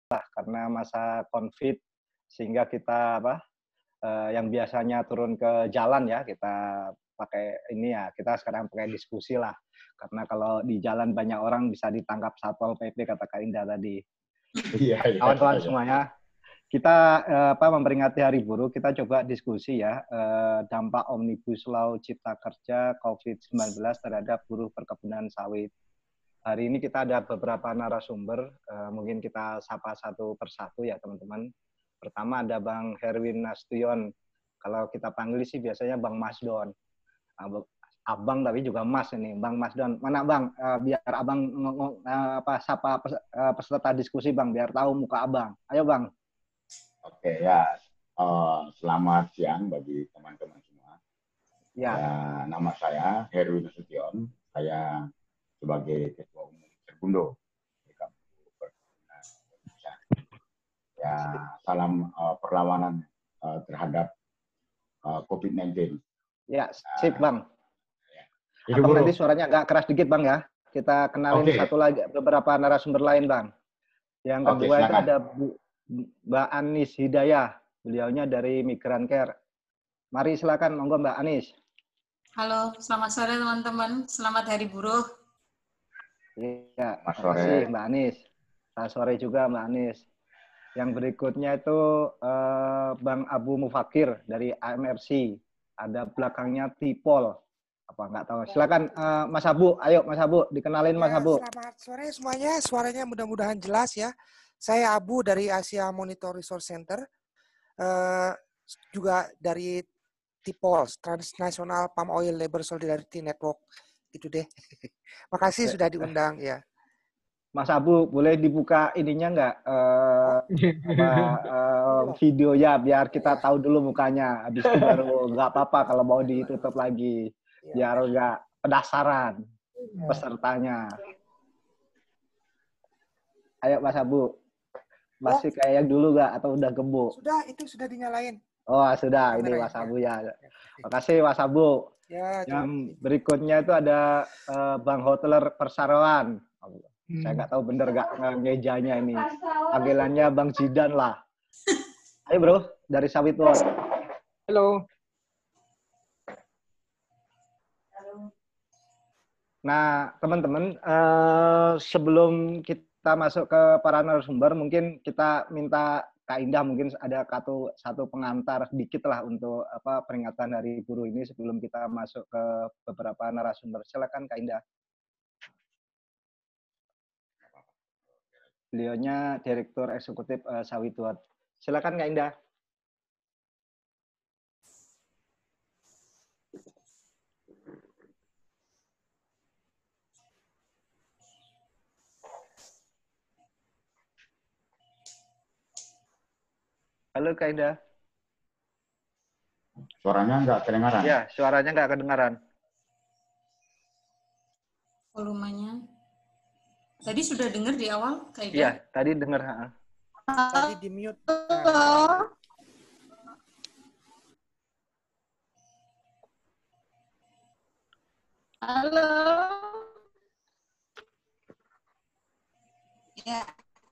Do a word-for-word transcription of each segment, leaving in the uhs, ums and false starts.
lah karena masa COVID sehingga kita apa uh, yang biasanya turun ke jalan ya kita pakai ini ya kita sekarang pakai diskusi lah karena kalau di jalan banyak orang bisa ditangkap Satpol P P kata Kak Indah tadi. Iya, iya, kawan-kawan iya. semuanya kita uh, apa memperingati Hari Buruh kita coba diskusi ya uh, dampak Omnibus Law Cipta Kerja COVID sembilan belas terhadap buruh perkebunan sawit. Hari ini kita ada beberapa narasumber, uh, mungkin kita sapa satu persatu ya teman-teman. Pertama ada Bang Herwin Nasution, kalau kita panggil sih biasanya Bang Masdon. Abang tapi juga Mas ini, Bang Masdon. Mana Bang? Uh, biar Abang uh, apa sapa uh, peserta diskusi Bang, biar tahu muka Abang. Ayo Bang. Oke ya, uh, selamat siang bagi teman-teman semua. Ya. Ya, nama saya Herwin Nasution, saya sebagai Ketua Umum Serbundo. Ya, salam uh, perlawanan uh, terhadap uh, COVID sembilan belas. Ya, sip Bang. Uh, Abang tadi suaranya agak keras dikit Bang ya. Kita kenalin okay. satu lagi beberapa narasumber lain Bang. Yang kedua okay, itu ada Bu, Mbak Anis Hidayah. Beliaunya dari Migran Care. Mari silakan monggo Mbak Anis. Halo, selamat sore teman-teman. Selamat Hari Buruh. Iya, terima kasih Mbak Anis. Selamat sore juga Mbak Anis. Yang berikutnya itu eh, Bang Abu Mufakir dari A M R C. Ada belakangnya Tipol. Apa nggak tahu. Silakan eh, Mas Abu. Ayo Mas Abu, dikenalin Mas ya, Abu. Selamat sore semuanya. Suaranya mudah-mudahan jelas ya. Saya Abu dari Asia Monitor Resource Center. Eh, juga dari Tipol, Transnational Palm Oil Labor Solidarity Network. Itu deh. Makasih sudah diundang ya. Mas Abu, boleh dibuka ininya nggak uh, apa, uh, videonya biar kita tahu dulu mukanya. Habis itu baru nggak apa-apa kalau mau ditutup lagi, biar nggak penasaran pesertanya. Ayo Mas Abu, masih kayak yang dulu nggak atau udah gemuk? Sudah, itu sudah dinyalain. Oh sudah, ini Mas Abu ya. Makasih Mas Abu. Ya, yang berikutnya itu ada uh, Bang Hoteler Persaroan. Hmm. Saya nggak tahu bener nggak ngejanya ini. Panggilannya Bang Jidan lah. Ayo bro, dari Sawit World. Halo. Nah teman-teman, uh, sebelum kita masuk ke para narasumber, mungkin kita minta Kak Indah mungkin ada satu, satu pengantar sedikit lah untuk apa peringatan Hari Buruh ini sebelum kita masuk ke beberapa narasumber. Silakan Kak Indah. Beliaunya Direktur Eksekutif uh, Sawit World. Silakan Kak Indah. Halo Kak Indah. Suaranya nggak kedengaran? Ya, suaranya nggak kedengaran. Volumenya. Tadi sudah dengar di awal Kak Indah? Iya, tadi dengar. Tadi di mute. Halo. Halo. Ya.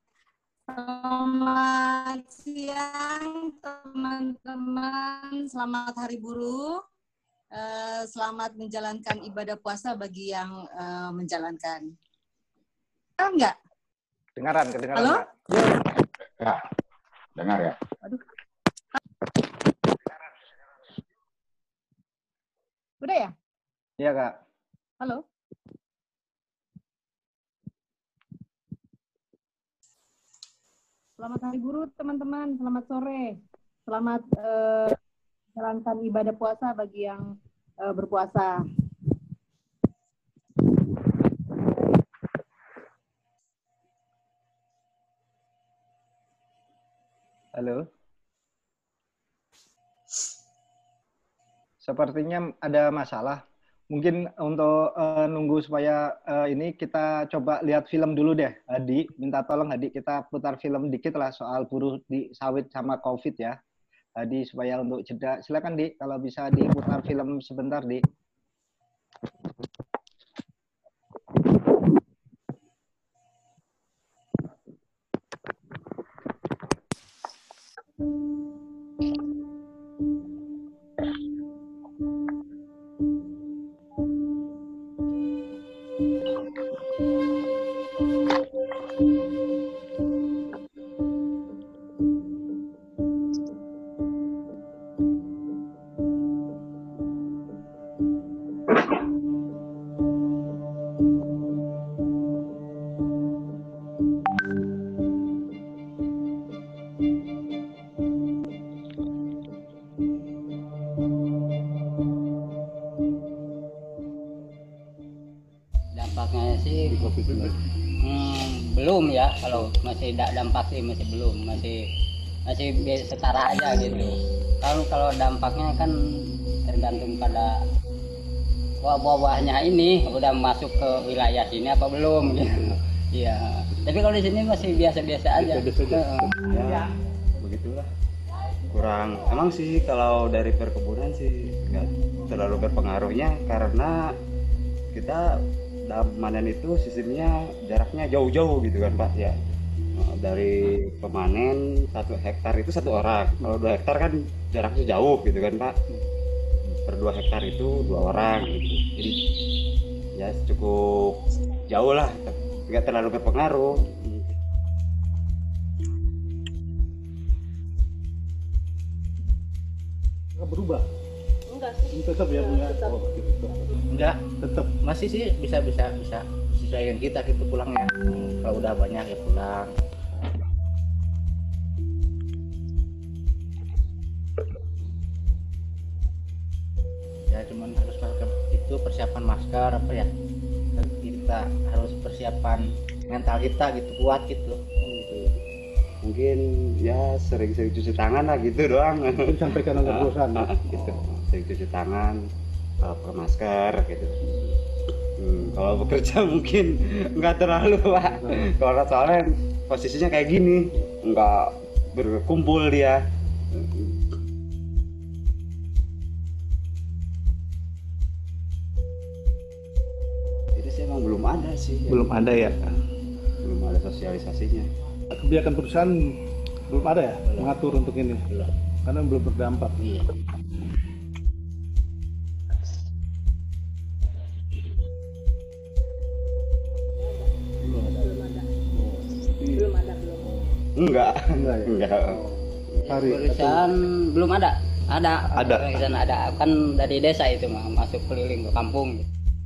Selamat siang teman-teman, selamat Hari Buruh, uh, selamat menjalankan ibadah puasa bagi yang uh, menjalankan. Ah, enggak? Dengaran, kedengaran. Halo? Ya, dengar ya. Aduh. Udah ya? Iya Kak. Halo? Selamat Hari Buruh teman-teman, selamat sore. Selamat uh, menjalankan ibadah puasa bagi yang uh, berpuasa. Halo. Sepertinya ada masalah. Mungkin untuk uh, nunggu supaya uh, ini kita coba lihat film dulu deh, Hadi. Minta tolong Hadi kita putar film dikit lah soal buruh di sawit sama COVID ya. Hadi supaya untuk jeda. Silakan Di, kalau bisa diputar film sebentar Di. sih hmm, belum ya, kalau masih dampak sih masih belum, masih masih setara aja gitu. Kalau kalau dampaknya kan tergantung pada wabahnya ini udah masuk ke wilayah sini apa belum gitu. Iya. Tapi kalau di sini masih biasa-biasa aja. Biasa aja. Ya, begitulah. Kurang. Emang sih kalau dari perkebunan sih nggak terlalu berpengaruhnya karena kita dalam panen itu sistemnya jaraknya jauh-jauh gitu kan Pak ya. Dari pemanen satu hektar itu satu orang. Kalau dua hektar kan jaraknya jauh gitu kan Pak. Per dua hektar itu dua orang gitu. Jadi ya cukup jauh lah, nggak terlalu berpengaruh. Nggak berubah? Enggak sih. Tetap ya punya? Tetap. Oh, tetap. Enggak, Tetap. masih sih bisa bisa bisa sesuaikan kita gitu pulangnya. Kalau udah banyak ya pulang. Ya cuman harus pakai itu persiapan masker apa ya. Kita harus persiapan mental kita gitu kuat gitu. Mungkin ya sering-sering cuci tangan lah gitu doang. Disampaikan oleh perusahaan. Ah, gitu. Sering cuci tangan, pakai masker gitu. Hmm, kalau bekerja mungkin nggak terlalu Pak. Kalau soalnya posisinya kayak gini, nggak berkumpul dia. Jadi sih emang belum ada sih. Belum ada ya? Belum ada sosialisasinya. Kebijakan perusahaan belum ada ya Belum. mengatur untuk ini? Belum. Karena belum berdampak. Iya. Belum ada belum. Enggak. Enggak ya? Enggak. Hari Tulisan belum ada. Ada. Ada. Tulisan ada. Kan dari desa itu mah masuk keliling ke kampung.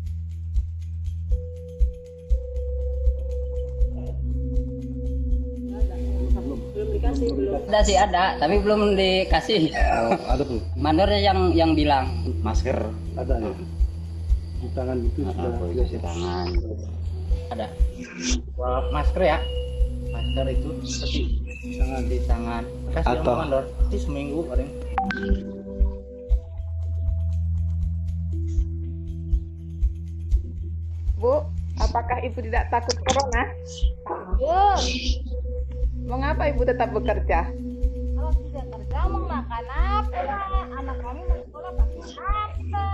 Belum dikasih belum. Ada sih ada, tapi belum dikasih. Oh, ada tuh, Mandornya yang yang bilang. Masker. ada ya. Di tangan itu Ah, sudah boleh biasa. cuci tangan. Ada. Kalau masker ya, masker itu seperti Tangan. di tangan. Kasih yang Atau- mandor, itu seminggu paling. Bu, apakah Ibu tidak takut corona? Takut. Mengapa Ibu tetap bekerja? Kalau tidak kerja mau makan apa? Anak kami mau sekolah pakai apa?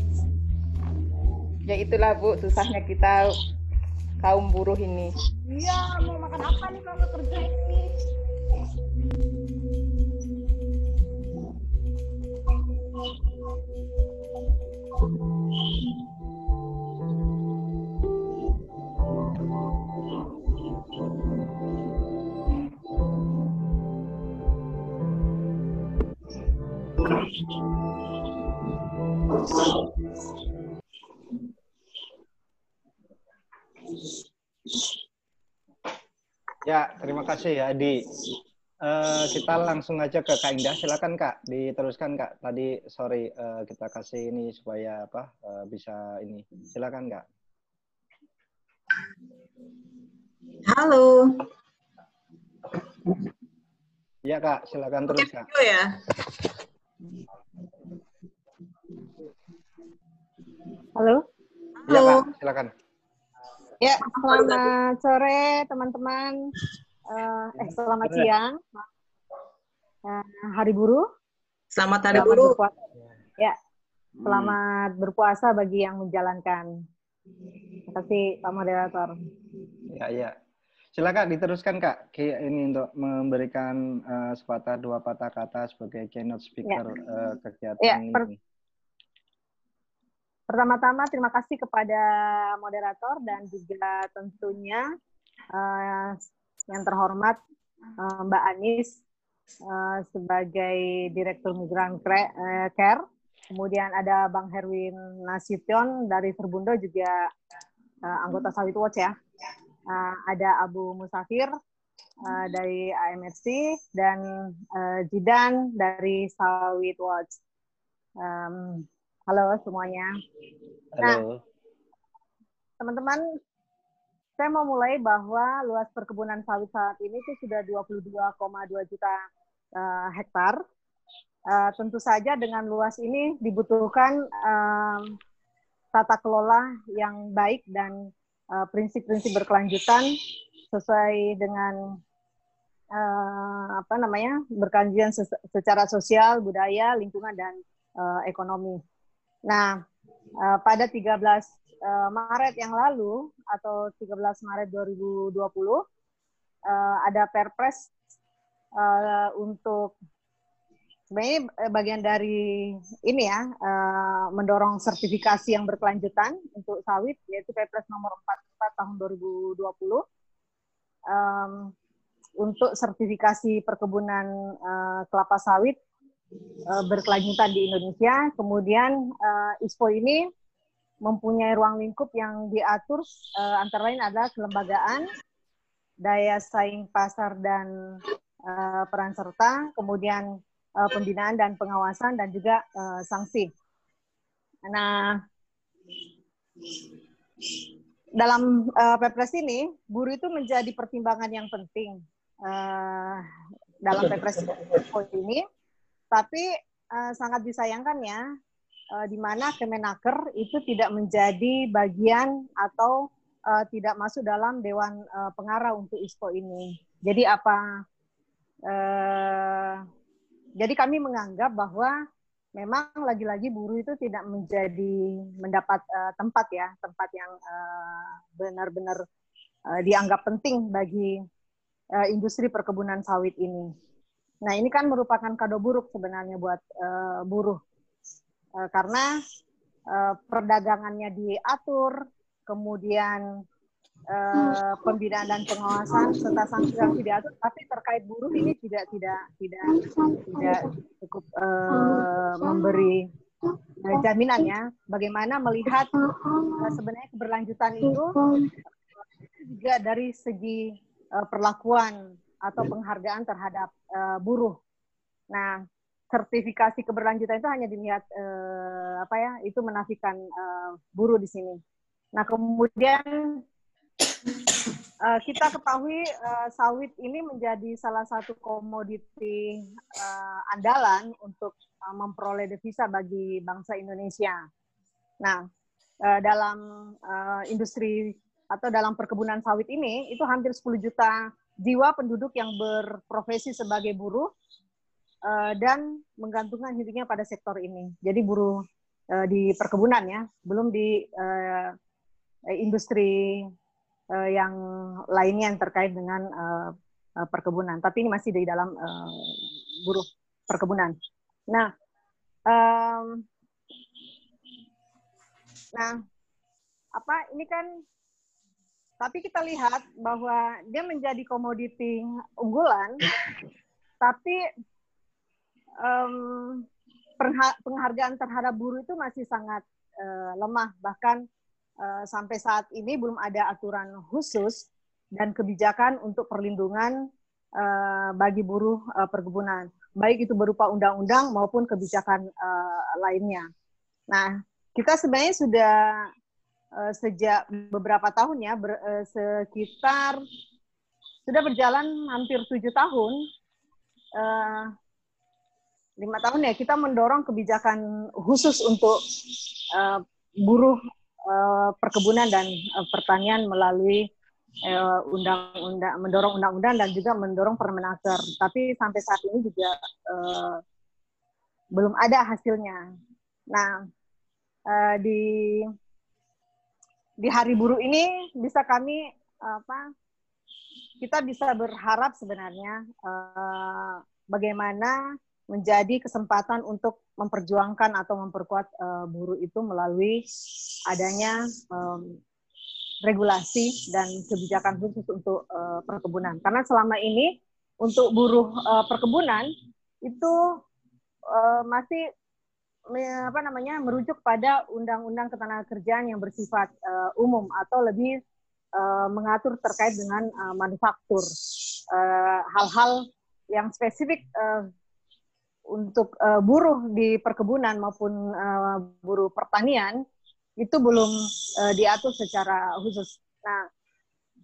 Ya itulah Bu, susahnya kita kaum buruh ini. Iya, mau makan apa nih kalau nggak kerja ini? Ya, terima kasih ya Adi. Eh, kita langsung aja ke Kak Indah. Silakan Kak, diteruskan Kak. Tadi sorry eh, kita kasih ini supaya apa eh, bisa ini. Silakan Kak. Halo. Ya Kak, silakan terus Kak. Video ya. Halo. Ya Halo. Kak, silakan. Ya, selamat sore teman-teman. Eh, eh selamat siang. Eh, Hari Buruh. Selamat Hari Selamat Buruh. berpuasa. Ya, selamat berpuasa bagi yang menjalankan. Terima kasih Pak Moderator. Ya, ya. Silakan diteruskan Kak. Ki- Ini untuk memberikan eh, sepatah dua patah kata sebagai keynote speaker eh, kegiatan Ya, ini. per- Pertama-tama terima kasih kepada moderator dan juga tentunya eh, yang terhormat eh, Mbak Anis eh, sebagai Direktur Migran Cre- eh, Care. Kemudian ada Bang Herwin Nasution dari Verbundo juga eh, anggota Sawit Watch ya. Eh, ada Abu Musafir eh, dari A M R C dan eh, Jidan dari Sawit Watch. Em, halo semuanya. Nah, Halo. teman-teman, saya mau mulai bahwa luas perkebunan sawit saat ini itu sudah dua puluh dua koma dua juta uh, hektar. Uh, tentu saja dengan luas ini dibutuhkan uh, tata kelola yang baik dan prinsip-prinsip uh, berkelanjutan sesuai dengan uh, apa namanya berkelanjutan secara sosial, budaya, lingkungan dan uh, ekonomi. Nah, uh, pada tiga belas Maret yang lalu atau tiga belas Maret dua ribu dua puluh uh, ada Perpres uh, untuk sebenarnya bagian dari ini ya uh, mendorong sertifikasi yang berkelanjutan untuk sawit, yaitu Perpres nomor empat puluh empat tahun dua ribu dua puluh um, untuk sertifikasi perkebunan uh, kelapa sawit uh, berkelanjutan di Indonesia. Kemudian uh, I S P O ini mempunyai ruang lingkup yang diatur uh, antara lain adalah kelembagaan, daya saing pasar dan uh, peran serta, kemudian uh, pembinaan dan pengawasan dan juga uh, sanksi. Nah, dalam uh, Perpres ini, buruh itu menjadi pertimbangan yang penting uh, dalam Perpres ini, tapi uh, sangat disayangkan ya, di mana Kemenaker itu tidak menjadi bagian atau uh, tidak masuk dalam Dewan uh, Pengarah untuk I S P O ini. Jadi apa? Uh, jadi kami menganggap bahwa memang lagi-lagi buruh itu tidak menjadi mendapat uh, tempat ya, tempat yang uh, benar-benar uh, dianggap penting bagi uh, industri perkebunan sawit ini. Nah, ini kan merupakan kado buruk sebenarnya buat uh, buruh. Karena uh, perdagangannya diatur, kemudian uh, pembinaan dan pengawasan serta sanksi-sanksi diatur, tapi terkait buruh ini tidak tidak tidak tidak cukup uh, memberi uh, jaminan ya. Bagaimana melihat uh, sebenarnya keberlanjutan itu juga dari segi uh, perlakuan atau penghargaan terhadap uh, buruh. Nah, sertifikasi keberlanjutan itu hanya dilihat eh, apa ya, itu menafikan eh, buruh di sini. Nah, kemudian eh, kita ketahui eh, sawit ini menjadi salah satu komoditi eh, andalan untuk eh, memperoleh devisa bagi bangsa Indonesia. Nah, eh, dalam eh, industri atau dalam perkebunan sawit ini itu hampir sepuluh juta jiwa penduduk yang berprofesi sebagai buruh Uh, dan menggantungkan hidupnya pada sektor ini. Jadi buruh uh, di perkebunan ya, belum di uh, industri uh, yang lainnya yang terkait dengan uh, uh, perkebunan. Tapi ini masih di dalam uh, buruh perkebunan. Nah, um, nah apa ini kan? Tapi kita lihat bahwa dia menjadi komoditi unggulan, tapi Um, penghargaan terhadap buruh itu masih sangat uh, lemah. Bahkan uh, sampai saat ini belum ada aturan khusus dan kebijakan untuk perlindungan uh, bagi buruh uh, perkebunan, baik itu berupa undang-undang maupun kebijakan uh, lainnya. Nah, kita sebenarnya sudah uh, sejak beberapa tahun ya, ber, uh, sekitar sudah berjalan hampir tujuh tahun. Uh, lima tahun ya, kita mendorong kebijakan khusus untuk uh, buruh uh, perkebunan dan uh, pertanian melalui uh, undang-undang, mendorong undang-undang dan juga mendorong Permenaker. Tapi sampai saat ini juga uh, belum ada hasilnya. Nah, uh, di di Hari Buruh ini bisa kami apa? Kita bisa berharap sebenarnya uh, bagaimana menjadi kesempatan untuk memperjuangkan atau memperkuat uh, buruh itu melalui adanya um, regulasi dan kebijakan khusus untuk uh, perkebunan. Karena selama ini untuk buruh uh, perkebunan itu uh, masih me, apa namanya merujuk pada undang-undang ketenagakerjaan yang bersifat uh, umum atau lebih uh, mengatur terkait dengan uh, manufaktur, uh, hal-hal yang spesifik uh, untuk uh, buruh di perkebunan maupun uh, buruh pertanian itu belum uh, diatur secara khusus. Nah,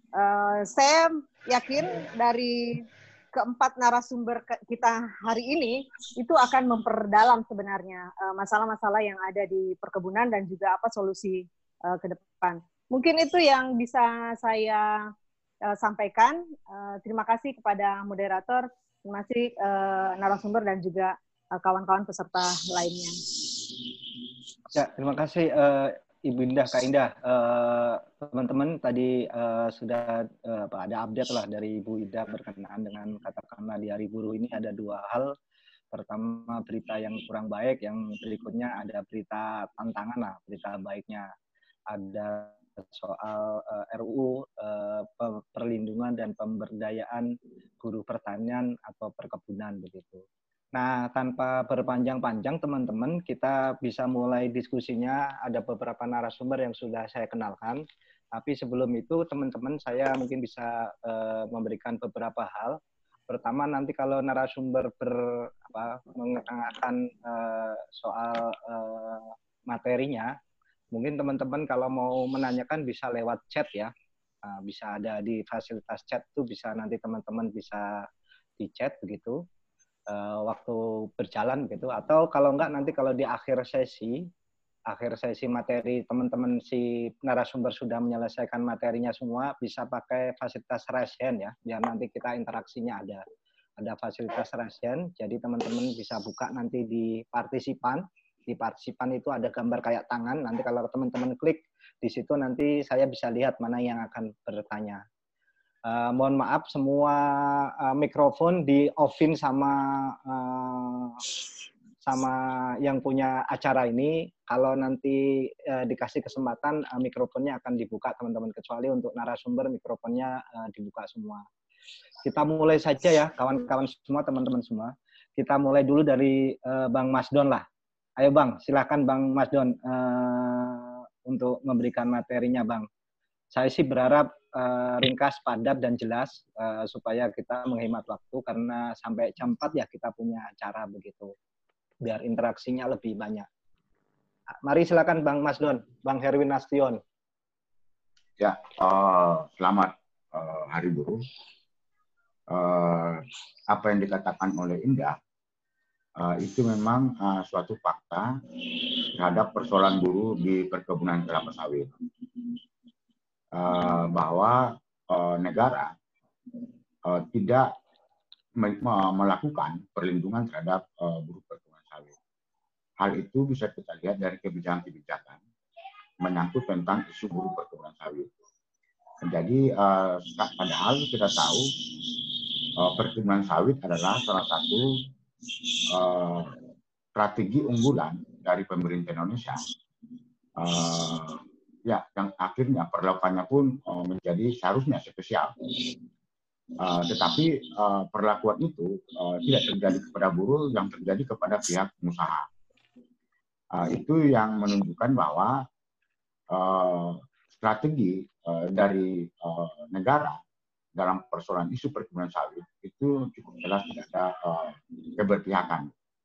Uh, saya yakin dari keempat narasumber kita hari ini itu akan memperdalam sebenarnya masalah-masalah uh, yang ada di perkebunan dan juga apa solusi uh, ke depan. Mungkin itu yang bisa saya uh, sampaikan. Uh, terima kasih kepada moderator, terima kasih uh, narasumber dan juga uh, kawan-kawan peserta lainnya. Ya, terima kasih uh, Ibu Indah, Kak Indah. Teman-teman uh, tadi uh, sudah uh, ada update lah dari Ibu Indah berkenaan dengan katakanlah di Hari Buruh ini ada dua hal. Pertama berita yang kurang baik, yang berikutnya ada berita tantangan lah, berita baiknya. Ada soal uh, R U U uh, perlindungan dan pemberdayaan buruh pertanian atau perkebunan begitu. Nah, tanpa berpanjang-panjang teman-teman, kita bisa mulai diskusinya. Ada beberapa narasumber yang sudah saya kenalkan. Tapi sebelum itu, teman-teman, saya mungkin bisa uh, memberikan beberapa hal. Pertama, nanti kalau narasumber ber, apa, mengatakan uh, soal uh, materinya, mungkin teman-teman kalau mau menanyakan bisa lewat chat ya. Uh, bisa ada di fasilitas chat tuh, bisa nanti teman-teman bisa di chat begitu. Uh, waktu berjalan gitu, atau kalau enggak nanti kalau di akhir sesi akhir sesi materi teman-teman si narasumber sudah menyelesaikan materinya semua, bisa pakai fasilitas raise hand ya, biar nanti kita interaksinya ada ada fasilitas raise hand. Jadi teman-teman bisa buka nanti di partisipan, di partisipan itu ada gambar kayak tangan, nanti kalau teman-teman klik di situ nanti saya bisa lihat mana yang akan bertanya. Uh, mohon maaf semua uh, mikrofon di off-in sama uh, sama yang punya acara ini. Kalau nanti uh, dikasih kesempatan uh, mikrofonnya akan dibuka teman-teman, kecuali untuk narasumber mikrofonnya uh, dibuka semua. Kita mulai saja ya kawan-kawan semua, teman-teman semua. Kita mulai dulu dari uh, Bang Masdon lah. Ayo Bang, silakan Bang Masdon uh, untuk memberikan materinya Bang. Saya sih berharap uh, ringkas, padat, dan jelas uh, supaya kita menghemat waktu, karena sampai jam empat ya kita punya acara begitu, biar interaksinya lebih banyak. Mari silakan Bang Masdon, Bang Herwin Nastion. Ya, uh, selamat uh, Hari Buruh. Uh, apa yang dikatakan oleh Indah, uh, itu memang uh, suatu fakta terhadap persoalan buruh di perkebunan kelapa sawit. Uh, bahwa uh, negara uh, tidak me melakukan perlindungan terhadap uh, buruh perkebunan sawit. Hal itu bisa kita lihat dari kebijakan-kebijakan menyangkut tentang isu buruh perkebunan sawit. Jadi uh, padahal kita tahu uh, perkebunan sawit adalah salah satu uh, strategi unggulan dari pemerintah Indonesia. Uh, Ya, yang akhirnya perlakuannya pun uh, menjadi seharusnya spesial. Uh, tetapi uh, perlakuan itu uh, tidak terjadi kepada buruh, yang terjadi kepada pihak pengusaha. Uh, itu yang menunjukkan bahwa uh, strategi uh, dari uh, negara dalam persoalan isu perkebunan sawit itu cukup jelas tidak ada uh, keberpihakan.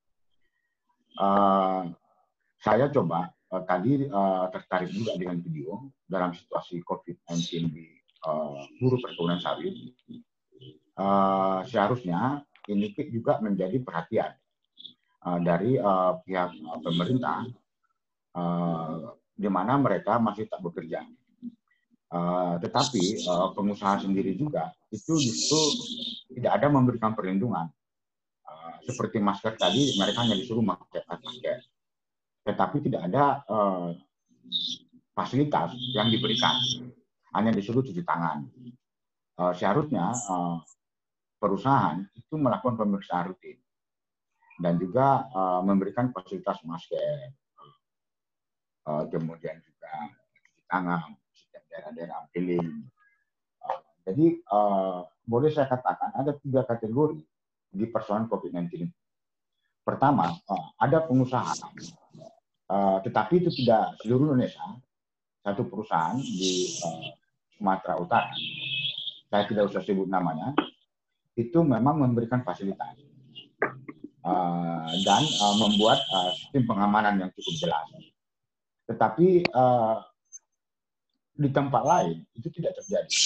Uh, saya coba Uh, tadi uh, tertarik juga dengan video dalam situasi COVID sembilan belas di uh, buruh perkebunan sawit. Uh, seharusnya ini juga menjadi perhatian uh, dari uh, pihak uh, pemerintah, uh, di mana mereka masih tak bekerja. Uh, tetapi uh, pengusaha sendiri juga itu justru tidak ada memberikan perlindungan. Uh, seperti masker tadi, mereka hanya disuruh pakai masker. Tetapi tidak ada uh, fasilitas yang diberikan, hanya disuruh cuci tangan. Uh, seharusnya uh, perusahaan itu melakukan pemeriksaan rutin dan juga uh, memberikan fasilitas masker, uh, kemudian juga cuci tangan, setiap daerah-daerah billing. Uh, jadi uh, boleh saya katakan ada tiga kategori di persoalan COVID sembilan belas. Pertama, uh, ada pengusaha. Uh, tetapi itu tidak seluruh Indonesia. Satu perusahaan di uh, Sumatera Utara, saya tidak usah sebut namanya, itu memang memberikan fasilitas uh, dan uh, membuat uh, sistem pengamanan yang cukup jelas. Tetapi uh, di tempat lain itu tidak terjadi.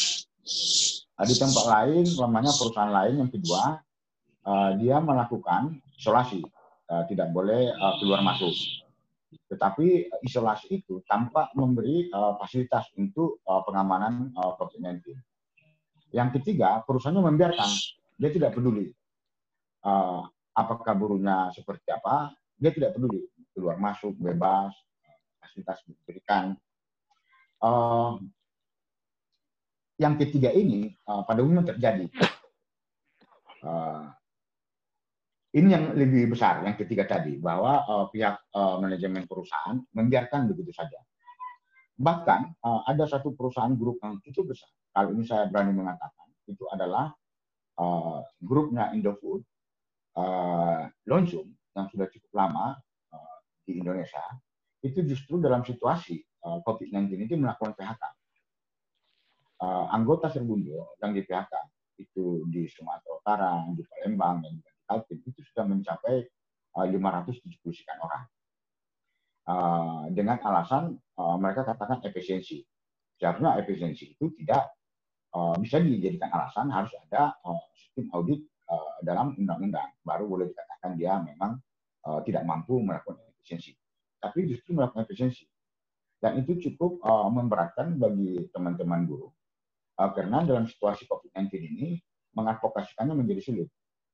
Uh, di tempat lain, namanya perusahaan lain yang kedua, uh, dia melakukan isolasi, uh, tidak boleh uh, keluar masuk. Tetapi isolasi itu tanpa memberi uh, fasilitas untuk uh, pengamanan uh, COVID sembilan belas. Yang ketiga, perusahaannya membiarkan, dia tidak peduli uh, apakah buruhnya seperti apa, dia tidak peduli keluar masuk bebas, fasilitas diberikan. Uh, yang ketiga ini uh, pada umumnya terjadi. Uh, Ini yang lebih besar, yang ketiga tadi, bahwa uh, pihak uh, manajemen perusahaan membiarkan begitu saja. Bahkan uh, ada satu perusahaan grup yang cukup besar, kali ini saya berani mengatakan, itu adalah uh, grupnya Indofood, uh, Lonsum, yang sudah cukup lama uh, di Indonesia, itu justru dalam situasi uh, COVID sembilan belas ini melakukan P H K. Uh, anggota Serbundo yang di P H K, itu di Sumatera Utara, di Palembang, dan Kaltim itu sudah mencapai uh, lima ratus tujuh puluh sekian orang. Uh, dengan alasan uh, mereka katakan efisiensi. Seharusnya efisiensi itu tidak uh, bisa dijadikan alasan, harus ada uh, sistem audit uh, dalam undang-undang. Baru boleh dikatakan dia memang uh, tidak mampu melakukan efisiensi. Tapi justru melakukan efisiensi. Dan itu cukup uh, memberatkan bagi teman-teman buruh. Uh, karena dalam situasi COVID sembilan belas ini, mengadvokasikannya menjadi sulit.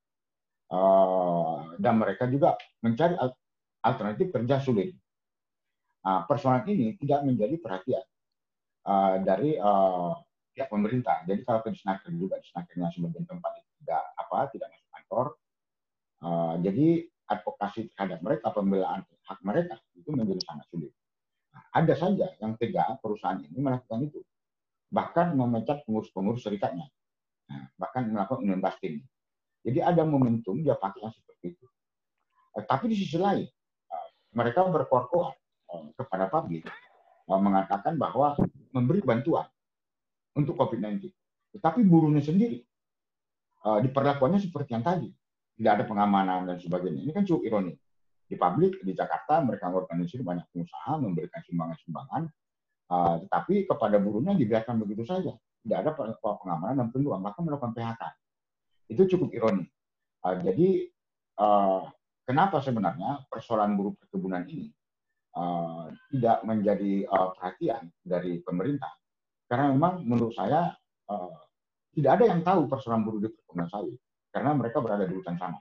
Uh, dan mereka juga mencari alternatif kerja sulit. Uh, persoalan ini tidak menjadi perhatian uh, dari uh, pihak pemerintah. Jadi kalau di Snaker juga, di Snakernya sebagian tempat tidak apa tidak masuk kantor. Uh, jadi advokasi terhadap mereka, pembelaan hak mereka itu menjadi sangat sulit. Nah, ada saja yang tega perusahaan ini melakukan itu, bahkan memecat pengurus-pengurus serikatnya, nah, bahkan melakukan union busting. Jadi ada momentum dia pakai yang seperti itu. Eh, tapi di sisi lain, eh, mereka berkorkohan eh, kepada publik eh, mengatakan bahwa memberi bantuan untuk COVID sembilan belas. Tetapi buruhnya sendiri eh, diperlakukannya seperti yang tadi. Tidak ada pengamanan dan sebagainya. Ini kan cukup ironis. Di publik, di Jakarta, mereka organisasi banyak pengusaha memberikan sumbangan-sumbangan, eh, tetapi kepada buruhnya dibiarkan begitu saja. Tidak ada pengamanan dan peluang, bahkan melakukan P H K. Itu cukup ironis. Uh, jadi uh, kenapa sebenarnya persoalan buruh perkebunan ini uh, tidak menjadi uh, perhatian dari pemerintah? Karena memang menurut saya uh, tidak ada yang tahu persoalan buruh di perkebunan sawit, karena mereka berada di hutan sana,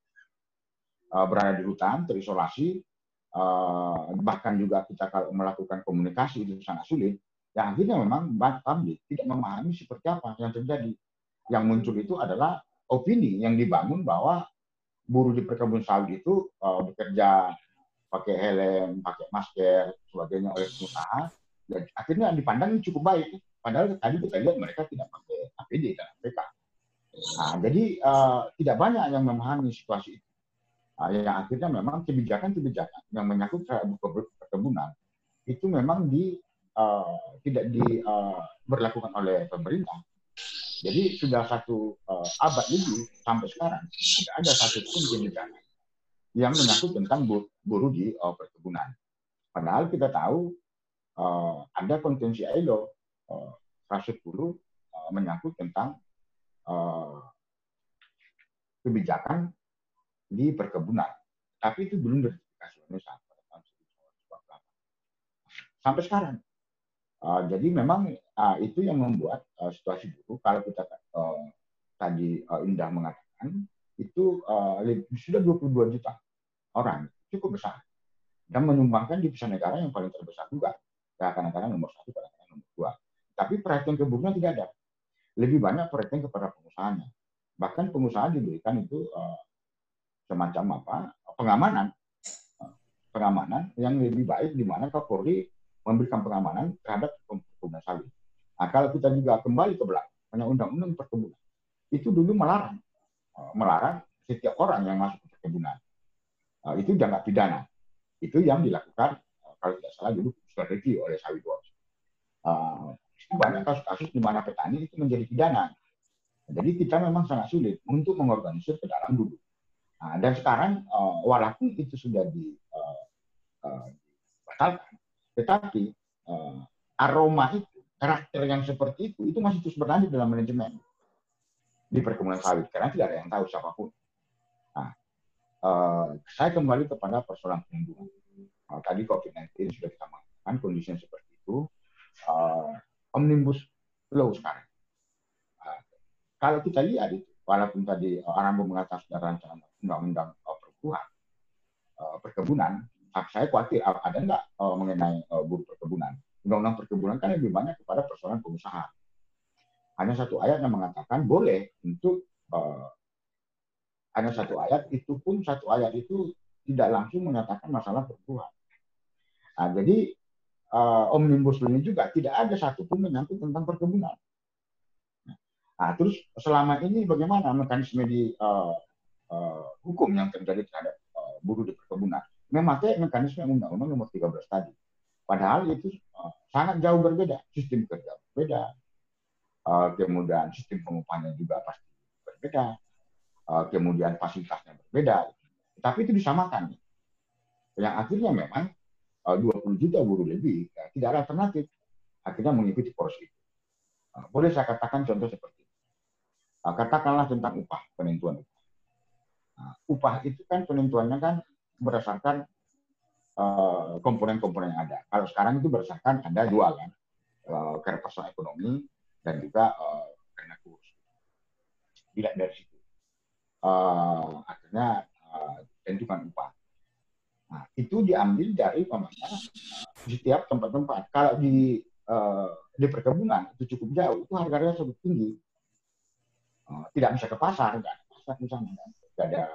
uh, berada di hutan terisolasi, uh, bahkan juga kita kalau melakukan komunikasi itu sangat sulit. Yang akhirnya memang publik tidak memahami seperti apa yang terjadi. Yang muncul itu adalah opini yang dibangun bahwa buruh di perkebunan sawit itu uh, bekerja pakai helm, pakai masker, sebagainya oleh pengusaha, dan akhirnya dipandang cukup baik. Padahal tadi kita lihat mereka tidak pakai A P D dan A P K. Nah, jadi uh, tidak banyak yang memahami situasi itu. Nah, yang akhirnya memang kebijakan-kebijakan yang menyangkut perkebunan itu memang di, uh, tidak diberlakukan uh, oleh pemerintah. Jadi sudah satu uh, abad lebih sampai sekarang tidak ada satu pun kebijakan yang menyangkut tentang buruh di uh, perkebunan. Padahal kita tahu uh, ada konvensi I L O uh, seratus sepuluh uh, menyangkut tentang uh, kebijakan di perkebunan. Tapi itu belum diratifikasi Indonesia pada tahun seribu sembilan ratus empat puluh delapan. Sampai sekarang. Uh, jadi memang uh, itu yang membuat uh, situasi buruh, kalau kita uh, tadi uh, Indah mengatakan, itu uh, sudah dua puluh dua juta orang, cukup besar. Dan menyumbangkan di pusat negara yang paling terbesar juga. Ya, kadang-kadang nomor satu, kadang-kadang nomor dua. Tapi perhatian ke buruhnya tidak ada. Lebih banyak perhatian kepada pengusahanya. Bahkan pengusaha diberikan itu uh, semacam apa pengamanan. Uh, pengamanan yang lebih baik, di mana Kapolri memberikan pengamanan terhadap perkebunan sawit. Nah, kalau kita juga kembali ke belakang, hanya undang-undang perkebunan, itu dulu melarang, melarang setiap orang yang masuk ke perkebunan. Uh, itu dianggap pidana. Itu yang dilakukan, uh, kalau tidak salah dulu strategi oleh Sawit Watch. Uh, banyak kasus-kasus di mana petani itu menjadi pidana. Jadi kita memang sangat sulit untuk mengorganisir ke dalam buruh. Nah, dan sekarang, uh, walaupun itu sudah dibatalkan, uh, uh, tetapi uh, aroma itu karakter yang seperti itu itu masih terus berlanjut dalam manajemen di perkebunan sawit karena tidak ada yang tahu siapapun. Nah, uh, saya kembali kepada persoalan perlindungan. Uh, tadi COVID sembilan belas sudah kita mengatakan kondisinya seperti itu. Uh, omnibus law sekarang. Uh, kalau kita lihat itu, walaupun tadi uh, Arambo mengatakan sudah rancangan undang-undang uh, perkebunan, uh, perkebunan, saya khawatir ada nggak uh, mengenai uh, buruh perkebunan. Undang-undang perkebunan kan lebih banyak kepada persoalan pengusaha. Hanya satu ayat yang mengatakan boleh untuk uh, hanya satu ayat, itu pun satu ayat itu tidak langsung menyatakan masalah perburuan. Nah, jadi uh, omnibus law ini juga tidak ada satupun menyangkut tentang perkebunan. Nah, terus selama ini bagaimana mekanisme di uh, uh, hukum yang terjadi terhadap uh, buruh di perkebunan? Memakai mekanisme Undang-Undang Nomor tiga belas tadi. Padahal itu uh, sangat jauh berbeda, sistem kerja berbeda. Uh, kemudian sistem pengupahannya juga pasti berbeda, uh, kemudian fasilitasnya berbeda, tapi itu disamakan. Yang akhirnya memang uh, dua puluh juta buruh lebih ya, tidak ada alternatif, akhirnya mengikuti poros itu. Uh, boleh saya katakan contoh seperti itu. Uh, katakanlah tentang upah, penentuan upah. Uh, upah itu kan penentuannya kan berdasarkan uh, komponen-komponen yang ada. Kalau sekarang itu berdasarkan ada dua kan, uh, karena persoalan ekonomi dan juga uh, karena kurs. Tidak dari situ. Uh, akhirnya uh, tentukan upah. Nah, itu diambil dari pemerintah uh, di setiap tempat-tempat. Kalau di uh, di perkebunan itu cukup jauh, itu harganya cukup tinggi. Uh, tidak bisa ke pasar, nggak ada pasar di sana, nggak ada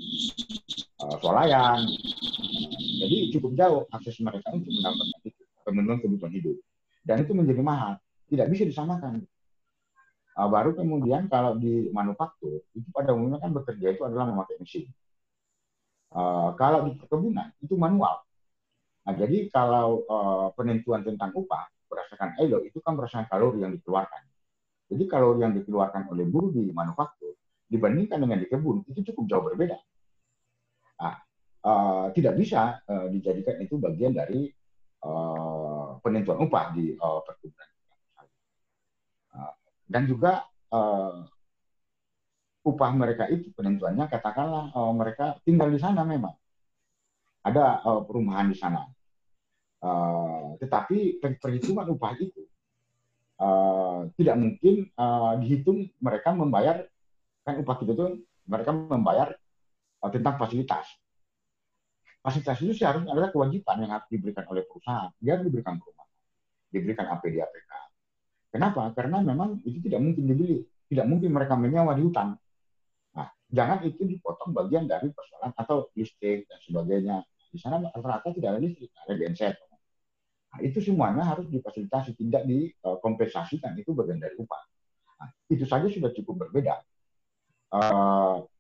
uh, swalayan. Jadi cukup jauh akses mereka untuk mendapatkan itu, pemenuhan kebutuhan hidup. Dan itu menjadi mahal. Tidak bisa disamakan. Uh, baru kemudian kalau di manufaktur, itu pada umumnya kan bekerja itu adalah memakai mesin. Uh, kalau di perkebunan, itu manual. Nah, jadi kalau uh, penentuan tentang upah berdasarkan I L O, itu kan berdasarkan kalori yang dikeluarkan. Jadi kalori yang dikeluarkan oleh buruh di manufaktur, dibandingkan dengan di kebun, itu cukup jauh berbeda. Nah, uh, tidak bisa uh, dijadikan itu bagian dari uh, penentuan upah di uh, perkebunan. Dan juga uh, upah mereka itu penentuannya katakanlah uh, mereka tinggal di sana memang ada uh, perumahan di sana, uh, tetapi perhitungan upah itu uh, tidak mungkin uh, dihitung mereka membayar kan upah kita itu mereka membayar uh, tentang fasilitas. Fasilitas itu seharusnya adalah kewajiban yang harus diberikan oleh perusahaan, dia diberikan perumahan, diberikan A P D A P K. Kenapa? Karena memang itu tidak mungkin dibeli. Tidak mungkin mereka menyewa di hutan. Nah, jangan itu dipotong bagian dari persoalan atau listrik dan sebagainya. Di sana rata-rata tidak ada listrik, ada genset. Nah, itu semuanya harus difasilitasi, tidak dikompensasikan. Itu bagian dari upah. Nah, itu saja sudah cukup berbeda. Uh,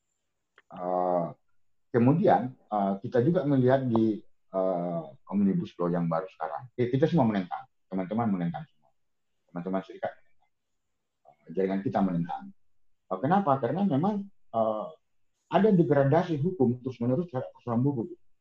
uh, kemudian, uh, kita juga melihat di uh, Omnibus Law yang baru sekarang. Kita semua menentang. Teman-teman menentang. Teman-teman serikat menentang. Jaringan kita menentang. Kenapa? Karena memang uh, ada degradasi hukum terus-menerus terhadap persoalan buruh.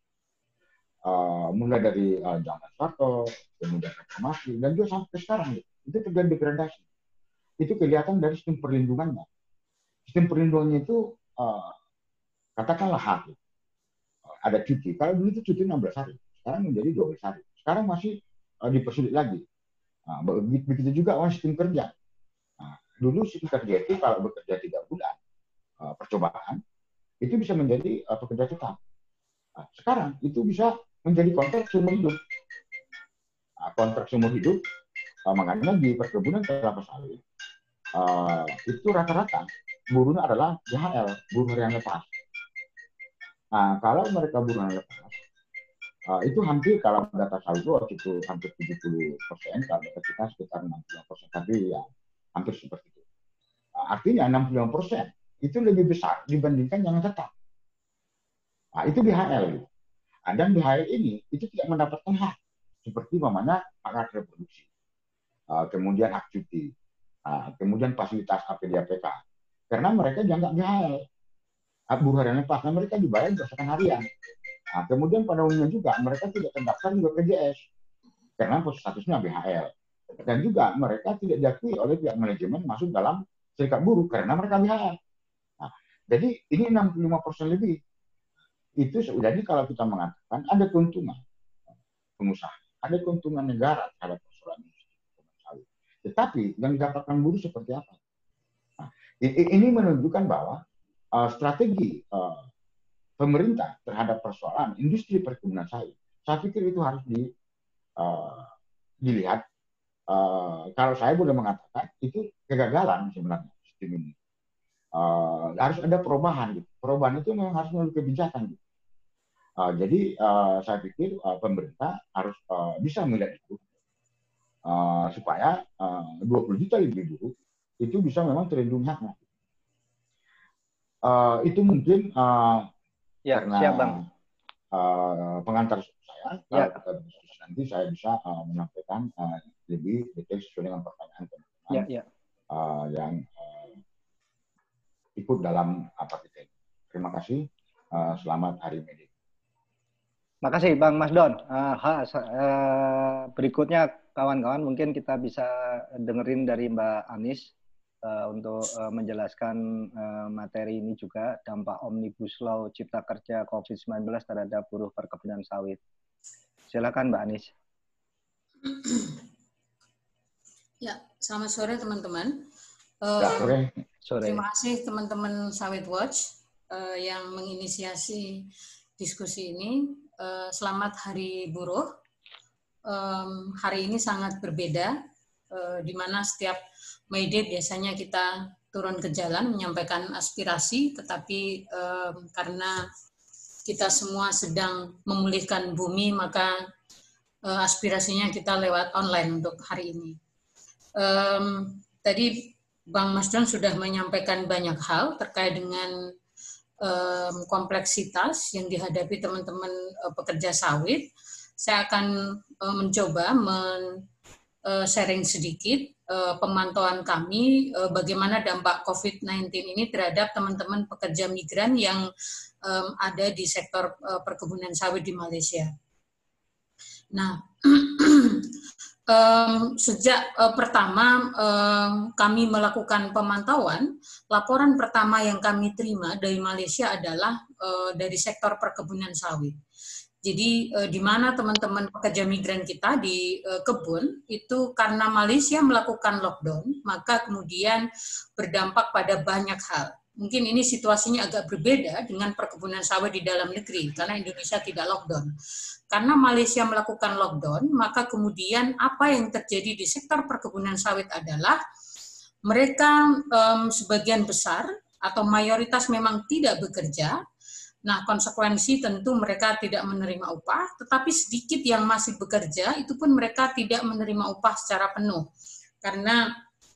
Uh, mulai dari uh, zaman Soeharto, kemudian reformasi, dan juga sampai sekarang itu terjadi degradasi. Itu kelihatan dari sistem perlindungannya. Sistem perlindungannya itu uh, katakanlah hak. Uh, ada cuti. Kalau dulu itu cuti enam belas hari, sekarang menjadi dua belas hari. Sekarang masih uh, dipersulit lagi. Nah, begitu juga orang sistem kerja. Nah, dulu sistem kerja itu kalau bekerja tiga bulan uh, percobaan itu bisa menjadi uh, pekerja tetap. Nah, sekarang itu bisa menjadi kontrak seumur hidup. Nah, kontrak seumur hidup, uh, makanya di perkebunan kelapa sawit uh, itu rata-rata buruhnya adalah J H L, buruh harian lepas. Nah, kalau mereka buruh harian lepas, Uh, itu hampir kalau data sawit waktu itu hampir tujuh puluh persen, kalau data kita sekitar enam puluh persen, tapi ya hampir seperti itu. Uh, artinya enam puluh persen itu lebih besar dibandingkan yang tetap. Nah, itu D H L. Nah, dan D H L ini itu tidak mendapatkan hak, seperti namanya hak reproduksi, uh, kemudian hak cuti, uh, kemudian fasilitas A P D A P K. Karena mereka dianggap D H L. Uh, buruh harian lepas, mereka dibayar berdasarkan harian. Nah, kemudian pada umumnya juga mereka tidak terdaftar juga P J S karena statusnya B H L. Dan juga mereka tidak diakui oleh pihak manajemen masuk dalam serikat buruh karena mereka B H A. Nah, jadi ini enam puluh lima persen lebih. Itu jadi kalau kita mengatakan ada keuntungan pengusaha, ada keuntungan negara terhadap persoalan industri sawit. Tetapi yang didapatkan buruh seperti apa? Nah, ini menunjukkan bahwa uh, strategi uh, pemerintah terhadap persoalan industri perkebunan sawit, saya pikir itu harus di, uh, dilihat. Uh, kalau saya boleh mengatakan itu kegagalan sebenarnya sistem ini. Uh, harus ada perubahan, gitu. Perubahan itu memang harus melalui kebijakan. Gitu. Uh, jadi uh, saya pikir uh, pemerintah harus uh, bisa melihat itu uh, supaya uh, dua puluh juta lebih buruh itu bisa memang terlindungi haknya. Uh, itu mungkin uh, ya, karena siap, Bang. Uh, pengantar saya, ya. kalau kita diskusi nanti saya bisa uh, menyampaikan uh, lebih detail sesuai dengan pertanyaan teman-teman ya, ya. Uh, yang uh, ikut dalam apa kita ini. Terima kasih. Uh, selamat Hari Medik. Makasih Bang Mas Don. Uh, ha, uh, berikutnya kawan-kawan mungkin kita bisa dengerin dari Mbak Anis uh, untuk uh, menjelaskan uh, materi ini juga, dampak Omnibus Law Cipta Kerja COVID sembilan belas terhadap buruh perkebunan sawit. Silakan Mbak Anis. Ya, selamat sore teman-teman. Uh, ya, sore. Sore. Terima kasih teman-teman Sawit Watch uh, yang menginisiasi diskusi ini. Uh, selamat Hari Buruh. Um, hari ini sangat berbeda, uh, di mana setiap May Day biasanya kita turun ke jalan menyampaikan aspirasi, tetapi um, karena kita semua sedang memulihkan bumi, maka uh, aspirasinya kita lewat online untuk hari ini. Um, tadi Bang Mas Don sudah menyampaikan banyak hal terkait dengan um, kompleksitas yang dihadapi teman-teman uh, pekerja sawit. Saya akan uh, mencoba men-sharing uh, sedikit uh, pemantauan kami uh, bagaimana dampak COVID sembilan belas ini terhadap teman-teman pekerja migran yang um, ada di sektor uh, perkebunan sawit di Malaysia. Nah, Um, sejak uh, pertama um, kami melakukan pemantauan, laporan pertama yang kami terima dari Malaysia adalah uh, dari sektor perkebunan sawit. Jadi uh, di mana teman-teman pekerja migran kita di uh, kebun itu karena Malaysia melakukan lockdown, maka kemudian berdampak pada banyak hal. Mungkin ini situasinya agak berbeda dengan perkebunan sawit di dalam negeri karena Indonesia tidak lockdown. Karena Malaysia melakukan lockdown, maka kemudian apa yang terjadi di sektor perkebunan sawit adalah mereka um, sebagian besar atau mayoritas memang tidak bekerja. Nah, konsekuensi tentu mereka tidak menerima upah, tetapi sedikit yang masih bekerja itu pun mereka tidak menerima upah secara penuh. Karena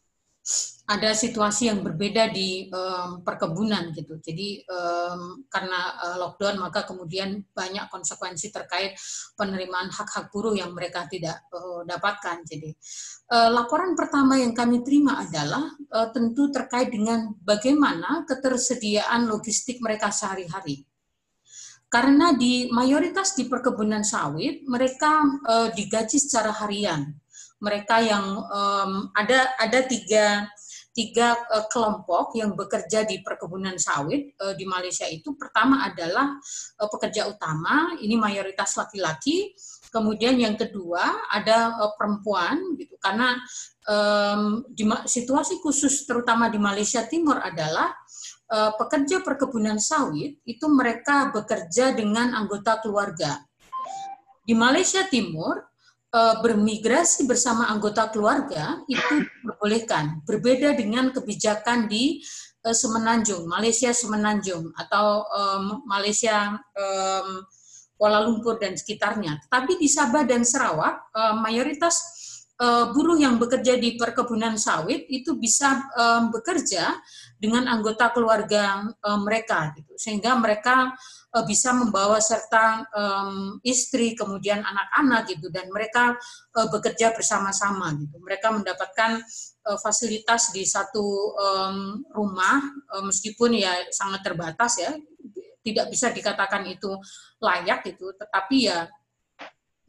ada situasi yang berbeda di um, perkebunan gitu. Jadi um, karena uh, lockdown maka kemudian banyak konsekuensi terkait penerimaan hak-hak buruh yang mereka tidak uh, dapatkan. Jadi uh, laporan pertama yang kami terima adalah uh, tentu terkait dengan bagaimana ketersediaan logistik mereka sehari-hari. Karena di mayoritas di perkebunan sawit mereka uh, digaji secara harian. Mereka yang um, ada ada tiga tiga uh, kelompok yang bekerja di perkebunan sawit uh, di Malaysia itu. Pertama adalah uh, pekerja utama, ini mayoritas laki-laki. Kemudian yang kedua ada uh, perempuan gitu. Karena um, di situasi khusus terutama di Malaysia Timur adalah uh, pekerja perkebunan sawit itu mereka bekerja dengan anggota keluarga. Di Malaysia Timur bermigrasi bersama anggota keluarga itu diperbolehkan, berbeda dengan kebijakan di uh, Semenanjung, Malaysia Semenanjung atau um, Malaysia um, Kuala Lumpur dan sekitarnya. Tetapi di Sabah dan Sarawak uh, mayoritas uh, buruh yang bekerja di perkebunan sawit itu bisa um, bekerja dengan anggota keluarga um, mereka, gitu. Sehingga mereka bisa membawa serta um, istri, kemudian anak-anak gitu, dan mereka uh, bekerja bersama-sama gitu. Mereka mendapatkan uh, fasilitas di satu um, rumah, uh, meskipun ya sangat terbatas ya, tidak bisa dikatakan itu layak gitu, tetapi ya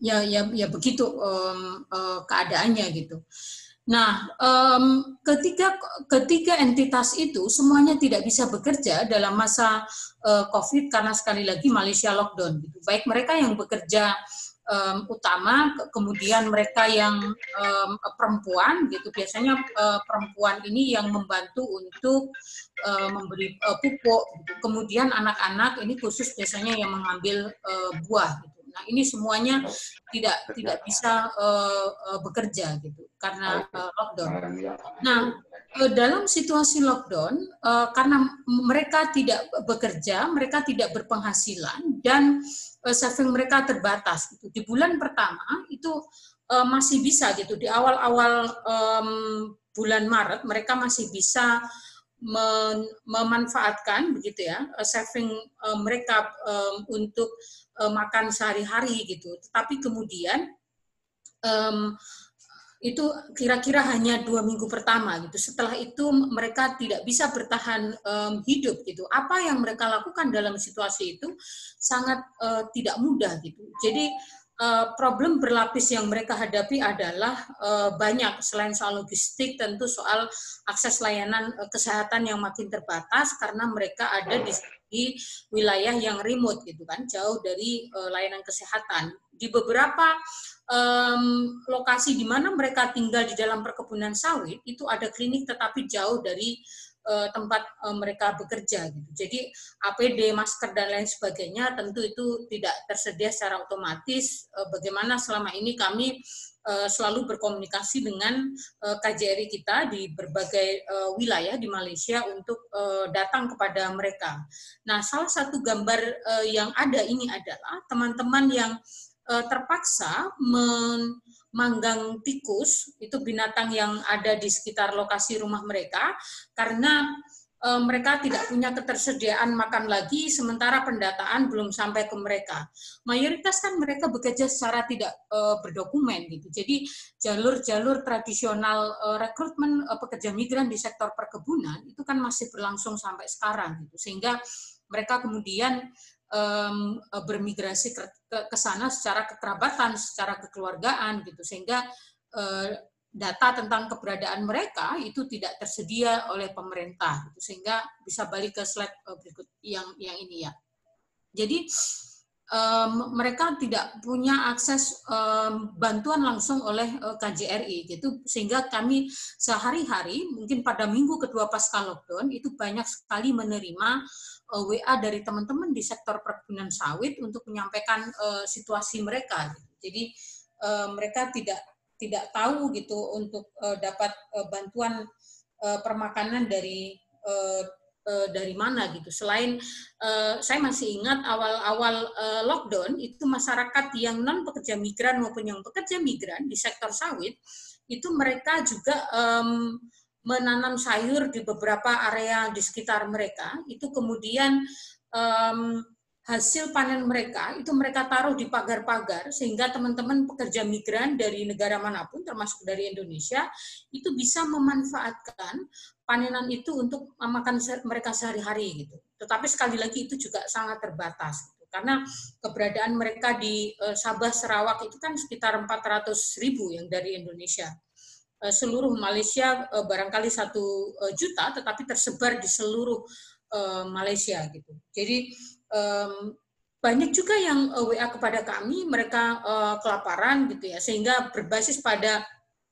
ya ya ya begitu um, uh, keadaannya gitu. Nah, um, ketika ketiga entitas itu semuanya tidak bisa bekerja dalam masa uh, COVID karena sekali lagi Malaysia lockdown. Gitu. Baik mereka yang bekerja um, utama, kemudian mereka yang um, perempuan, gitu. Biasanya uh, perempuan ini yang membantu untuk uh, memberi uh, pupuk. Gitu. Kemudian anak-anak ini khusus biasanya yang mengambil uh, buah. Gitu. Nah, ini semuanya tidak tidak bisa uh, uh, bekerja gitu karena uh, lockdown. Nah, uh, dalam situasi lockdown uh, karena mereka tidak bekerja, mereka tidak berpenghasilan dan uh, saving mereka terbatas gitu. Di bulan pertama itu uh, masih bisa gitu di awal-awal um, bulan Maret mereka masih bisa memanfaatkan begitu ya saving uh, mereka um, untuk uh, makan sehari-hari gitu. Tetapi kemudian um, itu kira-kira hanya dua minggu pertama gitu. Setelah itu mereka tidak bisa bertahan um, hidup gitu. Apa yang mereka lakukan dalam situasi itu sangat uh, tidak mudah gitu. Jadi Uh, problem berlapis yang mereka hadapi adalah uh, banyak, selain soal logistik, tentu soal akses layanan uh, kesehatan yang makin terbatas karena mereka ada di, di wilayah yang remote gitu kan, jauh dari uh, layanan kesehatan. Di beberapa um, lokasi di mana mereka tinggal di dalam perkebunan sawit itu ada klinik tetapi jauh dari tempat mereka bekerja gitu. Jadi A P D, masker dan lain sebagainya tentu itu tidak tersedia secara otomatis. Bagaimana selama ini kami selalu berkomunikasi dengan K J R I kita di berbagai wilayah di Malaysia untuk datang kepada mereka. Nah, salah satu gambar yang ada ini adalah teman-teman yang terpaksa memanggang tikus, itu binatang yang ada di sekitar lokasi rumah mereka, karena e, mereka tidak punya ketersediaan makan lagi, sementara pendataan belum sampai ke mereka. Mayoritas kan mereka bekerja secara tidak e, berdokumen, gitu. Jadi jalur-jalur tradisional e, rekrutmen e, pekerja migran di sektor perkebunan itu kan masih berlangsung sampai sekarang, gitu. Sehingga mereka kemudian Um, bermigrasi ke, ke, ke sana secara kekerabatan, secara kekeluargaan gitu, sehingga uh, data tentang keberadaan mereka itu tidak tersedia oleh pemerintah gitu, sehingga bisa balik ke slide uh, berikut yang yang ini ya. Jadi um, mereka tidak punya akses um, bantuan langsung oleh uh, K J R I gitu, sehingga kami sehari-hari mungkin pada minggu kedua pasca lockdown itu banyak sekali menerima W A dari teman-teman di sektor perkebunan sawit untuk menyampaikan uh, situasi mereka. Jadi uh, mereka tidak tidak tahu gitu untuk uh, dapat uh, bantuan uh, permakanan dari uh, uh, dari mana gitu. Selain uh, saya masih ingat awal-awal uh, lockdown itu masyarakat yang non pekerja migran maupun yang pekerja migran di sektor sawit itu mereka juga um, menanam sayur di beberapa area di sekitar mereka, itu kemudian um, hasil panen mereka, itu mereka taruh di pagar-pagar, sehingga teman-teman pekerja migran dari negara manapun, termasuk dari Indonesia, itu bisa memanfaatkan panenan itu untuk makan mereka sehari-hari. Gitu. Tetapi sekali lagi itu juga sangat terbatas. Gitu. Karena keberadaan mereka di uh, Sabah, Sarawak itu kan sekitar empat ratus ribu yang dari Indonesia. Seluruh Malaysia barangkali satu juta, tetapi tersebar di seluruh Malaysia gitu. Jadi banyak juga yang W A kepada kami, mereka kelaparan gitu ya, sehingga berbasis pada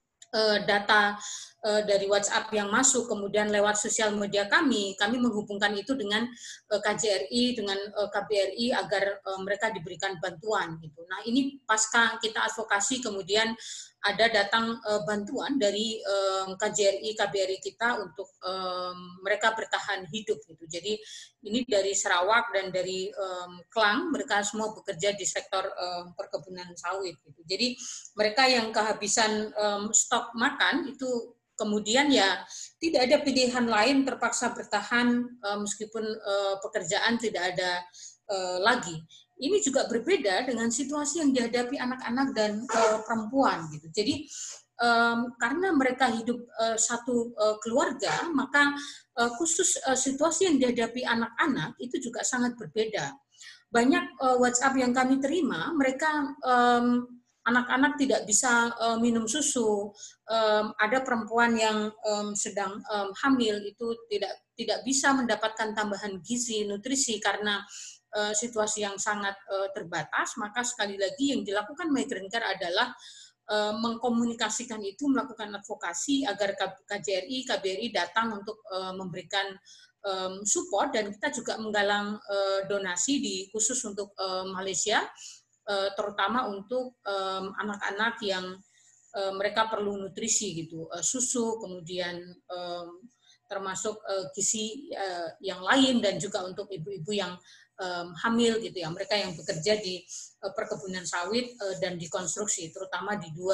data dari WhatsApp yang masuk, kemudian lewat sosial media kami, kami menghubungkan itu dengan K J R I, dengan K B R I agar mereka diberikan bantuan gitu. Nah ini pasca kita advokasi kemudian ada datang uh, bantuan dari um, K J R I, K B R I kita untuk um, mereka bertahan hidup gitu. Jadi ini dari Sarawak dan dari um, Klang, mereka semua bekerja di sektor um, perkebunan sawit gitu. Jadi mereka yang kehabisan um, stok makan itu kemudian ya tidak ada pilihan lain, terpaksa bertahan uh, meskipun uh, pekerjaan tidak ada uh, lagi. Ini juga berbeda dengan situasi yang dihadapi anak-anak dan uh, perempuan gitu. Jadi um, karena mereka hidup uh, satu uh, keluarga, maka uh, khusus uh, situasi yang dihadapi anak-anak itu juga sangat berbeda. Banyak uh, WhatsApp yang kami terima, mereka um, anak-anak tidak bisa uh, minum susu, um, ada perempuan yang um, sedang um, hamil itu tidak tidak bisa mendapatkan tambahan gizi, nutrisi karena uh, situasi yang sangat uh, terbatas, maka sekali lagi yang dilakukan Migrant Care adalah uh, mengkomunikasikan itu, melakukan advokasi agar K J R I, K B R I datang untuk uh, memberikan um, support, dan kita juga menggalang uh, donasi di khusus untuk uh, Malaysia, uh, terutama untuk um, anak-anak yang uh, mereka perlu nutrisi gitu, uh, susu, kemudian um, termasuk uh, gizi uh, yang lain, dan juga untuk ibu-ibu yang um, hamil gitu ya, mereka yang bekerja di uh, perkebunan sawit uh, dan di konstruksi, terutama di dua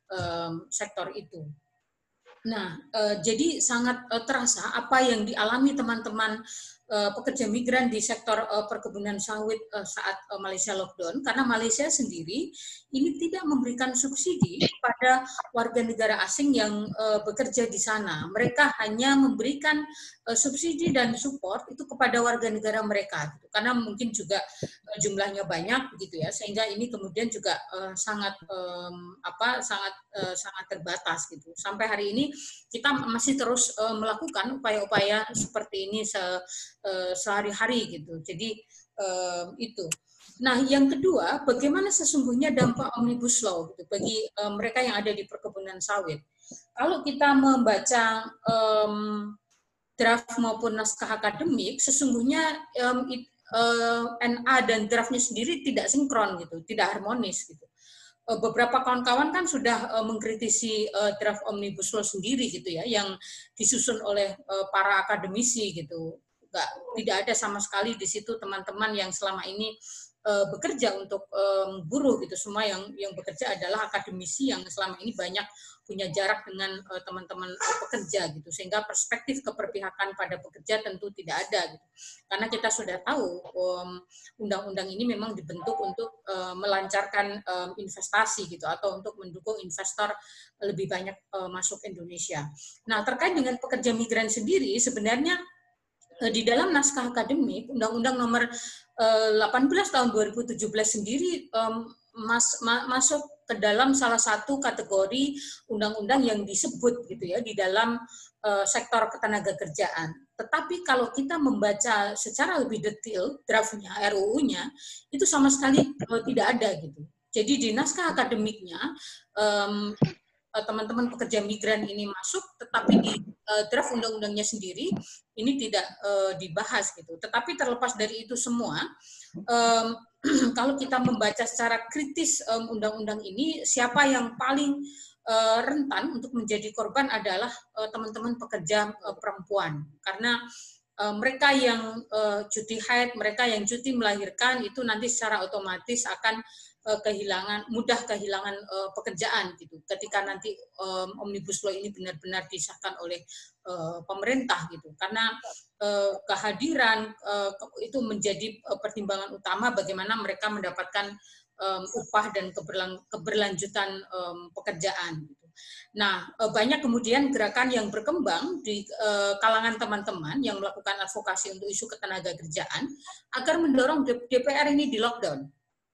um, sektor itu. Nah, uh, jadi sangat uh, terasa apa yang dialami teman-teman uh, pekerja migran di sektor uh, perkebunan sawit uh, saat uh, Malaysia lockdown, karena Malaysia sendiri ini tidak memberikan subsidi kepada warga negara asing yang uh, bekerja di sana. Mereka hanya memberikan uh, subsidi dan support itu kepada warga negara mereka, gitu. Karena mungkin juga uh, jumlahnya banyak, begitu ya, sehingga ini kemudian juga uh, sangat um, apa sangat uh, sangat terbatas gitu. Sampai hari ini kita masih terus uh, melakukan upaya-upaya seperti ini se, uh, sehari-hari gitu. Jadi uh, itu. Nah, yang kedua, bagaimana sesungguhnya dampak Omnibus Law gitu, bagi uh, mereka yang ada di perkebunan sawit. Kalau kita membaca um, draft maupun naskah akademik, sesungguhnya um, it, uh, N A dan draftnya sendiri tidak sinkron gitu, tidak harmonis gitu. Uh, beberapa kawan-kawan kan sudah uh, mengkritisi uh, draft Omnibus Law sendiri gitu ya, yang disusun oleh uh, para akademisi gitu. Nggak, tidak ada sama sekali di situ teman-teman yang selama ini bekerja untuk um, buruh gitu. Semua yang yang bekerja adalah akademisi yang selama ini banyak punya jarak dengan uh, teman-teman uh, pekerja gitu, sehingga perspektif keperpihakan pada pekerja tentu tidak ada gitu. Karena kita sudah tahu um, undang-undang ini memang dibentuk untuk uh, melancarkan um, investasi gitu, atau untuk mendukung investor lebih banyak uh, masuk Indonesia. Nah, terkait dengan pekerja migran sendiri, sebenarnya uh, di dalam naskah akademik Undang-Undang Nomor delapan belas tahun dua ribu tujuh belas sendiri um, mas, ma, masuk ke dalam salah satu kategori undang-undang yang disebut gitu ya di dalam uh, sektor ketenagakerjaan. Tetapi kalau kita membaca secara lebih detail draftnya, R U U-nya, itu sama sekali uh, tidak ada gitu. Jadi di naskah akademiknya um, teman-teman pekerja migran ini masuk, tetapi di uh, draft undang-undangnya sendiri ini tidak uh, dibahas gitu. Tetapi terlepas dari itu semua, um, kalau kita membaca secara kritis um, undang-undang ini, siapa yang paling uh, rentan untuk menjadi korban adalah uh, teman-teman pekerja uh, perempuan, karena uh, mereka yang uh, cuti haid, mereka yang cuti melahirkan itu nanti secara otomatis akan kehilangan mudah kehilangan uh, pekerjaan gitu ketika nanti um, Omnibus Law ini benar-benar disahkan oleh uh, pemerintah gitu, karena uh, kehadiran uh, itu menjadi uh, pertimbangan utama bagaimana mereka mendapatkan um, upah dan keberlang keberlanjutan um, pekerjaan gitu. Nah, uh, banyak kemudian gerakan yang berkembang di uh, kalangan teman-teman yang melakukan advokasi untuk isu ketenagakerjaan agar mendorong D P R ini di lockdown.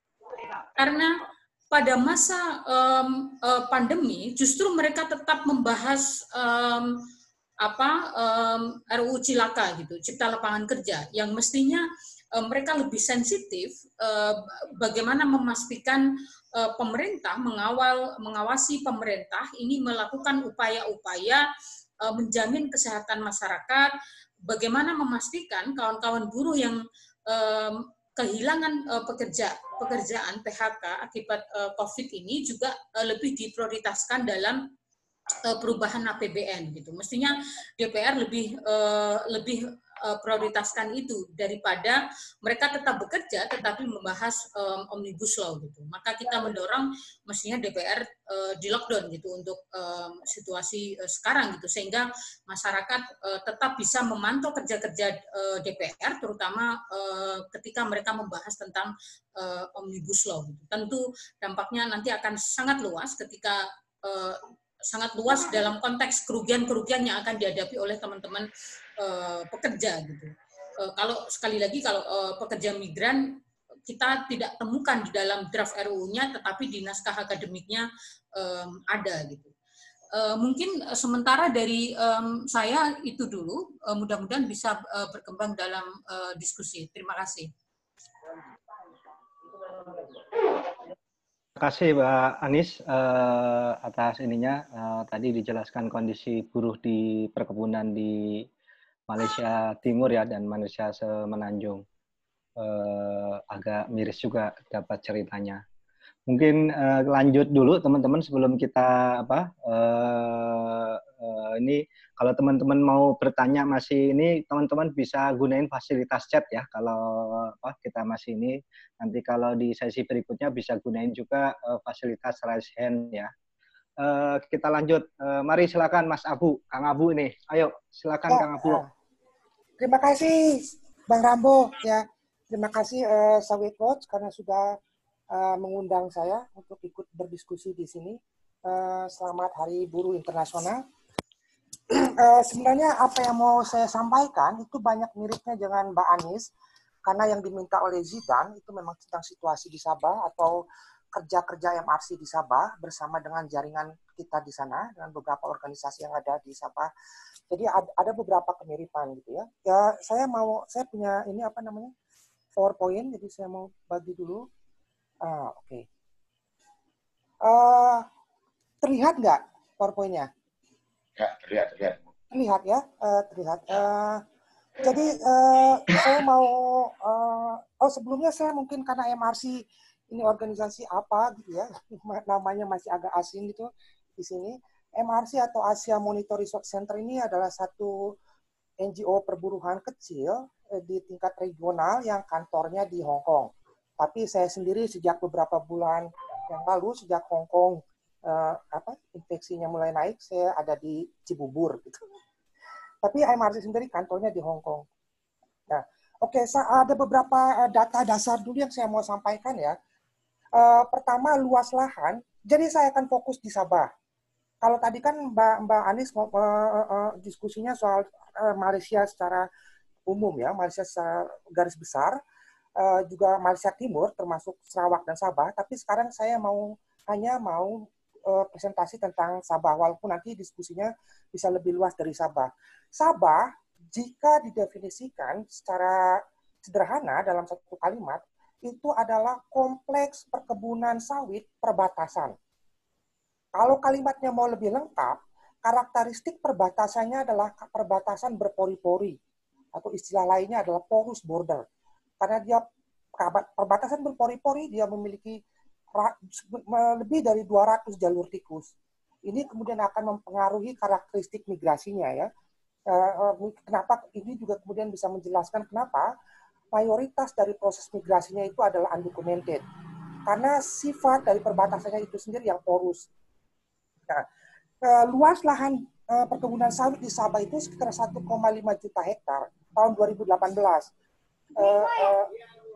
Karena pada masa um, uh, pandemi justru mereka tetap membahas um, apa um, R U U Cilaka gitu, Cipta Lapangan Kerja, yang mestinya um, mereka lebih sensitif uh, bagaimana memastikan uh, pemerintah mengawal mengawasi pemerintah ini melakukan upaya-upaya uh, menjamin kesehatan masyarakat, bagaimana memastikan kawan-kawan buruh yang um, kehilangan uh, pekerja pekerjaan P H K akibat uh, COVID ini juga uh, lebih diprioritaskan dalam uh, perubahan A P B N gitu. Mestinya D P R lebih uh, lebih uh, prioritaskan itu daripada mereka tetap bekerja tetapi membahas um, Omnibus Law gitu. Maka kita mendorong mestinya D P R uh, di lockdown gitu untuk um, situasi uh, sekarang gitu, sehingga masyarakat uh, tetap bisa memantau kerja-kerja uh, D P R terutama uh, ketika mereka membahas tentang uh, Omnibus Law gitu. Tentu dampaknya nanti akan sangat luas ketika uh, sangat luas dalam konteks kerugian-kerugian yang akan dihadapi oleh teman-teman uh, pekerja gitu. Uh, kalau sekali lagi kalau uh, pekerja migran kita tidak temukan di dalam draft R U U-nya, tetapi di naskah akademiknya um, ada gitu. Uh, mungkin uh, sementara dari um, saya itu dulu, uh, mudah-mudahan bisa uh, berkembang dalam uh, diskusi. Terima kasih. Terima kasih Mbak Anis uh, atas ininya. Uh, tadi dijelaskan kondisi buruh di perkebunan di Malaysia Timur ya dan Malaysia Semenanjung. Uh, agak miris juga dapat ceritanya. Mungkin uh, lanjut dulu teman-teman sebelum kita apa uh, uh, ini kalau teman-teman mau bertanya masih ini teman-teman bisa gunain fasilitas chat ya kalau apa kita masih ini nanti kalau di sesi berikutnya bisa gunain juga uh, fasilitas raise hand ya. Uh, kita lanjut. Uh, mari silakan Mas Abu, Kang Abu ini. Ayo silakan ya, Kang Abu. Uh, terima kasih Bang Rambo ya. Terima kasih uh, Sawit Watch karena sudah uh, mengundang saya untuk ikut berdiskusi di sini. Uh, selamat Hari Buruh Internasional. uh, sebenarnya apa yang mau saya sampaikan itu banyak miripnya dengan Mbak Anis karena yang diminta oleh Zidan itu memang tentang situasi di Sabah atau kerja-kerja M R C di Sabah bersama dengan jaringan kita di sana dengan beberapa organisasi yang ada di Sabah. Jadi ada, ada beberapa kemiripan gitu ya. Ya saya mau saya punya ini apa namanya? PowerPoint, jadi saya mau bagi dulu. Ah, oke. Okay. Uh, terlihat nggak PowerPoint-nya? Ya, terlihat, terlihat. Terlihat ya, uh, terlihat. Uh, jadi uh, saya mau, uh, oh sebelumnya saya mungkin karena M R C ini organisasi apa gitu ya, namanya masih agak asing gitu di sini. M R C atau Asia Monitor Research Center ini adalah satu N G O perburuhan kecil di tingkat regional yang kantornya di Hong Kong. Tapi saya sendiri sejak beberapa bulan yang lalu, sejak Hong Kong eh, apa infeksinya mulai naik, saya ada di Cibubur. Gitu. Tapi M R C sendiri kantornya di Hong Kong. Nah, oke, okay, ada beberapa data dasar dulu yang saya mau sampaikan ya. Uh, pertama, luas lahan. Jadi saya akan fokus di Sabah. Kalau tadi kan Mbak Mbak Anis uh, uh, uh, diskusinya soal uh, Malaysia secara umum ya, Malaysia secara garis besar, uh, juga Malaysia Timur termasuk Sarawak dan Sabah, tapi sekarang saya mau hanya mau uh, presentasi tentang Sabah, walaupun nanti diskusinya bisa lebih luas dari Sabah. Sabah, jika didefinisikan secara sederhana dalam satu kalimat, itu adalah kompleks perkebunan sawit perbatasan. Kalau kalimatnya mau lebih lengkap, karakteristik perbatasannya adalah perbatasan berpori-pori, atau istilah lainnya adalah porous border. Karena dia perbatasan berpori-pori, dia memiliki lebih dari dua ratus jalur tikus. Ini kemudian akan mempengaruhi karakteristik migrasinya ya. Kenapa ini juga kemudian bisa menjelaskan kenapa mayoritas dari proses migrasinya itu adalah undocumented. Karena sifat dari perbatasannya itu sendiri yang porous. Nah, luas lahan perkebunan sawit di Sabah itu sekitar satu koma lima juta hektar tahun dua ribu delapan belas. Uh, uh,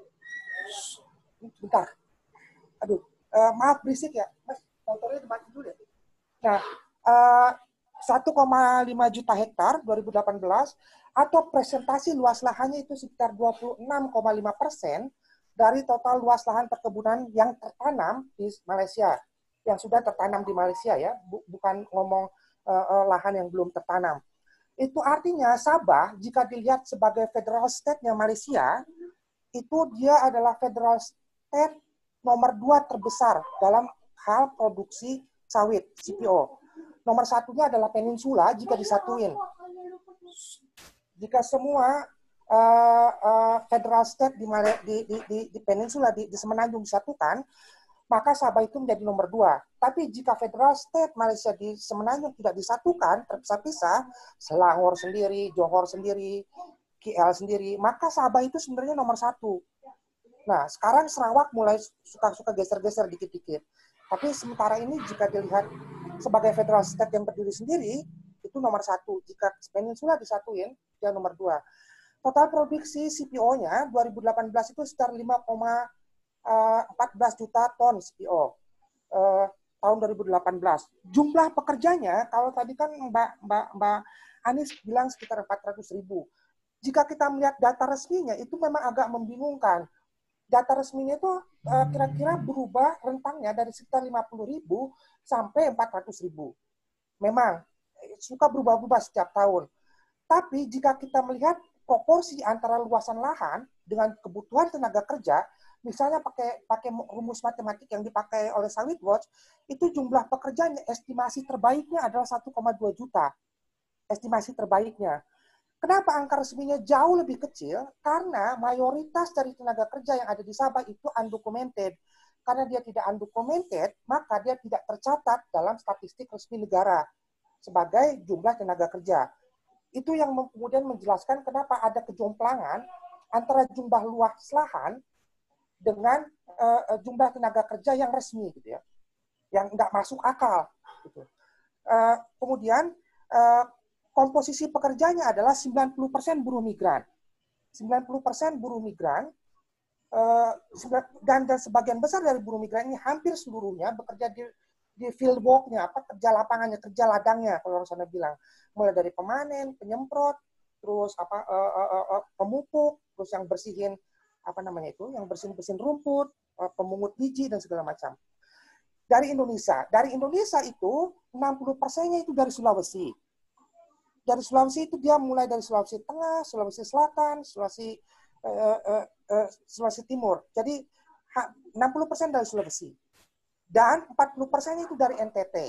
bentar. Aduh, uh, maaf berisik ya. Mas, motornya dimati dulu ya. Nah, uh, satu koma lima juta hektar dua ribu delapan belas atau presentasi luas lahannya itu sekitar dua puluh enam koma lima persen dari total luas lahan perkebunan yang tertanam di Malaysia. Yang sudah tertanam di Malaysia ya, bukan ngomong uh, uh, lahan yang belum tertanam. Itu artinya Sabah, jika dilihat sebagai federal state-nya Malaysia, itu dia adalah federal state nomor dua terbesar dalam hal produksi sawit, C P O. Nomor satunya adalah Peninsula jika disatuin. Jika semua uh, uh, federal state di, di, di, di, di Peninsula, di, di Semenanjung disatukan, maka Sabah itu menjadi nomor dua. Tapi jika federal state Malaysia di Semenanjung tidak disatukan, terpisah-pisah, Selangor sendiri, Johor sendiri, K L sendiri, maka Sabah itu sebenarnya nomor satu. Nah, sekarang Sarawak mulai suka-suka geser-geser dikit-dikit. Tapi sementara ini jika dilihat sebagai federal state yang berdiri sendiri, itu nomor satu. Jika Peninsula disatuin, dia nomor dua. Total produksi C P O-nya dua ribu delapan belas itu sekitar lima koma empat belas juta ton C P O uh, tahun dua ribu delapan belas. Jumlah pekerjanya, kalau tadi kan Mbak Mbak Mbak Anis bilang sekitar empat ratus ribu. Jika kita melihat data resminya, itu memang agak membingungkan. data resminya itu uh, kira-kira berubah rentangnya dari sekitar lima puluh ribu sampai empat ratus ribu. Memang suka berubah-ubah setiap tahun. Tapi jika kita melihat proporsi antara luasan lahan dengan kebutuhan tenaga kerja, misalnya pakai pakai rumus matematik yang dipakai oleh Sawit Watch, itu jumlah pekerjaan estimasi terbaiknya adalah satu koma dua juta. Estimasi terbaiknya. Kenapa angka resminya jauh lebih kecil? Karena mayoritas dari tenaga kerja yang ada di Sabah itu undocumented. Karena dia tidak undocumented, maka dia tidak tercatat dalam statistik resmi negara sebagai jumlah tenaga kerja. Itu yang kemudian menjelaskan kenapa ada kejomplangan antara jumlah luas lahan dengan uh, jumlah tenaga kerja yang resmi, gitu ya, yang nggak masuk akal. Gitu. Uh, kemudian uh, komposisi pekerjanya adalah sembilan puluh persen buruh migran. sembilan puluh persen buruh migran, dan, dan sebagian besar dari buruh migran ini hampir seluruhnya bekerja di, di field work-nya, apa, kerja lapangannya, kerja ladangnya, kalau orang sana bilang. Mulai dari pemanen, penyemprot, terus apa uh, uh, uh, pemupuk, terus yang bersihin, apa namanya itu, yang bersihin-bersihin rumput, uh, pemungut biji, dan segala macam. Dari Indonesia. Dari Indonesia itu, enam puluh persennya itu dari Sulawesi. Dari Sulawesi itu dia mulai dari Sulawesi Tengah, Sulawesi Selatan, Sulawesi uh, uh, uh, Sulawesi Timur. Jadi enam puluh persen dari Sulawesi. Dan empat puluh persen itu dari N T T.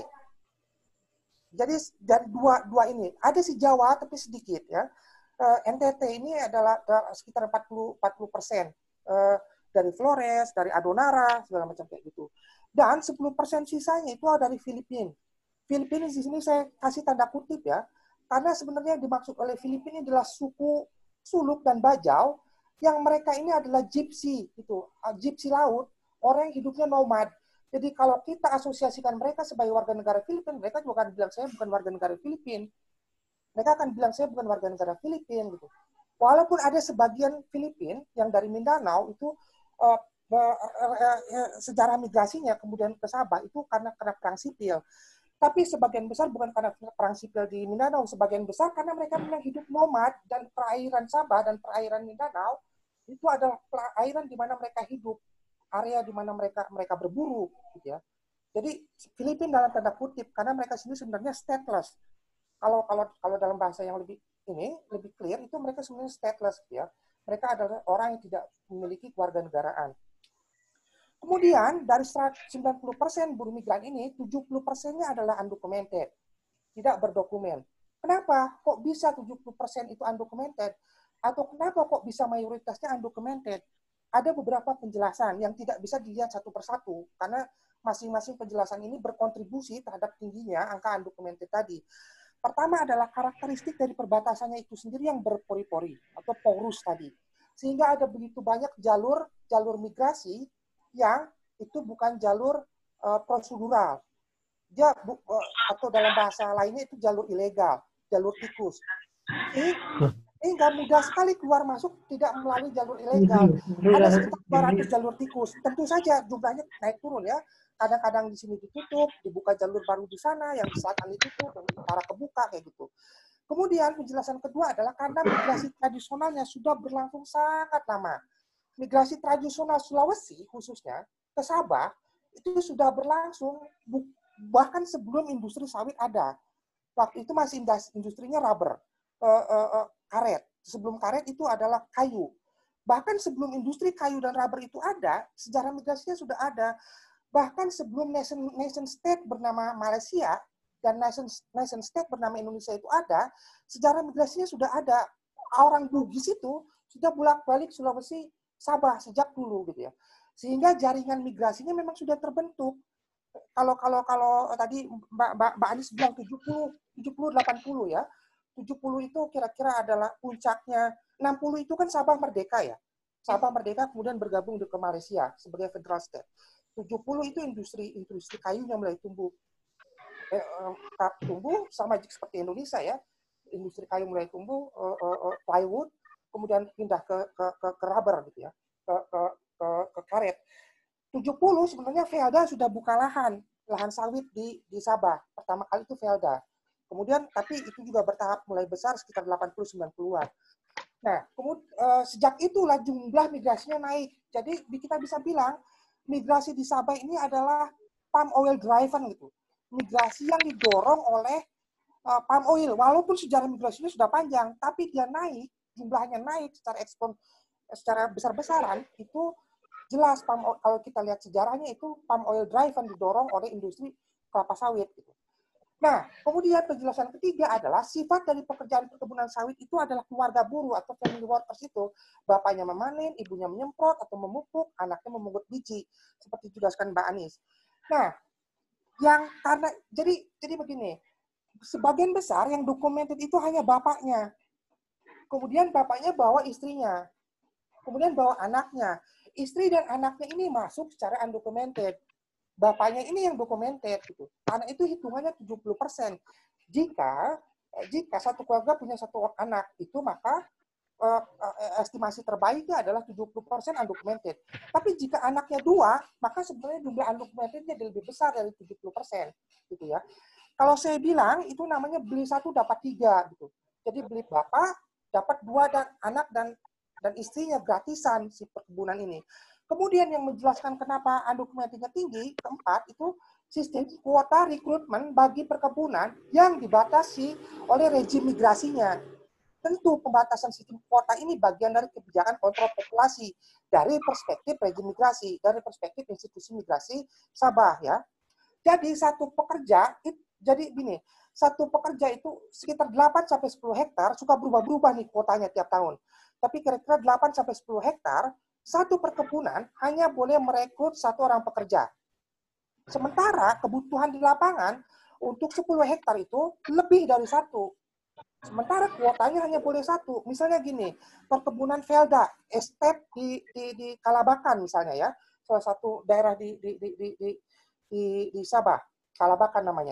Jadi dari dua dua ini, ada si Jawa tapi sedikit ya. Uh, N T T ini adalah uh, sekitar empat puluh persen uh, dari Flores, dari Adonara, segala macam kayak gitu. Dan sepuluh persen sisanya itu dari Filipina. Filipina di sini saya kasih tanda kutip ya. Karena sebenarnya yang dimaksud oleh Filipina adalah suku Suluk dan Bajau, yang mereka ini adalah gypsy, itu gypsy laut, orang yang hidupnya nomad. Jadi kalau kita asosiasikan mereka sebagai warga negara Filipina, mereka juga akan bilang saya bukan warga negara Filipina. Mereka akan bilang saya bukan warga negara Filipina gitu. Walaupun ada sebagian Filipina yang dari Mindanao itu uh, uh, uh, uh, sejarah migrasinya kemudian ke Sabah itu karena karena perang sipil. Tapi sebagian besar bukan karena perang sipil di Mindanao, sebagian besar karena mereka memang hidup nomad, dan perairan Sabah dan perairan Mindanao itu adalah perairan di mana mereka hidup, area di mana mereka mereka berburu, gitu ya. Jadi Filipina dalam tanda kutip karena mereka sendiri sebenarnya stateless. Kalau kalau kalau dalam bahasa yang lebih ini lebih clear itu mereka sebenarnya stateless, gitu ya. Mereka adalah orang yang tidak memiliki kewarganegaraan. Kemudian dari sembilan puluh persen buruh migran ini, tujuh puluh persennya adalah undocumented, tidak berdokumen. Kenapa? Kok bisa tujuh puluh persen itu undocumented? Atau kenapa kok bisa mayoritasnya undocumented? Ada beberapa penjelasan yang tidak bisa dilihat satu persatu, karena masing-masing penjelasan ini berkontribusi terhadap tingginya angka undocumented tadi. Pertama adalah karakteristik dari perbatasannya itu sendiri yang berpori-pori, atau porus tadi. Sehingga ada begitu banyak jalur jalur migrasi yang itu bukan jalur uh, prosedural, dia bu, uh, atau dalam bahasa lainnya itu jalur ilegal, jalur tikus. Ini, ini nggak mudah sekali keluar masuk tidak melalui jalur ilegal. Ada sekitar dua ratus jalur tikus. Tentu saja jumlahnya naik turun ya. Kadang-kadang di sini ditutup, dibuka jalur baru di sana, yang di selatan ditutup, yang di utara kebuka kayak gitu. Kemudian penjelasan kedua adalah karena migrasi tradisionalnya sudah berlangsung sangat lama. Migrasi tradisional Sulawesi khususnya ke Sabah itu sudah berlangsung bahkan sebelum industri sawit ada. Waktu itu masih industrinya rubber, uh, uh, uh, karet. Sebelum karet itu adalah kayu. Bahkan sebelum industri kayu dan rubber itu ada, sejarah migrasinya sudah ada. Bahkan sebelum nation, nation state bernama Malaysia dan nation, nation state bernama Indonesia itu ada, sejarah migrasinya sudah ada. Orang Bugis itu sudah bolak-balik Sulawesi Sabah sejak dulu gitu ya. Sehingga jaringan migrasinya memang sudah terbentuk. Kalau kalau kalau tadi Mbak Mbak, Mbak Anis bilang tujuh puluh, tujuh puluh, delapan puluh ya. tujuh puluh itu kira-kira adalah puncaknya. enam puluh itu kan Sabah merdeka ya. Sabah merdeka kemudian bergabung ke Malaysia sebagai federal state. tujuh puluh itu industri industri kayunya mulai tumbuh. Eh, eh, tumbuh sama seperti Indonesia ya. Industri kayu mulai tumbuh, eh, eh, plywood, kemudian pindah ke ke ke, ke rubber gitu ya, ke ke ke, ke karet. tujuh puluh sebenarnya Velda sudah buka lahan, lahan sawit di di Sabah. Pertama kali itu Velda. Kemudian tapi itu juga bertahap mulai besar sekitar delapan puluh sembilan puluhan. Nah, kemudian uh, sejak itulah jumlah migrasinya naik. Jadi kita bisa bilang migrasi di Sabah ini adalah palm oil driven gitu. Migrasi yang didorong oleh uh, palm oil. Walaupun sejarah migrasinya sudah panjang, tapi dia naik, jumlahnya naik secara ekspon, secara besar-besaran itu jelas palm oil, kalau kita lihat sejarahnya itu palm oil driven didorong oleh industri kelapa sawit gitu. Nah, kemudian penjelasan ketiga adalah sifat dari pekerjaan perkebunan sawit itu adalah keluarga buruh atau family workers itu. Bapaknya memanen, ibunya menyemprot atau memupuk, anaknya memungut biji. Seperti dijelaskan Mbak Anis. Nah, yang karena, jadi jadi begini, sebagian besar yang documented itu hanya bapaknya. Kemudian bapaknya bawa istrinya. Kemudian bawa anaknya. Istri dan anaknya ini masuk secara undocumented. Bapaknya ini yang documented gitu. Anak itu hitungannya tujuh puluh persen. Jika jika satu keluarga punya satu anak itu maka uh, estimasi terbaiknya adalah tujuh puluh persen undocumented. Tapi jika anaknya dua, maka sebenarnya jumlah undocumentednya lebih besar dari tujuh puluh persen gitu ya. Kalau saya bilang itu namanya beli satu dapat tiga gitu. Jadi beli bapak dapat dua dan anak dan dan istrinya gratisan si perkebunan ini. Kemudian yang menjelaskan kenapa undocumentednya tinggi, keempat itu sistem kuota rekrutmen bagi perkebunan yang dibatasi oleh rejim migrasinya. Tentu pembatasan sistem kuota ini bagian dari kebijakan kontrol populasi dari perspektif rejim migrasi, dari perspektif institusi migrasi Sabah ya. Jadi satu pekerja, jadi gini, satu pekerja itu sekitar delapan sampai sepuluh hektar, suka berubah-berubah nih kuotanya tiap tahun. Tapi kira-kira delapan sampai sepuluh hektar, satu perkebunan hanya boleh merekrut satu orang pekerja. Sementara kebutuhan di lapangan untuk sepuluh hektar itu lebih dari satu. Sementara kuotanya hanya boleh satu. Misalnya gini, perkebunan Velda, estate di, di, di Kalabakan misalnya ya, salah satu daerah di, di, di, di, di, di, di Sabah, Kalabakan namanya.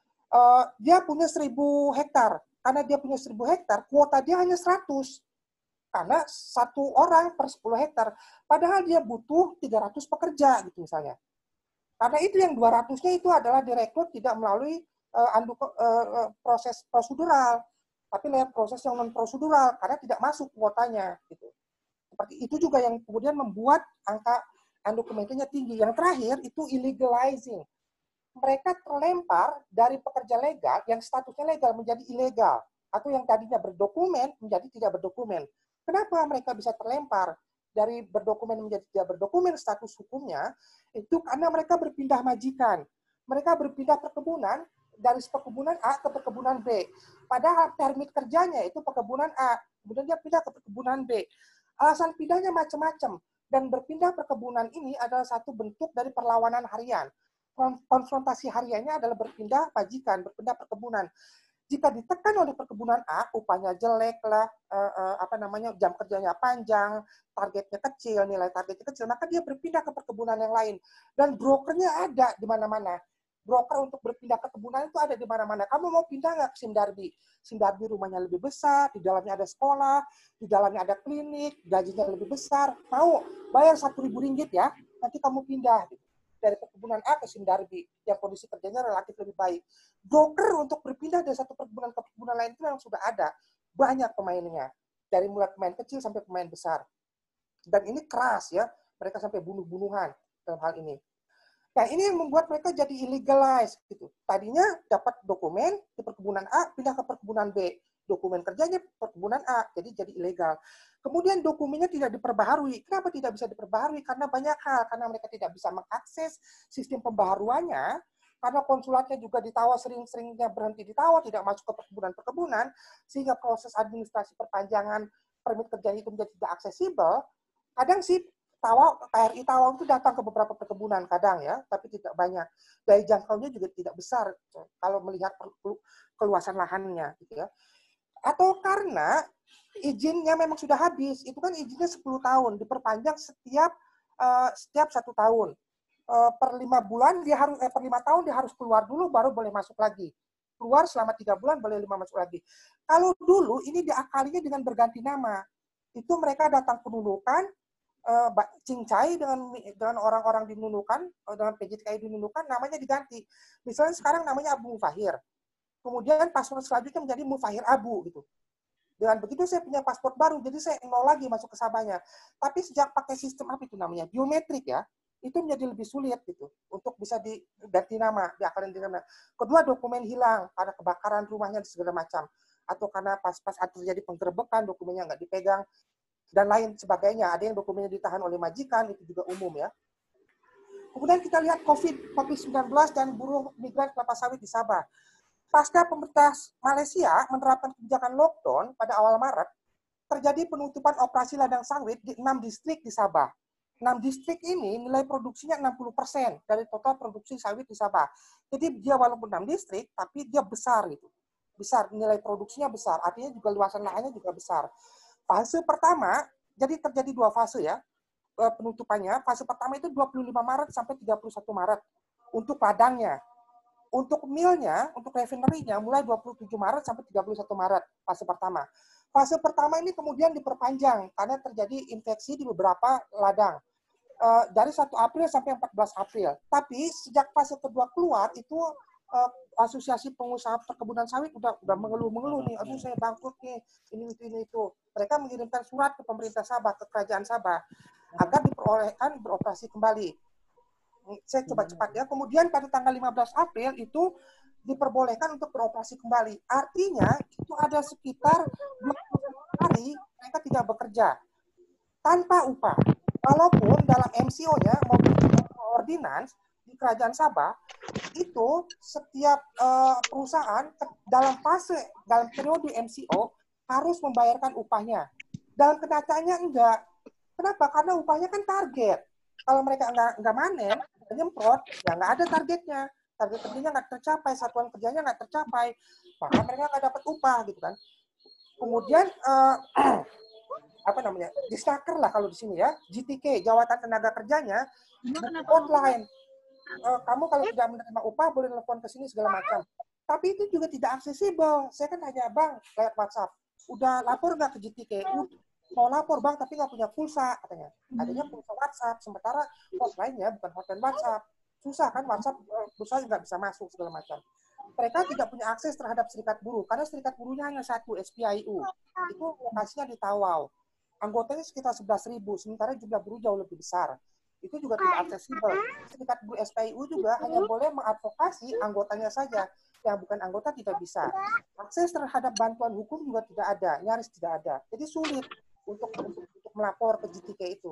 Uh, dia punya seribu hektar. Karena dia punya seribu hektar, kuota dia hanya seratus. Karena satu orang per sepuluh hektar. Padahal dia butuh tiga ratus pekerja gitu misalnya. Karena itu yang dua ratus-nya itu adalah direkrut tidak melalui uh, andu, uh, proses prosedural, tapi lewat proses yang non-prosedural karena tidak masuk kuotanya gitu. Seperti itu juga yang kemudian membuat angka undocumentednya tinggi. Yang terakhir itu illegalizing. Mereka terlempar dari pekerja legal yang statusnya legal menjadi ilegal atau yang tadinya berdokumen menjadi tidak berdokumen. Kenapa mereka bisa terlempar dari berdokumen menjadi tidak berdokumen status hukumnya? Itu karena mereka berpindah majikan. Mereka berpindah perkebunan dari perkebunan A ke perkebunan B. Padahal permit kerjanya itu perkebunan A. Kemudian dia pindah ke perkebunan B. Alasan pindahnya macam-macam. Dan berpindah perkebunan ini adalah satu bentuk dari perlawanan harian. Konfrontasi hariannya adalah berpindah majikan, berpindah perkebunan. Jika ditekan oleh perkebunan A, upahnya jelek lah, eh, eh, apa namanya jam kerjanya panjang, targetnya kecil, nilai targetnya kecil, maka dia berpindah ke perkebunan yang lain. Dan brokernya ada di mana-mana. Broker untuk berpindah ke perkebunan itu ada di mana-mana. Kamu mau pindah nggak ke Simdarbi? Simdarbi rumahnya lebih besar, di dalamnya ada sekolah, di dalamnya ada klinik, gajinya lebih besar. Mau bayar satu ribu ringgit ya, nanti kamu pindah. Dari perkebunan A ke Simdarbi yang kondisi kerjanya relatif lebih baik. Broker untuk berpindah dari satu perkebunan ke perkebunan lain itu memang sudah ada. Banyak pemainnya. Dari mulai pemain kecil sampai pemain besar. Dan ini keras ya. Mereka sampai bunuh-bunuhan dalam hal ini. Nah ini yang membuat mereka jadi illegalized. Gitu. Tadinya dapat dokumen di perkebunan A, pindah ke perkebunan B. Dokumen kerjanya perkebunan A, jadi jadi ilegal. Kemudian dokumennya tidak diperbaharui. Kenapa tidak bisa diperbaharui? Karena banyak hal. Karena mereka tidak bisa mengakses sistem pembaharuannya. Karena konsulatnya juga ditawar, sering-seringnya berhenti ditawar, tidak masuk ke perkebunan-perkebunan, sehingga proses administrasi perpanjangan permit kerja itu menjadi tidak aksesibel. Kadang sih Tawau, K R I Tawau itu datang ke beberapa perkebunan kadang ya, tapi tidak banyak. Daya jangkaunya juga tidak besar kalau melihat keluasan lahannya, gitu ya. Atau karena izinnya memang sudah habis, itu kan izinnya sepuluh tahun, diperpanjang setiap uh, setiap satu tahun. Uh, per lima bulan dia harus eh, per lima tahun dia harus keluar dulu baru boleh masuk lagi. Keluar selama tiga bulan boleh lima masuk lagi. Kalau dulu ini diakalinya dengan berganti nama. Itu mereka datang penunukan, uh, cincai dengan dengan orang-orang dinunukan, dengan P J T K I dinunukan, namanya diganti. Misalnya sekarang namanya Abu Mufahir. Kemudian paslon selanjutnya menjadi Mufahir Abu gitu. Dengan begitu saya punya paspor baru, jadi saya nol lagi masuk ke Sabahnya. Tapi sejak pakai sistem apa itu namanya, biometrik ya, itu menjadi lebih sulit gitu untuk bisa diganti nama, diakalin di nama. Kedua, dokumen hilang karena kebakaran rumahnya dan segala macam, atau karena pas-pas terjadi penggerebekan dokumennya nggak dipegang dan lain sebagainya. Ada yang dokumennya ditahan oleh majikan, itu juga umum ya. Kemudian kita lihat COVID sembilan belas dan buruh migran kelapa sawit di Sabah. Pasca pemerintah Malaysia menerapkan kebijakan lockdown pada awal Maret, terjadi penutupan operasi ladang sawit di enam distrik di Sabah. enam distrik ini nilai produksinya enam puluh persen dari total produksi sawit di Sabah. Jadi dia walaupun enam distrik, tapi dia besar gitu. Besar, nilai produksinya besar. Artinya juga luasan lahannya juga besar. Fase pertama, jadi terjadi dua fase ya penutupannya. Fase pertama itu dua puluh lima Maret sampai tiga puluh satu Maret untuk ladangnya. Untuk millnya, untuk refinery-nya mulai dua puluh tujuh Maret sampai tiga puluh satu Maret, fase pertama. Fase pertama ini kemudian diperpanjang karena terjadi infeksi di beberapa ladang. Uh, dari satu April sampai empat belas April. Tapi sejak fase kedua keluar, itu uh, Asosiasi Pengusaha Perkebunan Sawit udah udah mengeluh-mengeluh nih, aduh saya bangkrut nih, ini itu ini itu. Mereka mengirimkan surat ke pemerintah Sabah, ke kerajaan Sabah, agar diperolehkan beroperasi kembali. Saya coba cepat ya. Kemudian pada tanggal lima belas April itu diperbolehkan untuk beroperasi kembali. Artinya itu ada sekitar dua puluh hari mereka tidak bekerja tanpa upah. Walaupun dalam M C O-nya maupun ordinans di Kerajaan Sabah itu setiap uh, perusahaan dalam fase dalam periode M C O harus membayarkan upahnya. Dalam kenyataannya enggak. Kenapa? Karena upahnya kan target. Kalau mereka enggak enggak manen, nyemprot, ya nggak ada targetnya. Target kerjanya nggak tercapai, satuan kerjanya nggak tercapai, maka mereka nggak dapat upah gitu kan. Kemudian uh, apa namanya, disnaker lah kalau di sini ya, J T K, Jawatan Tenaga Kerjanya, hotline. Uh, kamu kalau tidak menerima upah boleh telepon ke sini segala macam. Tapi itu juga tidak aksesibel. Saya kan hanya bang lewat WhatsApp. Udah lapor nggak ke J T K? Mau lapor bang, tapi nggak punya pulsa katanya. Adanya pulsa WhatsApp, sementara hotline-nya bukan hotline WhatsApp. Susah kan WhatsApp, pulsa nggak bisa masuk segala macam. Mereka tidak punya akses terhadap serikat buruh, karena serikat buruhnya hanya satu, S P I U. Itu lokasinya di Tawau. Anggotanya sekitar sebelas ribu, sementara jumlah buruh jauh lebih besar. Itu juga tidak aksesibel. Serikat buruh S P I U juga hanya boleh mengadvokasi anggotanya saja. Yang bukan anggota tidak bisa. Akses terhadap bantuan hukum juga tidak ada, nyaris tidak ada. Jadi sulit untuk, untuk, untuk melapor ke J T K itu.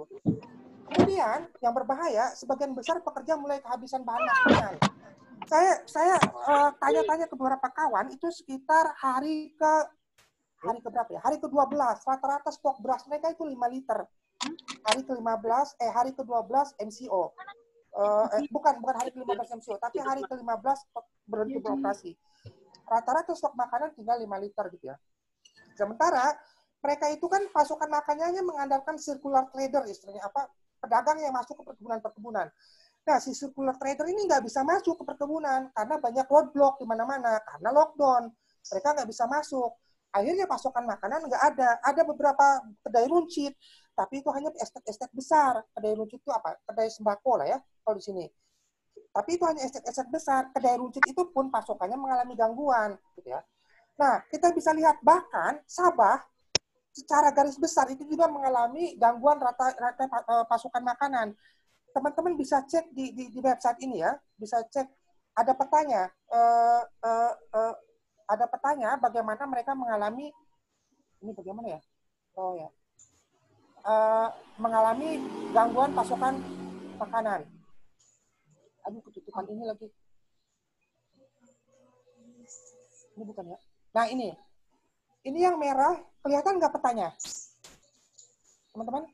Kemudian yang berbahaya, sebagian besar pekerja mulai kehabisan bahan makanan. Saya saya uh, tanya-tanya ke beberapa kawan, itu sekitar hari ke hari ke berapa ya? Hari ke dua belas, rata-rata stok beras mereka itu lima liter. Hari ke lima belas, eh hari ke dua belas M C O. Uh, eh, bukan bukan hari ke lima belas M C O, tapi hari ke lima belas berhenti beroperasi. Rata-rata stok makanan tinggal lima liter gitu ya. Sementara mereka itu kan pasokan makanannya mengandalkan circular trader, istilahnya apa, pedagang yang masuk ke perkebunan-perkebunan. Nah, si circular trader ini nggak bisa masuk ke perkebunan karena banyak roadblock di mana-mana, karena lockdown. Mereka nggak bisa masuk. Akhirnya pasokan makanan nggak ada. Ada beberapa kedai runcit, tapi itu hanya estet-estet besar. Kedai runcit itu apa? Kedai sembako lah ya, kalau di sini. Tapi itu hanya estet-estet besar. Kedai runcit itu pun pasokannya mengalami gangguan. Gitu ya. Nah, kita bisa lihat bahkan Sabah, secara garis besar itu juga mengalami gangguan rata, rata pasokan makanan. Teman-teman bisa cek di, di, di website ini ya, bisa cek ada petanya, uh, uh, uh, ada petanya bagaimana mereka mengalami ini bagaimana ya, oh ya, uh, mengalami gangguan pasokan makanan. Aduh ketutupan ini lagi, ini bukan ya. Nah ini. Ini yang merah, kelihatan nggak petanya? Teman-teman?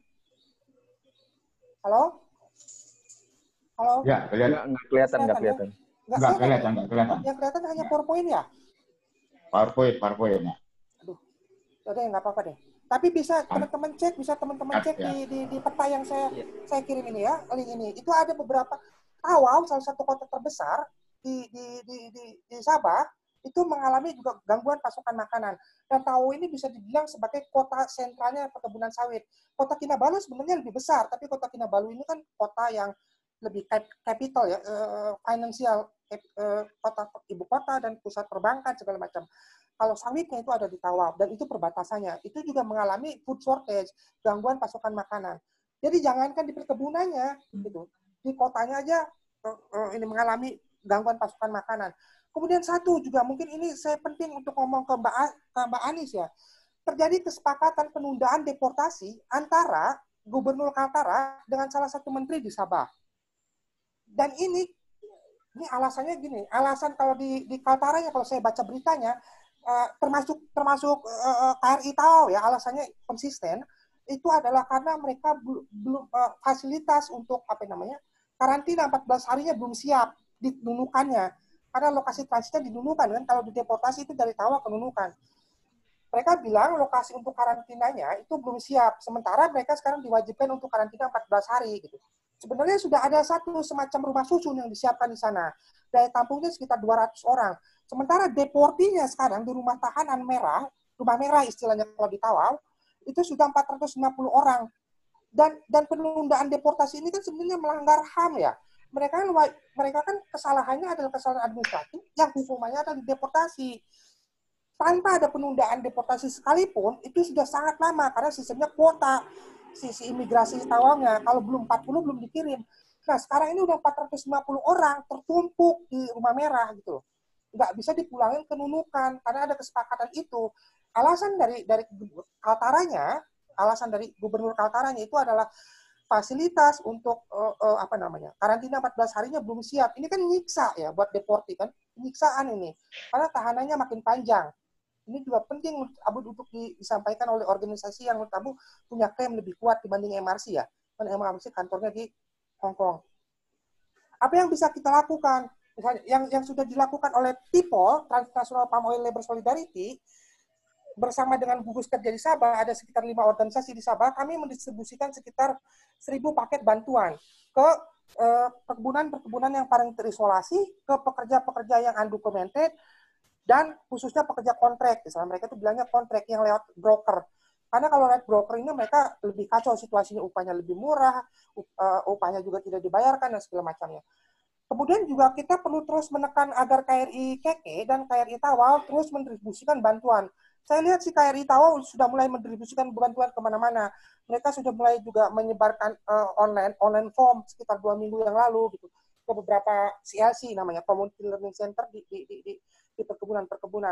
Halo? Halo? Ya, kelihatan. Nggak kelihatan, nggak kelihatan. Nggak kelihatan, kelihatan, nggak kelihatan. Yang kelihatan hanya PowerPoint ya? PowerPoint, PowerPoint ya. Aduh, udah nggak apa-apa deh. Tapi bisa teman-teman cek, bisa teman-teman cek ya. di, di, di peta yang saya saya kirim ini ya, link ini. Itu ada beberapa, Tawau, salah satu kota terbesar di, di, di, di, di Sabah, itu mengalami juga gangguan pasokan makanan. Dan Tawau ini bisa dibilang sebagai kota sentralnya perkebunan sawit. Kota Kinabalu sebenarnya lebih besar, tapi kota Kinabalu ini kan kota yang lebih capital ya, uh, financial uh, kota ibu kota dan pusat perbankan segala macam. Kalau sawitnya itu ada di Tawau dan itu perbatasannya, itu juga mengalami food shortage, gangguan pasokan makanan. Jadi jangankan di perkebunannya, gitu, di kotanya aja uh, uh, ini mengalami gangguan pasokan makanan. Kemudian satu juga mungkin ini saya penting untuk ngomong ke Mbak, ke Mbak Anis ya, terjadi kesepakatan penundaan deportasi antara Gubernur Kaltara dengan salah satu menteri di Sabah. Dan ini ini alasannya gini, alasan kalau di di Kaltaranya kalau saya baca beritanya, Uh, termasuk termasuk uh, K R I Tawau ya, alasannya konsisten itu adalah karena mereka belum uh, fasilitas untuk apa namanya karantina empat belas harinya belum siap di Nunukannya, karena lokasi transitnya di Nunukan kan, kalau dideportasi itu dari Tawau ke Nunukan. Mereka bilang lokasi untuk karantinanya itu belum siap, sementara mereka sekarang diwajibkan untuk karantina empat belas hari gitu. Sebenarnya sudah ada satu semacam rumah susun yang disiapkan di sana. Daya tampungnya sekitar dua ratus orang. Sementara deportinya sekarang di rumah tahanan merah, rumah merah istilahnya kalau di Tawau, itu sudah empat ratus lima puluh orang. Dan dan penundaan deportasi ini kan sebenarnya melanggar H A M ya. Mereka mereka kan kesalahannya adalah kesalahan administratif yang hukumannya adalah deportasi. Tanpa ada penundaan deportasi sekalipun, itu sudah sangat lama karena sistemnya kuota. Sisi imigrasi Tawaunya, kalau belum empat puluh belum dikirim. Nah, sekarang ini udah empat ratus lima puluh orang tertumpuk di rumah merah gitu loh. Nggak bisa dipulangin ke Nunukan karena ada kesepakatan itu. Alasan dari dari Kaltaranya, alasan dari Gubernur Kaltaranya itu adalah fasilitas untuk uh, uh, apa namanya karantina empat belas harinya belum siap. Ini kan nyiksa ya buat deporti kan, penyiksaan ini karena tahanannya makin panjang. Ini juga penting Abu untuk disampaikan oleh organisasi yang menurut Abu punya klaim lebih kuat dibanding M R C ya. Karena M R C kantornya di Hong Kong. Apa yang bisa kita lakukan? Misalnya yang yang sudah dilakukan oleh T I P O L, Transnational Palm Oil Labor Solidarity, bersama dengan gugus kerja di Sabah, ada sekitar lima organisasi di Sabah, kami mendistribusikan sekitar seribu paket bantuan ke eh, perkebunan-perkebunan yang paling terisolasi, ke pekerja-pekerja yang undocumented, dan khususnya pekerja kontrak, misalnya mereka itu bilangnya kontrak yang lewat broker. Karena kalau lewat broker ini mereka lebih kacau situasinya, upahnya lebih murah, upahnya juga tidak dibayarkan dan segala macamnya. Kemudian juga kita perlu terus menekan agar K R I K K dan K R I Tawau terus mendistribusikan bantuan. Saya lihat si K R I Tawau sudah mulai mendistribusikan bantuan kemana-mana. Mereka sudah mulai juga menyebarkan uh, online online form sekitar dua minggu yang lalu gitu ke beberapa C L C namanya Community Learning Center di di di, di di perkebunan-perkebunan.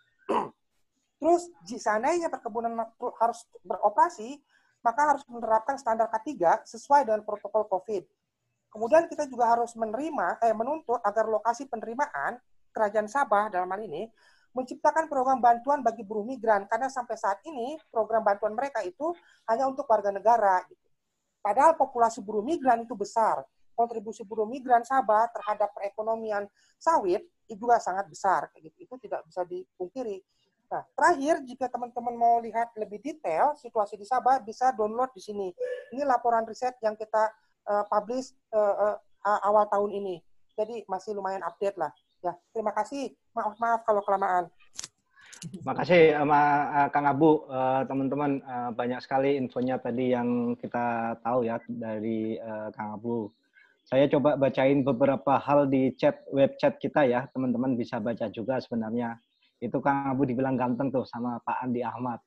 Terus di seandainya perkebunan harus beroperasi, maka harus menerapkan standar K tiga sesuai dengan protokol COVID. Kemudian kita juga harus menerima, eh, menuntut agar lokasi penerimaan Kerajaan Sabah dalam hal ini menciptakan program bantuan bagi buruh migran, karena sampai saat ini program bantuan mereka itu hanya untuk warga negara. Gitu. Padahal populasi buruh migran itu besar. Kontribusi buruh migran Sabah terhadap perekonomian sawit itu juga sangat besar, kayak gitu. Itu tidak bisa dipungkiri. Nah, terakhir jika teman-teman mau lihat lebih detail situasi di Sabah bisa download di sini. Ini laporan riset yang kita uh, publish uh, uh, awal tahun ini. Jadi masih lumayan update lah. Ya, terima kasih. Maaf maaf kalau kelamaan. Makasih sama uh, Kang Abu, uh, teman-teman uh, banyak sekali infonya tadi yang kita tahu ya dari uh, Kang Abu. Saya coba bacain beberapa hal di chat web chat kita ya, teman-teman bisa baca juga sebenarnya. Itu Kang Abu dibilang ganteng tuh sama Pak Andi Ahmad.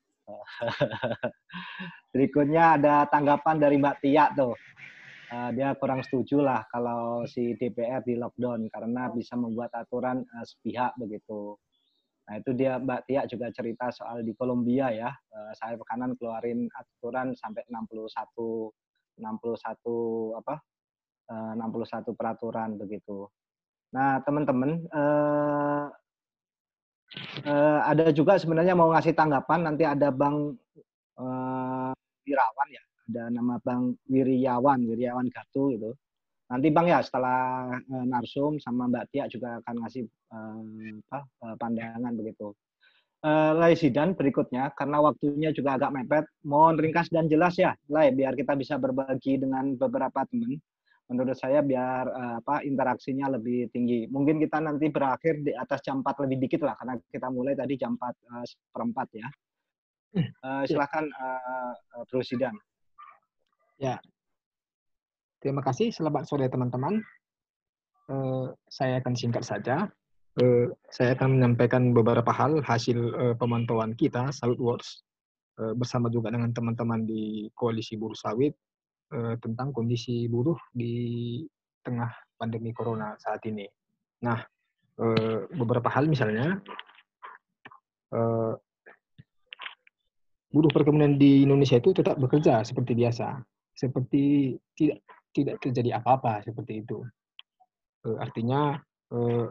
Berikutnya ada tanggapan dari Mbak Tia tuh. Uh, dia kurang setuju lah kalau si D P R di lockdown karena bisa membuat aturan uh, sepihak begitu. Nah itu dia Mbak Tia juga cerita soal di Kolombia ya, uh, saya kanan keluarin aturan sampai enam puluh satu apa? enam puluh satu peraturan begitu. Nah, teman-teman, eh, eh, ada juga sebenarnya mau ngasih tanggapan, nanti ada Bang eh, Wirawan ya, ada nama Bang Wiriawan, Wiriawan Gatu gitu. Nanti Bang ya setelah eh, narsum sama Mbak Tia juga akan ngasih eh, apa, pandangan begitu. Eh, Lai Zidan berikutnya, karena waktunya juga agak mepet, mohon ringkas dan jelas ya, Lai, biar kita bisa berbagi dengan beberapa teman. Menurut saya biar uh, apa interaksinya lebih tinggi. Mungkin kita nanti berakhir di atas jam empat lebih dikit lah, karena kita mulai tadi jam empat uh, seperempat ya. Uh, silakan uh, Bro Zidan. Ya. terima kasih. Selamat sore teman-teman. Uh, saya akan singkat saja. Uh, saya akan menyampaikan beberapa hal hasil uh, pemantauan kita, Sawit Watch, uh, bersama juga dengan teman-teman di Koalisi Buruh Sawit uh, tentang kondisi buruh di tengah pandemi Corona saat ini. Nah, uh, beberapa hal misalnya, uh, buruh perkebunan di Indonesia itu tetap bekerja seperti biasa, seperti tidak tidak terjadi apa-apa seperti itu. Uh, artinya uh,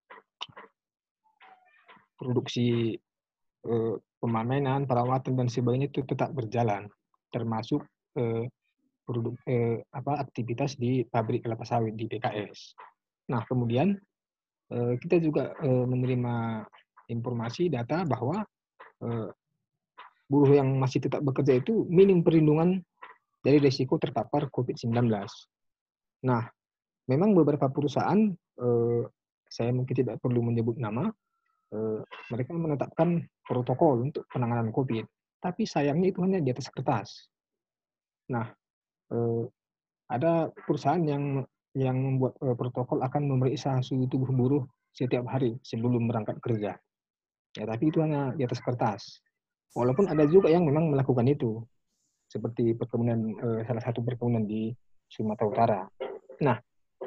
produksi uh, pemamainan, perawatan dan sebagainya itu tetap berjalan, termasuk uh, produk uh, apa aktivitas di pabrik kelapa sawit di P K S. Nah, kemudian uh, kita juga uh, menerima informasi data bahwa uh, buruh yang masih tetap bekerja itu minim perlindungan dari risiko terpapar COVID sembilan belas. Nah, memang beberapa perusahaan, eh, saya mungkin tidak perlu menyebut nama, eh, mereka menetapkan protokol untuk penanganan COVID. Tapi sayangnya itu hanya di atas kertas. Nah, eh, ada perusahaan yang yang membuat eh, protokol akan memeriksa suhu tubuh buruh setiap hari sebelum berangkat kerja. Ya, tapi itu hanya di atas kertas. Walaupun ada juga yang memang melakukan itu, seperti perkebunan eh, salah satu perkebunan di Sumatera Utara. Nah,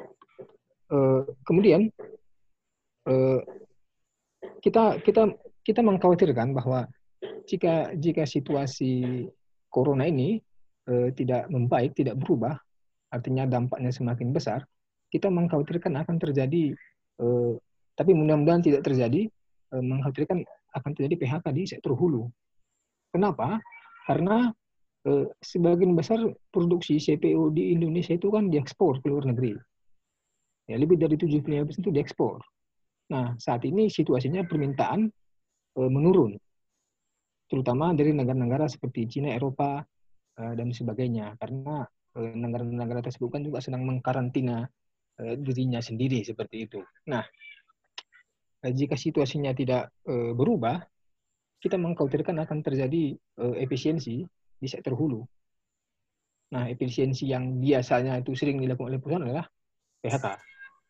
eh, kemudian eh, kita kita kita mengkhawatirkan bahwa jika jika situasi Corona ini eh, tidak membaik, tidak berubah, artinya dampaknya semakin besar, kita mengkhawatirkan akan terjadi, eh, tapi mudah-mudahan tidak terjadi, eh, mengkhawatirkan akan terjadi P H K di sektor hulu. Kenapa? Karena eh, sebagian besar produksi C P O di Indonesia itu kan diekspor ke luar negeri. Ya, lebih dari tujuh puluh lima persen itu diekspor. Nah, saat ini situasinya permintaan eh, menurun, terutama dari negara-negara seperti Cina, Eropa, eh, dan sebagainya. Karena eh, negara-negara tersebut kan juga sedang mengkarantina eh, dirinya sendiri seperti itu. Nah, eh, jika situasinya tidak eh, berubah, kita mengkhawatirkan akan terjadi eh, efisiensi di sektor hulu. Nah, efisiensi yang biasanya itu sering dilakukan oleh perusahaan adalah P H K.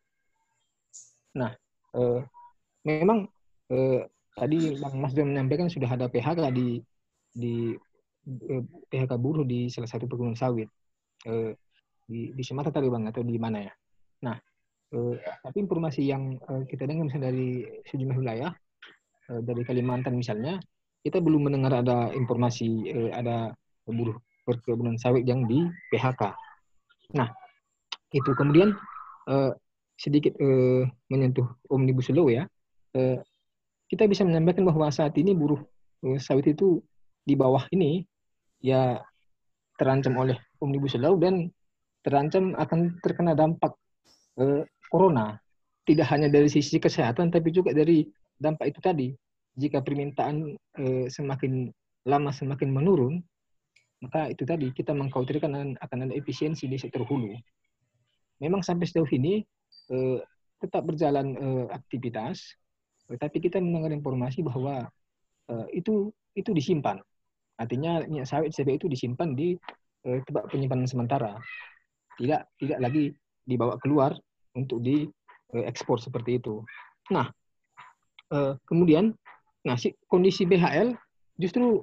Nah, eh, memang eh, tadi Bang Mas Don menyampaikan sudah ada P H K di di eh, P H K buruh di salah satu perkebunan sawit eh, di di Sumatera tadi Bang atau di mana ya. Nah, eh, tapi informasi yang eh, kita dengar misalnya dari sejumlah wilayah, eh, dari Kalimantan misalnya, kita belum mendengar ada informasi eh, ada buruh perkebunan sawit yang di P H K. Nah, itu kemudian eh, sedikit eh, menyentuh Omnibus Law ya. Eh, kita bisa menyampaikan bahwa saat ini buruh eh, sawit itu di bawah ini ya terancam oleh Omnibus Law dan terancam akan terkena dampak eh, Corona. Tidak hanya dari sisi kesehatan tapi juga dari dampak itu tadi. Jika permintaan eh, semakin lama semakin menurun, maka itu tadi kita mengkhawatirkan akan ada efisiensi di sektor hulu. Memang sampai sejauh ini eh, tetap berjalan eh, aktivitas, tapi kita mendengar informasi bahwa eh, itu itu disimpan. Artinya minyak sawit C B itu disimpan di eh, tempat penyimpanan sementara, tidak tidak lagi dibawa keluar untuk diekspor seperti itu. Nah, eh, kemudian, nah kondisi B H L justru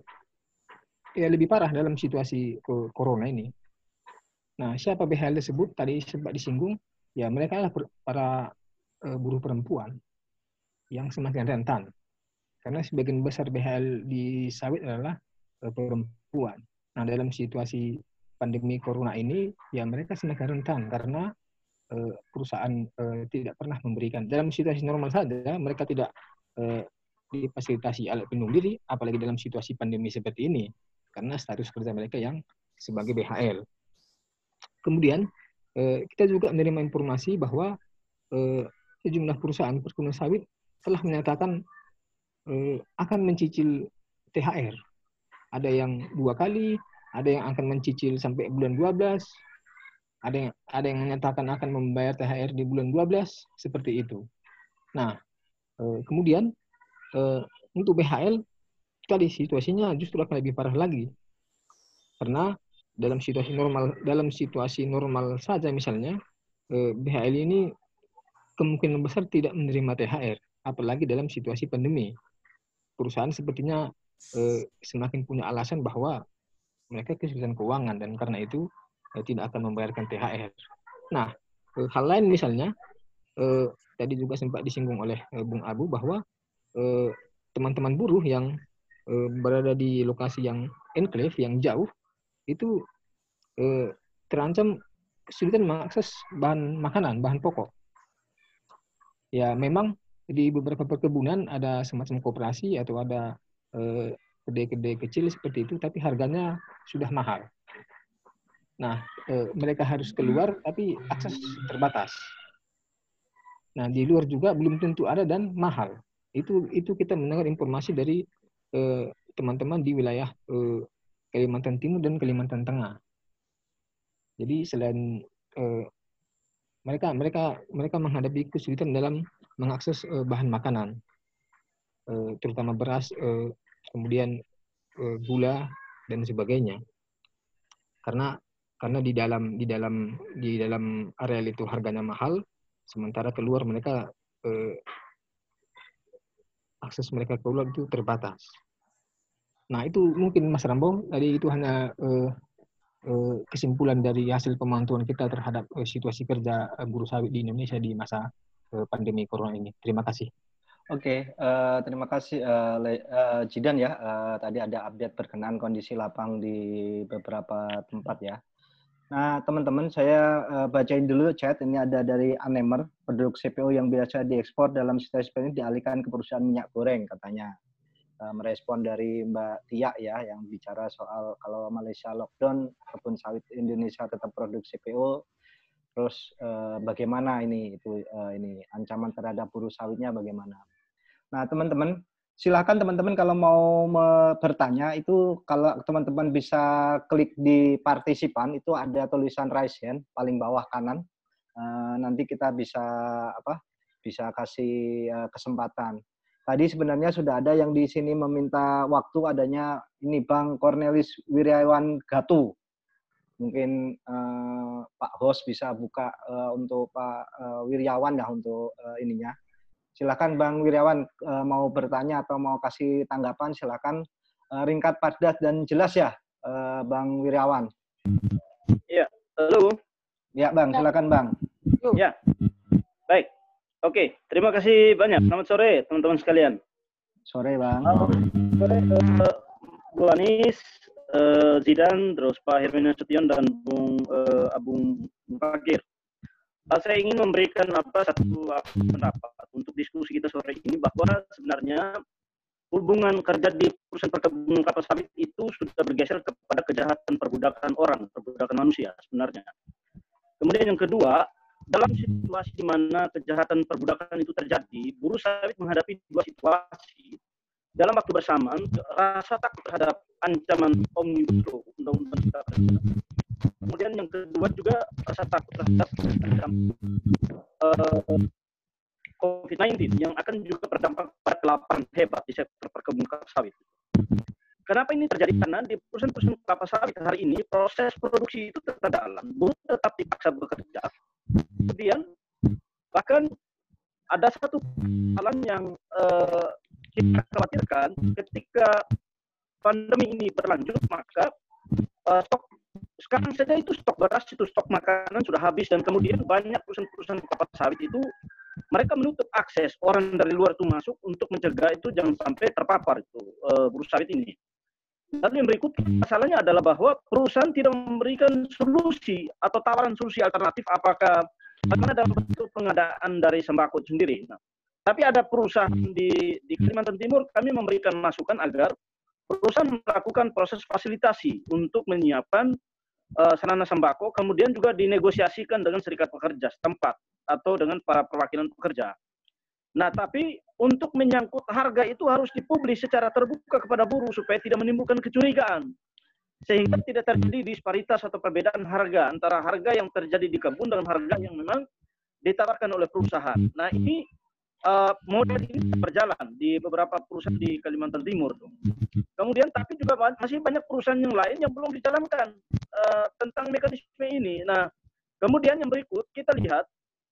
ya lebih parah dalam situasi Corona ini. Nah, siapa B H L tersebut? Tadi sempat disinggung, ya mereka adalah para uh, buruh perempuan yang semakin rentan. Karena sebagian besar B H L di sawit adalah uh, perempuan. Nah, dalam situasi pandemi Corona ini, ya mereka semakin rentan karena uh, perusahaan uh, tidak pernah memberikan. Dalam situasi normal saja, mereka tidak uh, difasilitasi alat pelindung diri, apalagi dalam situasi pandemi seperti ini. Karena status kerja mereka yang sebagai B H L. Kemudian eh, kita juga menerima informasi bahwa eh, sejumlah perusahaan perkebunan sawit telah menyatakan eh, akan mencicil T H R. Ada yang dua kali, ada yang akan mencicil sampai bulan dua belas, ada yang ada yang menyatakan akan membayar T H R di bulan dua belas, seperti itu. Nah, eh, kemudian eh, untuk B H L tadi situasinya justru akan lebih parah lagi. Karena dalam situasi normal dalam situasi normal saja misalnya eh, B H L ini kemungkinan besar tidak menerima T H R, apalagi dalam situasi pandemi. Perusahaan sepertinya eh, semakin punya alasan bahwa mereka kesulitan keuangan dan karena itu eh, tidak akan membayarkan T H R. Nah, eh, hal lain misalnya eh, tadi juga sempat disinggung oleh eh, Bung Abu bahwa eh, teman-teman buruh yang eh, berada di lokasi yang enclave, yang jauh, itu eh, terancam kesulitan mengakses bahan makanan, bahan pokok. Ya memang di beberapa perkebunan ada semacam koperasi atau ada eh, kedai-kedai kecil seperti itu, tapi harganya sudah mahal. Nah, eh, mereka harus keluar, tapi akses terbatas. Nah, di luar juga belum tentu ada dan mahal. Itu itu kita mendengar informasi dari eh, teman-teman di wilayah eh, Kalimantan Timur dan Kalimantan Tengah. Jadi selain eh, mereka mereka mereka menghadapi kesulitan dalam mengakses eh, bahan makanan, eh, terutama beras, eh, kemudian eh, gula dan sebagainya. Karena karena di dalam di dalam di dalam areal itu harganya mahal, sementara keluar mereka eh, akses mereka keluar itu terbatas. Nah itu mungkin Mas Rambo, tadi itu hanya eh, eh, kesimpulan dari hasil pemantauan kita terhadap eh, situasi kerja eh, buruh sawit di Indonesia di masa eh, pandemi corona ini. Terima kasih. Oke, uh, terima kasih uh, uh, Jidan ya. Uh, tadi ada update berkenaan kondisi lapang di beberapa tempat ya. Nah, teman-teman, saya uh, bacain dulu chat. Ini ada dari Anemer, produk C P O yang biasa diekspor dalam situasi ini dialihkan ke perusahaan minyak goreng, katanya. Uh, merespon dari Mbak Tia ya, yang bicara soal kalau Malaysia lockdown, kebun sawit Indonesia tetap produk C P O. Terus uh, bagaimana ini itu uh, ini ancaman terhadap buruh sawitnya bagaimana? Nah, teman-teman, silakan teman-teman kalau mau bertanya itu kalau teman-teman bisa klik di partisipan itu ada tulisan raise hand paling bawah kanan. Uh, nanti kita bisa apa? Bisa kasih uh, kesempatan. Tadi sebenarnya sudah ada yang di sini meminta waktu adanya ini Bang Cornelis Wiryawan Gatu. Mungkin uh, Pak host bisa buka uh, untuk Pak uh, Wiryawan ya untuk uh, ininya. Silakan Bang Wiryawan uh, mau bertanya atau mau kasih tanggapan, silakan uh, ringkat, padat dan jelas ya, uh, Bang Wiryawan. Ya, halo. Ya Bang, silakan Bang. Ya, baik. Oke, terima kasih banyak. Selamat sore teman-teman sekalian. Sore Bang. Sore uh, Bu Anis, uh, Zidan, terus Pak Hermina Sution dan Bung uh, Abung Fakir. Uh, saya ingin memberikan apa satu uh, pendapat untuk diskusi kita sore ini bahwa sebenarnya hubungan kerja di perusahaan perkebunan kelapa sawit itu sudah bergeser kepada kejahatan perbudakan orang, perbudakan manusia sebenarnya. Kemudian yang kedua, dalam situasi di mana kejahatan perbudakan itu terjadi, buruh sawit menghadapi dua situasi. Dalam waktu bersamaan, rasa takut terhadap ancaman omnibus law, undang-undang cipta kerja. Kemudian yang kedua juga rasa takut terhadap ancaman uh, COVID sembilan belas yang akan juga berdampak pada kelaparan hebat di sektor perkebunan kelapa sawit. Kenapa ini terjadi? Karena di perusahaan-perusahaan kelapa sawit hari ini proses produksi itu tetap jalan, buruh tetap dipaksa bekerja. Kemudian bahkan ada satu hal yang uh, kita khawatirkan ketika pandemi ini berlanjut, maka uh, stok sekarang saja itu stok beras, itu stok makanan sudah habis, dan kemudian banyak perusahaan-perusahaan kelapa sawit itu mereka menutup akses orang dari luar itu masuk untuk mencegah itu jangan sampai terpapar itu uh, buruh sawit ini. Lalu yang berikut masalahnya adalah bahwa perusahaan tidak memberikan solusi atau tawaran solusi alternatif apakah bagaimana dalam bentuk pengadaan dari sembako sendiri. Nah, tapi ada perusahaan di, di Kalimantan Timur, kami memberikan masukan agar perusahaan melakukan proses fasilitasi untuk menyiapkan uh, sarana sembako, kemudian juga dinegosiasikan dengan serikat pekerja setempat atau dengan para perwakilan pekerja. Nah, tapi untuk menyangkut harga itu harus dipublis secara terbuka kepada buruh supaya tidak menimbulkan kecurigaan. Sehingga tidak terjadi disparitas atau perbedaan harga antara harga yang terjadi di kebun dengan harga yang memang ditawarkan oleh perusahaan. Nah, ini uh, model ini berjalan di beberapa perusahaan di Kalimantan Timur. Kemudian tapi juga masih banyak perusahaan yang lain yang belum dijalankan uh, tentang mekanisme ini. Nah, kemudian yang berikut kita lihat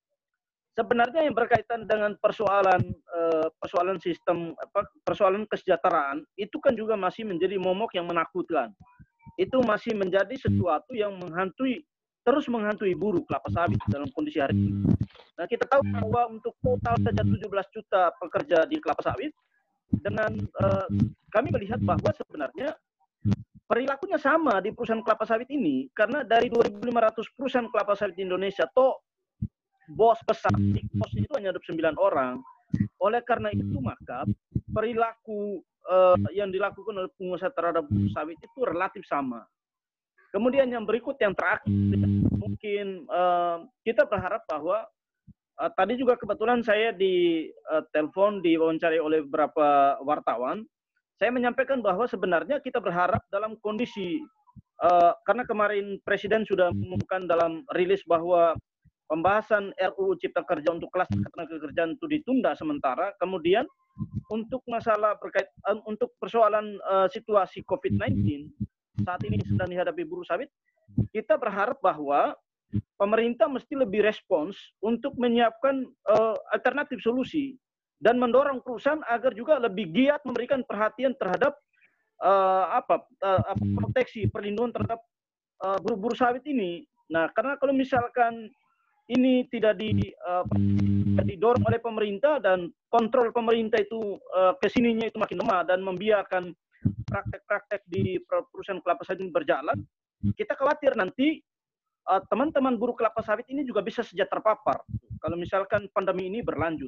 sebenarnya yang berkaitan dengan persoalan uh, persoalan sistem apa persoalan kesejahteraan itu kan juga masih menjadi momok yang menakutkan. Itu masih menjadi sesuatu yang menghantui terus menghantui buruh kelapa sawit dalam kondisi hari ini. Nah, kita tahu bahwa untuk total saja tujuh belas juta pekerja di kelapa sawit, dengan uh, kami melihat bahwa sebenarnya perilakunya sama di perusahaan kelapa sawit ini, karena dari dua ribu lima ratus perusahaan kelapa sawit di Indonesia, toh bos besar, bosnya itu hanya ada sembilan orang. Oleh karena itu, maka perilaku uh, yang dilakukan oleh pengusaha terhadap buruh sawit itu relatif sama. Kemudian yang berikut yang terakhir, mungkin uh, kita berharap bahwa uh, tadi juga kebetulan saya di uh, telepon diwawancari oleh beberapa wartawan, saya menyampaikan bahwa sebenarnya kita berharap dalam kondisi, uh, karena kemarin Presiden sudah mengumumkan dalam rilis bahwa pembahasan R U U Cipta Kerja untuk kelas ketenagakerjaan itu ditunda sementara, kemudian untuk masalah berkait, uh, untuk persoalan uh, situasi COVID sembilan belas, saat ini sedang dihadapi buruh sawit, kita berharap bahwa pemerintah mesti lebih respons untuk menyiapkan uh, alternatif solusi dan mendorong perusahaan agar juga lebih giat memberikan perhatian terhadap uh, apa, uh, proteksi perlindungan terhadap uh, buruh-buruh sawit ini. Nah, karena kalau misalkan ini tidak di, uh, didorong oleh pemerintah dan kontrol pemerintah itu uh, kesininya itu makin lemah dan membiarkan praktek-praktek di perusahaan kelapa sawit ini berjalan, kita khawatir nanti teman-teman uh, buruh kelapa sawit ini juga bisa saja terpapar kalau misalkan pandemi ini berlanjut.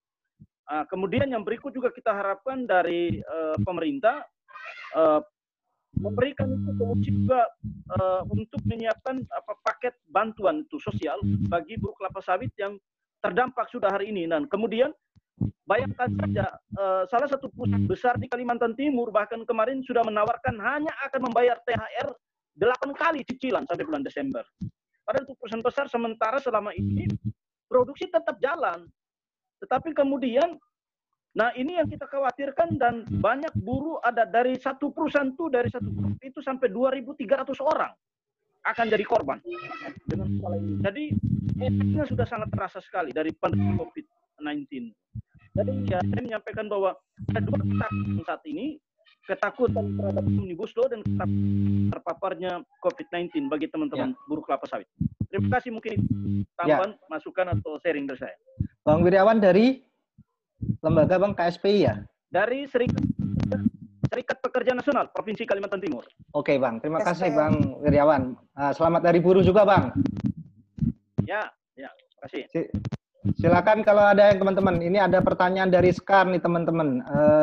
Uh, kemudian yang berikut juga kita harapkan dari uh, pemerintah uh, memberikan itu solusi juga uh, untuk menyiapkan apa paket bantuan itu sosial bagi buruh kelapa sawit yang terdampak sudah hari ini. Dan kemudian bayangkan saja, uh, salah satu perusahaan besar di Kalimantan Timur bahkan kemarin sudah menawarkan hanya akan membayar T H R delapan kali cicilan sampai bulan Desember. Padahal itu perusahaan besar, sementara selama ini produksi tetap jalan. Tetapi kemudian, nah ini yang kita khawatirkan dan banyak buruh ada dari satu perusahaan itu, dari satu perusahaan itu sampai dua ribu tiga ratus orang akan jadi korban dengan masalah ini. Jadi efeknya sudah sangat terasa sekali dari pandemi COVID sembilan belas. Jadi ya, saya menyampaikan bahwa ada dua ketakutan saat ini, ketakutan terhadap Omnibus Law dan ketakutan terpaparnya COVID sembilan belas bagi teman-teman ya. Buruh kelapa sawit. Terima kasih, mungkin tambahan, ya. Masukan atau sharing dari saya. Bang Wiryawan dari lembaga Bang K S P I ya? Dari Serikat Serikat Pekerja Nasional Provinsi Kalimantan Timur. Oke Bang, terima kasih Bang Wiryawan. Selamat Hari Buruh juga Bang. Ya, ya, terima kasih. Silakan kalau ada yang teman-teman. Ini ada pertanyaan dari Skar nih teman-teman.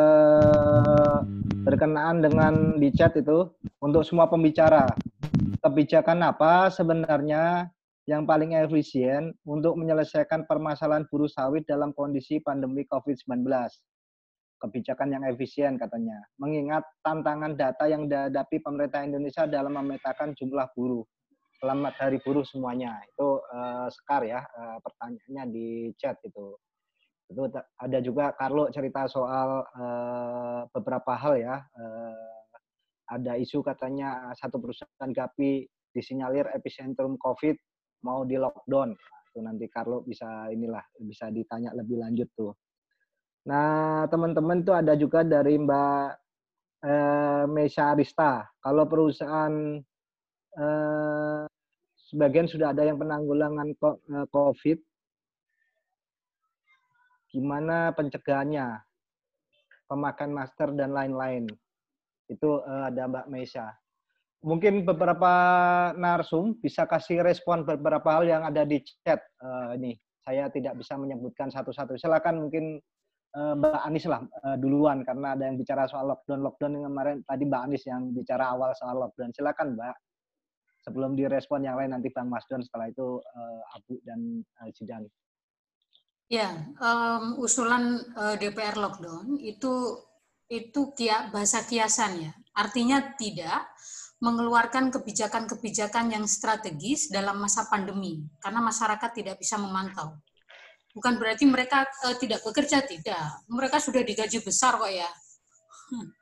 Eh, berkenaan dengan di chat itu untuk semua pembicara. Kebijakan apa sebenarnya yang paling efisien untuk menyelesaikan permasalahan buruh sawit dalam kondisi pandemi COVID sembilan belas? Kebijakan yang efisien katanya. Mengingat tantangan data yang dihadapi pemerintah Indonesia dalam memetakan jumlah buruh. Selamat Hari Buruh semuanya. Itu uh, Sekar ya, uh, pertanyaannya di chat itu. Itu ada juga Carlo cerita soal uh, beberapa hal ya. Uh, ada isu katanya satu perusahaan Gapi disinyalir epicentrum COVID mau di lockdown. Nah, itu nanti Carlo bisa inilah bisa ditanya lebih lanjut tuh. Nah, teman-teman tuh ada juga dari Mbak uh, Mesha Arista. Kalau perusahaan Uh, sebagian sudah ada yang penanggulangan COVID. Gimana pencegahannya? Pemakaian masker dan lain-lain. Itu uh, ada Mbak Mesha. Mungkin beberapa narsum bisa kasih respon beberapa hal yang ada di chat. Uh, ini saya tidak bisa menyebutkan satu-satu. Silakan mungkin uh, Mbak Anis lah uh, duluan karena ada yang bicara soal lockdown lockdown yang kemarin tadi Mbak Anis yang bicara awal soal lockdown. Silakan Mbak. Sebelum direspon yang lain nanti Bang Masdon, setelah itu uh, Abu dan uh, Zidan. Ya, um, usulan uh, D P R lockdown itu itu kia, bahasa kiasan ya. Artinya tidak mengeluarkan kebijakan-kebijakan yang strategis dalam masa pandemi karena masyarakat tidak bisa memantau. Bukan berarti mereka uh, tidak bekerja, tidak. Mereka sudah digaji besar kok ya. Hmm.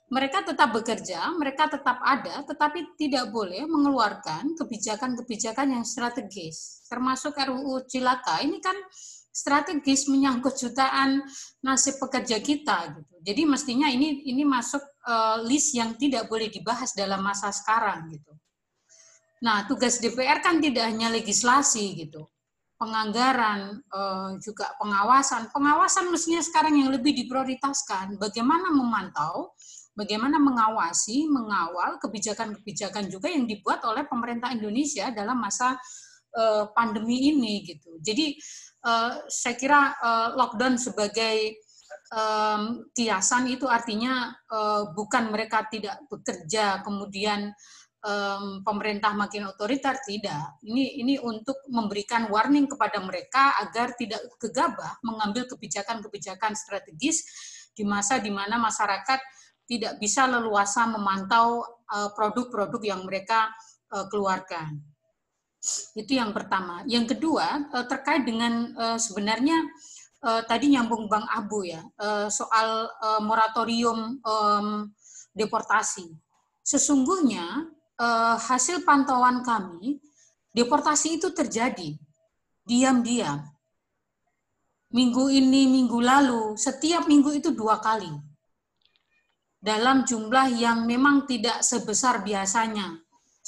mereka tetap bekerja, mereka tetap ada, tetapi tidak boleh mengeluarkan kebijakan-kebijakan yang strategis. Termasuk R U U Cilaka, ini kan strategis menyangkut jutaan nasib pekerja kita. Gitu. Jadi mestinya ini ini masuk uh, list yang tidak boleh dibahas dalam masa sekarang. Gitu. Nah, tugas D P R kan tidak hanya legislasi, gitu. Penganggaran, uh, juga pengawasan. Pengawasan mestinya sekarang yang lebih diprioritaskan. Bagaimana memantau, bagaimana mengawasi, mengawal kebijakan-kebijakan juga yang dibuat oleh pemerintah Indonesia dalam masa uh, pandemi ini gitu. Jadi uh, saya kira uh, lockdown sebagai um, kiasan itu artinya uh, bukan mereka tidak bekerja kemudian um, pemerintah makin otoriter, tidak. Ini ini untuk memberikan warning kepada mereka agar tidak gegabah mengambil kebijakan-kebijakan strategis di masa di mana masyarakat tidak bisa leluasa memantau produk-produk uh, yang mereka uh, keluarkan. Itu yang pertama. Yang kedua, uh, terkait dengan uh, sebenarnya uh, tadi nyambung Bang Abu ya, uh, soal uh, moratorium um, deportasi. Sesungguhnya uh, hasil pantauan kami, deportasi itu terjadi diam-diam. Minggu ini, minggu lalu, setiap minggu itu dua kali. Dalam jumlah yang memang tidak sebesar biasanya.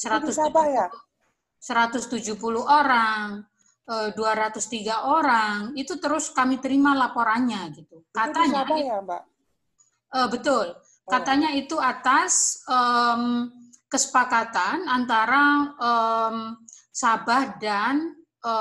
seratus tujuh puluh orang, dua ratus tiga orang, itu terus kami terima laporannya gitu. Katanya itu ya, Mbak? Uh, betul. Katanya itu atas um, kesepakatan antara um, Sabah dan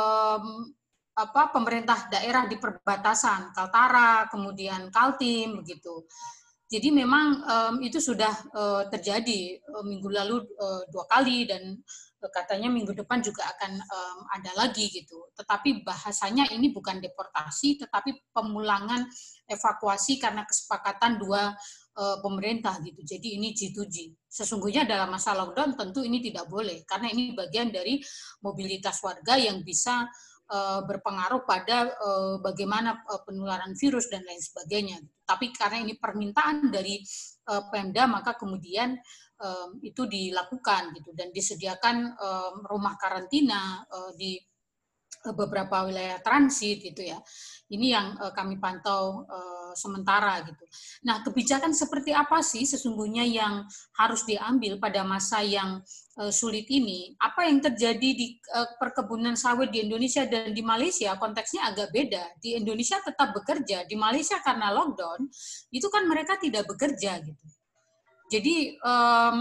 um, apa pemerintah daerah di perbatasan, Kaltara, kemudian Kaltim begitu. Jadi memang um, itu sudah uh, terjadi uh, minggu lalu uh, dua kali dan uh, katanya minggu depan juga akan um, ada lagi gitu. Tetapi bahasanya ini bukan deportasi, tetapi pemulangan evakuasi karena kesepakatan dua uh, pemerintah gitu. Jadi ini G dua G. Sesungguhnya dalam masa lockdown tentu ini tidak boleh karena ini bagian dari mobilitas warga yang bisa uh, berpengaruh pada uh, bagaimana uh, penularan virus dan lain sebagainya. Tapi karena ini permintaan dari uh, Pemda, maka kemudian um, itu dilakukan gitu dan disediakan um, rumah karantina uh, di uh, beberapa wilayah transit gitu ya. Ini yang uh, kami pantau uh, sementara gitu. Nah, kebijakan seperti apa sih sesungguhnya yang harus diambil pada masa yang uh, sulit ini? Apa yang terjadi di uh, perkebunan sawit di Indonesia dan di Malaysia konteksnya agak beda. Di Indonesia tetap bekerja, di Malaysia karena lockdown itu kan mereka tidak bekerja gitu. Jadi um,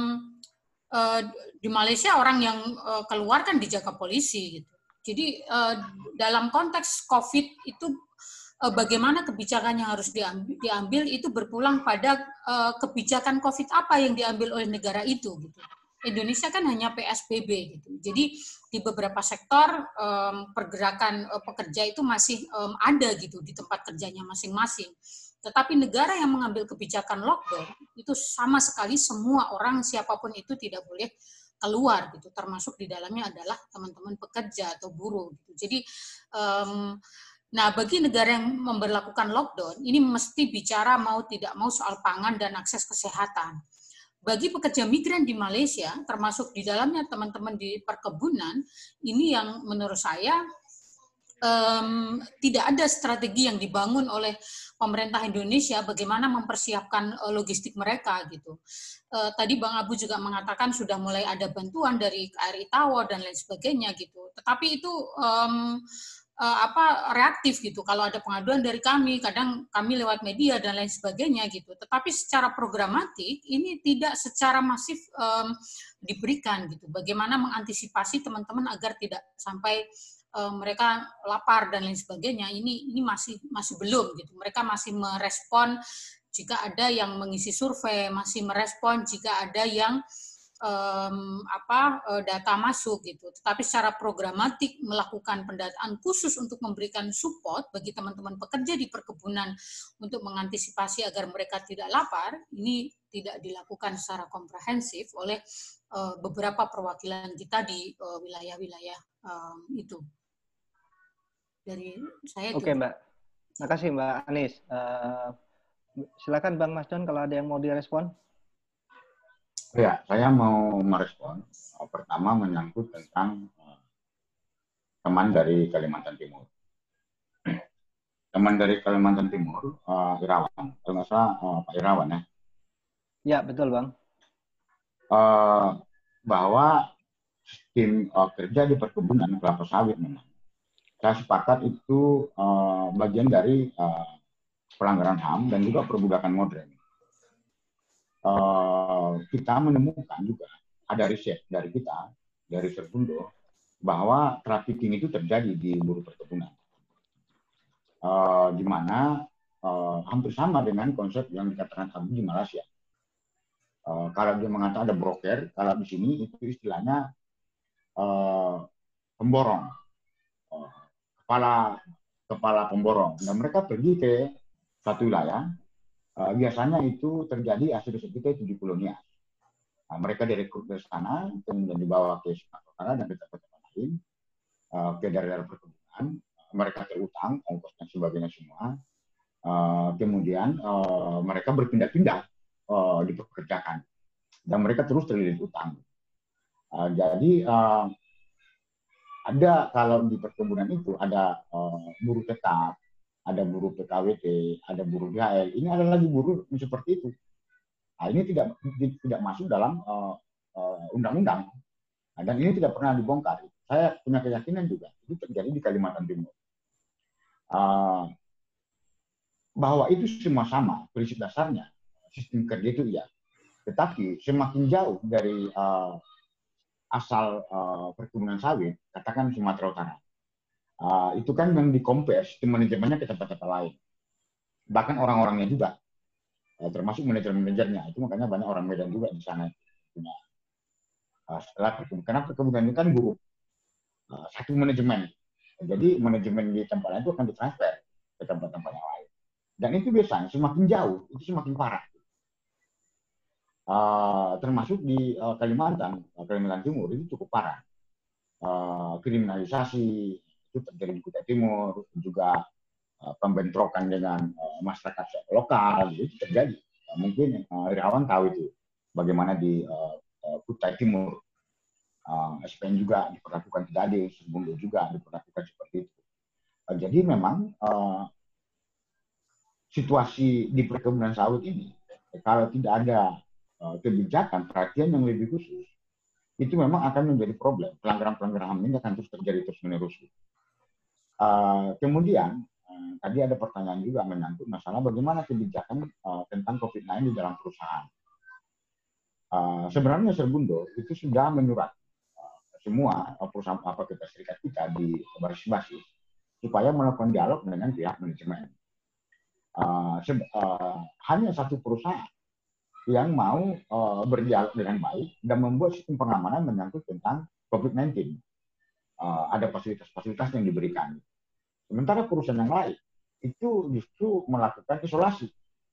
uh, di Malaysia orang yang uh, keluar kan dijaga polisi gitu. Jadi uh, dalam konteks COVID itu uh, bagaimana kebijakan yang harus diambil, diambil itu berpulang pada uh, kebijakan COVID apa yang diambil oleh negara itu gitu. Indonesia kan hanya P S B B gitu. Jadi di beberapa sektor um, pergerakan uh, pekerja itu masih um, ada gitu di tempat kerjanya masing-masing. Tetapi negara yang mengambil kebijakan lockdown itu sama sekali semua orang siapapun itu tidak boleh keluar gitu, termasuk di dalamnya adalah teman-teman pekerja atau buruh gitu. Jadi um, nah bagi negara yang memberlakukan lockdown ini mesti bicara mau tidak mau soal pangan dan akses kesehatan. Bagi pekerja migran di Malaysia termasuk di dalamnya teman-teman di perkebunan ini yang menurut saya Um, tidak ada strategi yang dibangun oleh pemerintah Indonesia bagaimana mempersiapkan uh, logistik mereka gitu. Uh, tadi Bang Abu juga mengatakan sudah mulai ada bantuan dari K R I Tawau dan lain sebagainya gitu. Tetapi itu um, uh, apa reaktif gitu. Kalau ada pengaduan dari kami, kadang kami lewat media dan lain sebagainya gitu. Tetapi secara programatik ini tidak secara masif um, diberikan gitu. Bagaimana mengantisipasi teman-teman agar tidak sampai mereka lapar dan lain sebagainya, ini ini masih masih belum gitu. Mereka masih merespon jika ada yang mengisi survei, masih merespon jika ada yang um, apa data masuk gitu. Tetapi secara programatik melakukan pendataan khusus untuk memberikan support bagi teman-teman pekerja di perkebunan untuk mengantisipasi agar mereka tidak lapar, ini tidak dilakukan secara komprehensif oleh uh, beberapa perwakilan kita di uh, wilayah-wilayah um, itu. Dari saya. Oke Mbak, makasih Mbak Anis. Uh, silakan Bang Mas Don kalau ada yang mau direspon. Ya, saya mau merespon. Uh, pertama menyangkut tentang uh, teman dari Kalimantan Timur. Teman dari Kalimantan Timur, uh, Irawan. Kalau nggak salah uh, Pak Irawan ya. Ya, betul Bang. Uh, bahwa tim uh, kerja di perkebunan kelapa sawit memang. Saya sepakat itu uh, bagian dari uh, pelanggaran H A M dan juga perbudakan modern. Uh, kita menemukan juga ada riset dari kita, dari Serbundo, bahwa trafficking itu terjadi di buruh perkebunan. Uh, di mana uh, hampir sama dengan konsep yang dikatakan Abu di Malaysia. Uh, kalau dia mengatakan ada broker, kalau di sini itu istilahnya uh, pemborong, uh, kepala kepala pemborong. Dan mereka pergi ke satu wilayah, uh, biasanya itu terjadi asli kita itu di kolonial. Nah, mereka direkrut dari sana, kemudian dibawa ke Sumatera dan ke tempat-tempat lain, uh, ke daerah perkebunan. Mereka terutang, ongkos dan sebagainya semua. Uh, kemudian uh, mereka berpindah-pindah uh, dipekerjakan. Dan mereka terus terlilit utang. Uh, jadi uh, ada kalau di perkebunan itu ada uh, buruh tetap, ada buruh P K W T, ada buruh D H L. Ini ada lagi buruh seperti itu. Nah, ini tidak tidak masuk dalam undang-undang. Uh, uh, nah, dan ini tidak pernah dibongkar. Saya punya keyakinan juga itu terjadi di Kalimantan Timur. Uh, bahwa itu semua sama, prinsip dasarnya sistem kerja itu iya. Tetapi semakin jauh dari uh, asal uh, perkebunan sawit, katakan Sumatera Utara, uh, itu kan yang di-compare sistem manajemennya ke tempat-tempat lain. Bahkan orang-orangnya juga, uh, termasuk manajer-manajernya. Itu makanya banyak orang Medan juga di sana punya uh, setelah perkebunan. Karena perkebunan itu kan buruh uh, satu manajemen. Jadi manajemen di tempat lain itu akan ditransfer ke tempat-tempat yang lain. Dan itu biasanya semakin jauh, itu semakin parah. Uh, termasuk di uh, Kalimantan, uh, Kalimantan Timur itu cukup parah. Uh, kriminalisasi itu terjadi di Kutai Timur, juga uh, pembentrokan dengan uh, masyarakat lokal, itu terjadi. Uh, mungkin uh, Irawan tahu itu, bagaimana di uh, uh, Kutai Timur. Uh, S P N juga diperlakukan tidak adil, Serbundo juga diperlakukan seperti itu. Uh, jadi memang uh, situasi di perkebunan sawit ini, kalau tidak ada uh, kebijakan, perhatian yang lebih khusus, itu memang akan menjadi problem. Pelanggaran-pelanggaran H A M ini akan terus terjadi terus-menerus. Uh, kemudian, uh, tadi ada pertanyaan juga menyangkut masalah bagaimana kebijakan uh, tentang COVID sembilan belas di dalam perusahaan. Uh, sebenarnya Serbundo itu sudah menyurat semua perusahaan apa kita serikat kita di basis-basis supaya melakukan dialog dengan pihak manajemen. Uh, uh, hanya satu perusahaan yang mau uh, berdialog dengan baik dan membuat sistem pengamanan menyangkut tentang COVID sembilan belas. Uh, ada fasilitas-fasilitas yang diberikan. Sementara perusahaan yang lain itu justru melakukan isolasi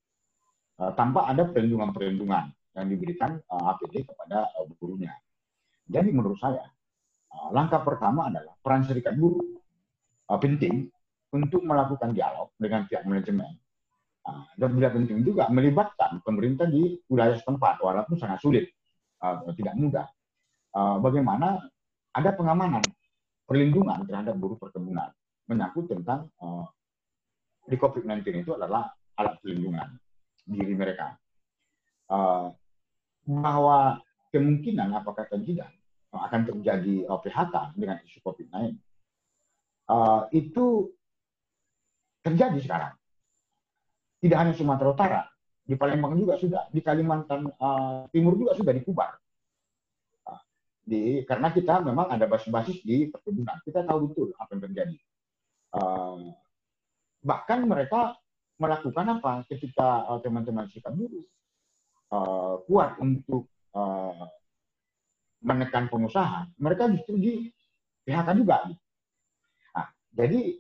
uh, tanpa ada perlindungan-perlindungan yang diberikan uh, A P D kepada uh, buruhnya. Jadi menurut saya langkah pertama adalah peran serikat buruh uh, penting untuk melakukan dialog dengan pihak manajemen. Uh, dan bila penting juga melibatkan pemerintah di wilayah setempat, walaupun sangat sulit, uh, tidak mudah. Uh, bagaimana ada pengamanan, perlindungan terhadap buruh perkebunan, menyangkut tentang uh, di COVID sembilan belas itu adalah alat perlindungan diri mereka. Uh, bahwa kemungkinan apakah tidak akan terjadi P H K dengan isu COVID sembilan belas. Uh, itu terjadi sekarang. Tidak hanya Sumatera Utara, di Palembang juga sudah, di Kalimantan uh, Timur juga sudah dikubar. Uh, di, karena kita memang ada basis-basis di perkebunan. Kita tahu betul apa yang terjadi. Uh, bahkan mereka melakukan apa ketika uh, teman-teman serikat buruh uh, kuat untuk uh, menekan pengusaha, mereka justru di P H K juga. Nah, jadi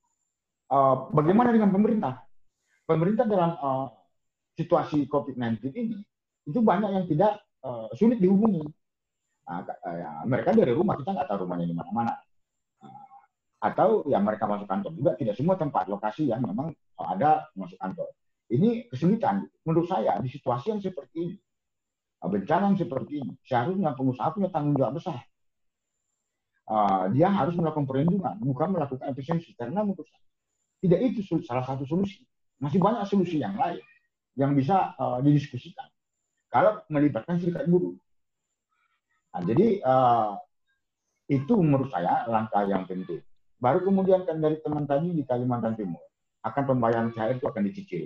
uh, bagaimana dengan pemerintah? Pemerintah dalam uh, situasi COVID sembilan belas ini, itu banyak yang tidak uh, sulit dihubungi. Nah, uh, mereka dari rumah, kita nggak tahu rumahnya di mana-mana. Uh, atau ya mereka masuk kantor juga, tidak semua tempat lokasi yang memang uh, ada masuk kantor. Ini kesulitan menurut saya di situasi yang seperti ini. bencana yang seperti ini, seharusnya pengusaha punya tanggung jawab besar. Uh, dia harus melakukan perlindungan, bukan melakukan efisiensi. Karena menurut saya, tidak itu salah satu solusi. Masih banyak solusi yang lain yang bisa uh, didiskusikan kalau melibatkan serikat buruh. Nah, jadi uh, itu menurut saya langkah yang penting. Baru kemudian kan dari teman tadi di Kalimantan Timur, akan pembayaran T H R itu akan dicicil.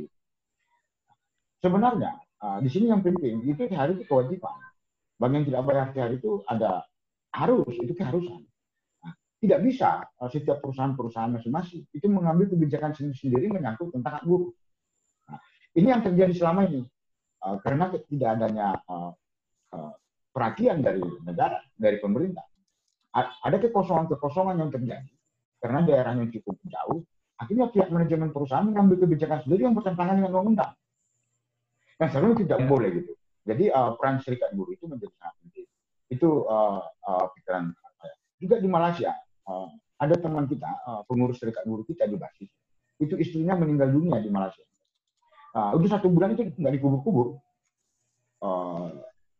Sebenarnya uh, di sini yang penting itu T H R itu kewajiban. Bagi yang tidak bayar T H R itu ada harus, itu keharusan. Nah, tidak bisa uh, setiap perusahaan-perusahaan masing-masing itu mengambil kebijakan sendiri-sendiri menyangkut tentang hak buruh. Nah, ini yang terjadi selama ini uh, karena tidak adanya uh, uh, perhatian dari negara, dari pemerintah. A ada kekosongan-kekosongan yang terjadi karena daerahnya cukup jauh. Akhirnya pihak manajemen perusahaan mengambil kebijakan sendiri yang bertentangan dengan undang-undang. Yang sebenarnya tidak ya. boleh gitu. Jadi uh, peran serikat buruh itu menjadi sangat penting. Itu uh, uh, pikiran saya. Juga di Malaysia uh, ada teman kita, uh, pengurus serikat buruh kita di basis, itu istrinya meninggal dunia di Malaysia. Uh, udah satu bulan itu nggak dikubur-kubur. Uh,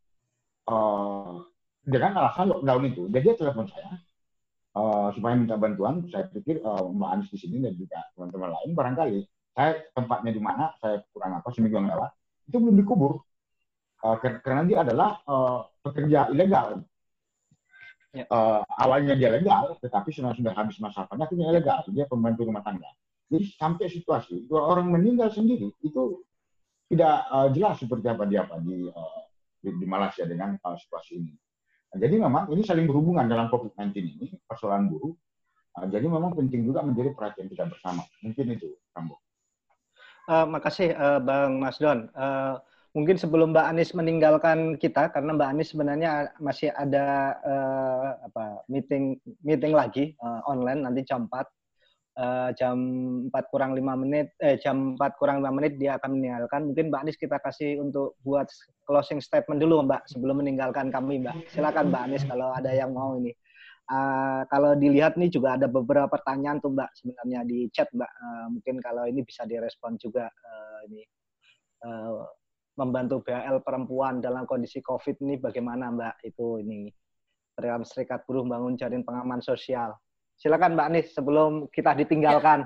uh, dengan alasan lockdown itu. Jadi dia telepon saya uh, supaya minta bantuan. Saya pikir uh, Mbak Anies di sini dan juga teman-teman lain barangkali saya tempatnya di mana, saya kurang apa seminggu yang lewat itu belum dikubur uh, karena dia adalah uh, pekerja ilegal. Ya. Uh, awalnya dia legal, tetapi sudah sudah habis masa panjangnya ilegal. Dia pembantu rumah tangga. Jadi sampai situasi dua orang meninggal sendiri itu tidak uh, jelas seperti apa dia apa di, uh, di di Malaysia dengan uh, situasi ini. Nah, jadi memang ini saling berhubungan dalam COVID sembilan belas ini persoalan buruh. Uh, jadi memang penting juga menjadi perhatian kita bersama. Mungkin itu, Rambo. Uh, makasih uh, Bang Mas Don. Uh, mungkin sebelum Mbak Anies meninggalkan kita, karena Mbak Anies sebenarnya masih ada uh, apa meeting meeting lagi uh, online nanti jam empat. Uh, jam empat kurang lima menit, eh jam empat kurang lima menit dia akan meninggalkan. Mungkin Mbak Anies kita kasih untuk buat closing statement dulu Mbak sebelum meninggalkan kami Mbak. Silakan Mbak Anies kalau ada yang mau ini. Uh, kalau dilihat nih juga ada beberapa pertanyaan tuh Mbak sebenarnya di chat Mbak. Uh, mungkin kalau ini bisa direspon juga uh, ini uh, membantu B H L perempuan dalam kondisi COVID ini bagaimana Mbak itu ini dalam Serikat Buruh bangun jaring pengaman sosial. Silakan Mbak Anies sebelum kita ditinggalkan.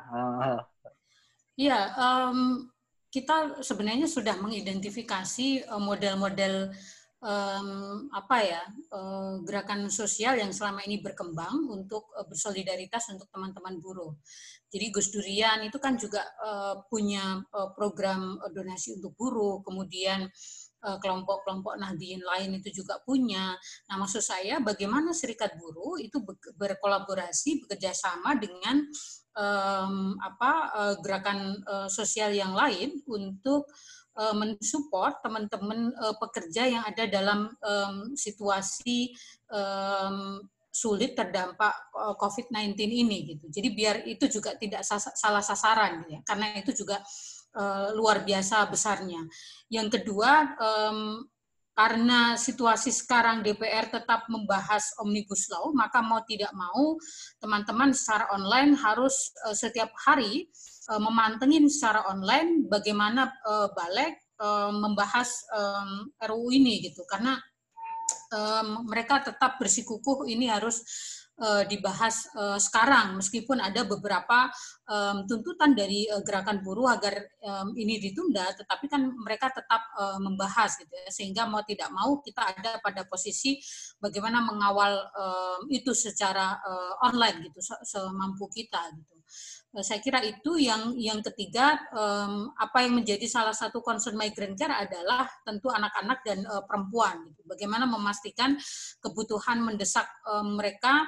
Iya, um, kita sebenarnya sudah mengidentifikasi model-model um, apa ya uh, gerakan sosial yang selama ini berkembang untuk uh, bersolidaritas untuk teman-teman buruh. Jadi Gus Durian itu kan juga uh, punya uh, program donasi untuk buruh, kemudian kelompok-kelompok Nahdliyin lain itu juga punya. Nah, maksud saya bagaimana serikat buruh itu berkolaborasi, bekerjasama dengan um, apa uh, gerakan uh, sosial yang lain untuk uh, mensupport teman-teman uh, pekerja yang ada dalam um, situasi um, sulit terdampak uh, COVID sembilan belas ini gitu. Jadi biar itu juga tidak sas- salah sasaran ya. Karena itu juga Uh, luar biasa besarnya. Yang kedua, um, karena situasi sekarang D P R tetap membahas Omnibus Law, maka mau tidak mau teman-teman secara online harus uh, setiap hari uh, memantengin secara online bagaimana uh, Balik uh, membahas um, R U U ini gitu. Karena um, mereka tetap bersikukuh ini harus uh, dibahas uh, sekarang, meskipun ada beberapa um, tuntutan dari uh, gerakan buruh agar um, ini ditunda, tetapi kan mereka tetap uh, membahas gitu ya, sehingga mau tidak mau kita ada pada posisi bagaimana mengawal um, itu secara uh, online gitu, semampu kita gitu. Saya kira itu yang yang ketiga, um, apa yang menjadi salah satu concern migrant care adalah tentu anak-anak dan uh, perempuan. Gitu. Bagaimana memastikan kebutuhan mendesak um, mereka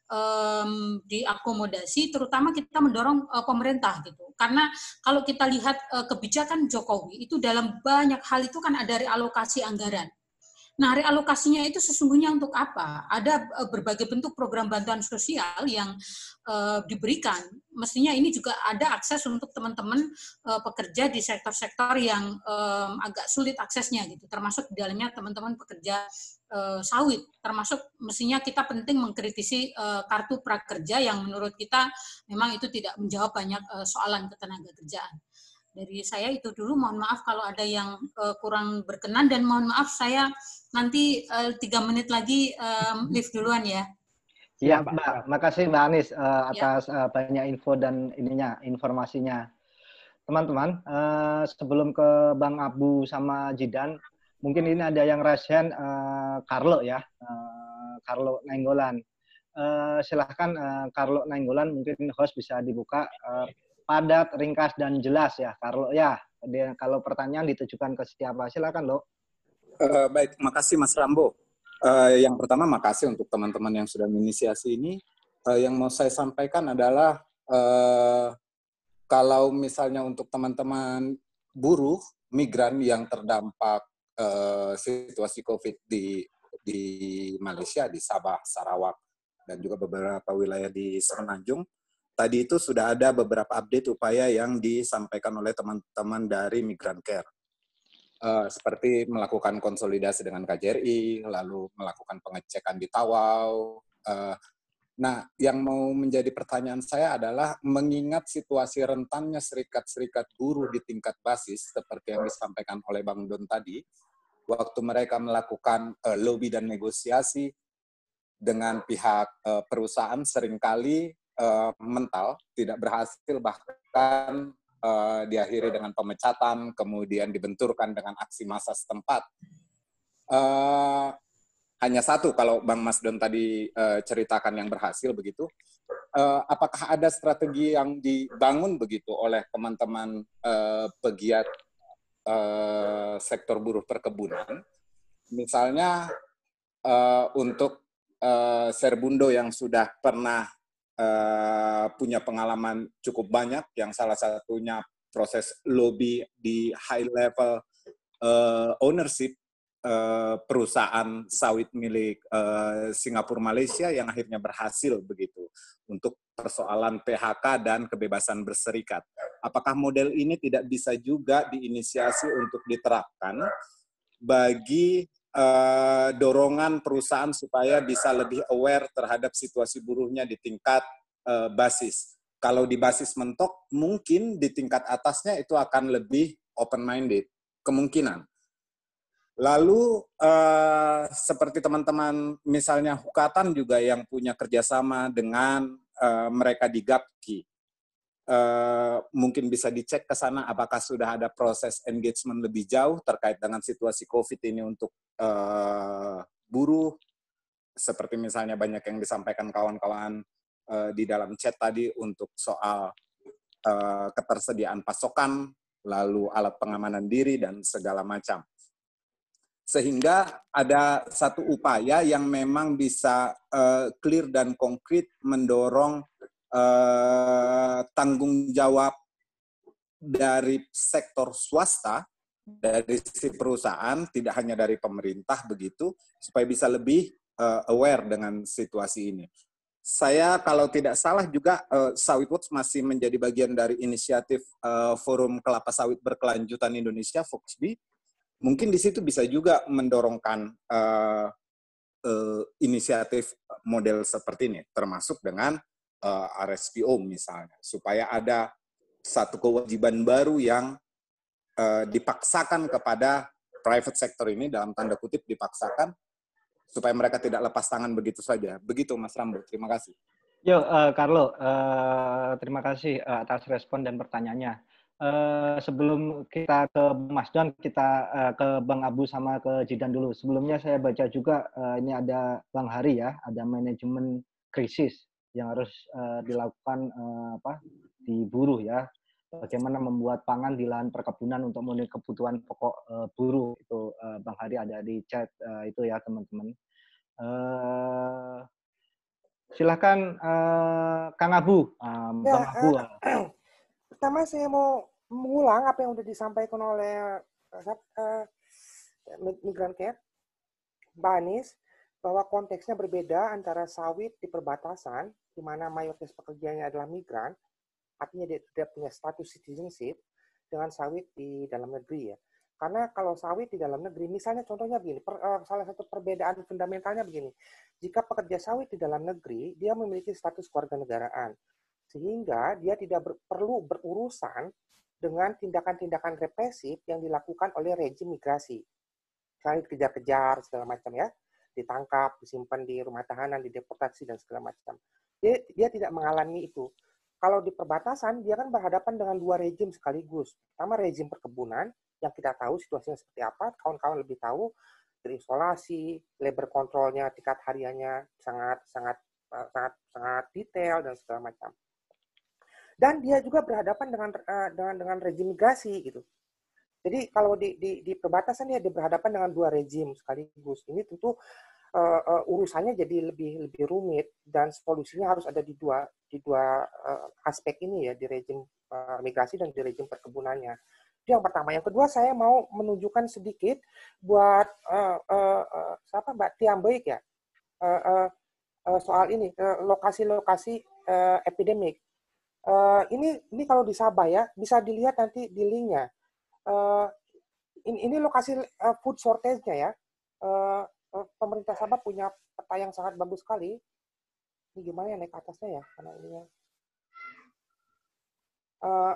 um, diakomodasi, terutama kita mendorong uh, pemerintah gitu. Karena kalau kita lihat uh, kebijakan Jokowi itu dalam banyak hal itu kan ada realokasi anggaran. Nah, realokasinya itu sesungguhnya untuk apa? Ada berbagai bentuk program bantuan sosial yang uh, diberikan. Mestinya ini juga ada akses untuk teman-teman uh, pekerja di sektor-sektor yang um, agak sulit aksesnya, gitu. Termasuk di dalamnya teman-teman pekerja uh, sawit. Termasuk mestinya kita penting mengkritisi uh, kartu prakerja yang menurut kita memang itu tidak menjawab banyak uh, soalan ketenagakerjaan. Dari saya itu dulu, mohon maaf kalau ada yang uh, kurang berkenan, dan mohon maaf saya nanti uh, tiga menit lagi um, live duluan ya. Iya, Mbak. Makasih Mbak Anis uh, atas uh, banyak info dan ininya, informasinya. Teman-teman, uh, sebelum ke Bang Abu sama Jidan, mungkin ini ada yang rasain uh, Carlo ya, uh, Carlo Nainggolan. Uh, silahkan uh, Carlo Nainggolan, mungkin host bisa dibuka uh, padat, ringkas dan jelas ya, Carlo ya. Dia, kalau pertanyaan ditujukan ke siapa, silakan lo. Uh, baik, makasih Mas Rambo. Uh, yang pertama, makasih untuk teman-teman yang sudah menginisiasi ini. Uh, yang mau saya sampaikan adalah uh, kalau misalnya untuk teman-teman buruh migran yang terdampak uh, situasi COVID di di Malaysia, di Sabah, Sarawak, dan juga beberapa wilayah di Semenanjung, tadi itu sudah ada beberapa update upaya yang disampaikan oleh teman-teman dari Migrant Care. Uh, seperti melakukan konsolidasi dengan K J R I, lalu melakukan pengecekan di Tawau. Uh, nah, yang mau menjadi pertanyaan saya adalah mengingat situasi rentannya serikat-serikat buruh di tingkat basis, seperti yang disampaikan oleh Bang Don tadi, waktu mereka melakukan uh, lobby dan negosiasi dengan pihak uh, perusahaan seringkali uh, mental, tidak berhasil, bahkan Uh, diakhiri dengan pemecatan, kemudian dibenturkan dengan aksi massa setempat. Uh, hanya satu, kalau Bang Mas Don tadi uh, ceritakan yang berhasil begitu, uh, apakah ada strategi yang dibangun begitu oleh teman-teman uh, pegiat uh, sektor buruh perkebunan, misalnya uh, untuk uh, Serbundo yang sudah pernah Uh, punya pengalaman cukup banyak, yang salah satunya proses lobby di high level uh, ownership uh, perusahaan sawit milik uh, Singapura Malaysia yang akhirnya berhasil begitu untuk persoalan P H K dan kebebasan berserikat. Apakah model ini tidak bisa juga diinisiasi untuk diterapkan bagi Uh, dorongan perusahaan supaya bisa lebih aware terhadap situasi buruhnya di tingkat uh, basis. Kalau di basis mentok, mungkin di tingkat atasnya itu akan lebih open-minded, kemungkinan. Lalu, uh, seperti teman-teman misalnya Hukatan juga yang punya kerjasama dengan uh, mereka di Gapki, Uh, mungkin bisa dicek ke sana apakah sudah ada proses engagement lebih jauh terkait dengan situasi COVID ini untuk uh, buruh, seperti misalnya banyak yang disampaikan kawan-kawan uh, di dalam chat tadi untuk soal uh, ketersediaan pasokan, lalu alat pengamanan diri, dan segala macam. Sehingga ada satu upaya yang memang bisa uh, clear dan konkret mendorong Uh, tanggung jawab dari sektor swasta, dari si perusahaan, tidak hanya dari pemerintah begitu, supaya bisa lebih uh, aware dengan situasi ini. Saya kalau tidak salah juga uh, Sawitworks masih menjadi bagian dari inisiatif uh, Forum Kelapa Sawit Berkelanjutan Indonesia, F O K S B. Mungkin di situ bisa juga mendorongkan uh, uh, inisiatif model seperti ini, termasuk dengan Uh, R S P O misalnya, supaya ada satu kewajiban baru yang uh, dipaksakan kepada private sector ini, dalam tanda kutip dipaksakan, supaya mereka tidak lepas tangan begitu saja. Begitu Mas Rambo, terima kasih. Yo, uh, Carlo, uh, terima kasih uh, atas respon dan pertanyaannya. Uh, sebelum kita ke Mas Don, kita uh, ke Bang Abu sama ke Jidan dulu. Sebelumnya saya baca juga, uh, ini ada Bang Hari ya, ada manajemen krisis yang harus uh, dilakukan uh, apa di buruh ya, bagaimana membuat pangan di lahan perkebunan untuk memenuhi kebutuhan pokok uh, buruh. Itu uh, Bang Hari ada di chat uh, itu ya teman-teman. Uh, silakan uh, Kang Abu, um, ya, Bang Abu. Uh, pertama saya mau mengulang apa yang sudah disampaikan oleh uh, uh, Migrant Care, Mbak Anis, bahwa konteksnya berbeda antara sawit di perbatasan, di mana mayoritas pekerjanya adalah migran, artinya dia tidak punya status citizenship, dengan sawit di dalam negeri ya. Karena kalau sawit di dalam negeri, misalnya contohnya begini, per, uh, salah satu perbedaan fundamentalnya begini, jika pekerja sawit di dalam negeri, dia memiliki status kewarganegaraan, sehingga dia tidak ber, perlu berurusan dengan tindakan-tindakan represif yang dilakukan oleh rejim migrasi. misalnya dikejar-kejar segala macam ya, ditangkap, disimpan di rumah tahanan, dideportasi dan segala macam. Dia, dia tidak mengalami itu. Kalau di perbatasan, dia kan berhadapan dengan dua rezim sekaligus. Pertama, rezim perkebunan, yang kita tahu situasinya seperti apa, kawan-kawan lebih tahu, terisolasi, labor kontrolnya, tingkat hariannya sangat sangat sangat sangat detail dan segala macam. Dan dia juga berhadapan dengan dengan dengan rezim migrasi gitu. Jadi kalau di di, di perbatasan dia berhadapan dengan dua rezim sekaligus. Ini tentu uh, uh, urusannya jadi lebih lebih rumit dan solusinya harus ada di dua di dua uh, aspek ini ya, di rezim uh, migrasi dan di rezim perkebunannya. Itu yang pertama. Yang kedua, saya mau menunjukkan sedikit buat uh, uh, uh, siapa Mbak Tiambeik ya uh, uh, uh, soal ini uh, lokasi-lokasi uh, epidemik. Uh, ini ini kalau di Sabah ya, bisa dilihat nanti di linknya. Uh, ini, ini lokasi uh, food shortage-nya ya. Uh, uh, pemerintah Sabah punya peta yang sangat bagus sekali. Ini gimana ya naik ke atasnya ya? Karena ini ya. Uh,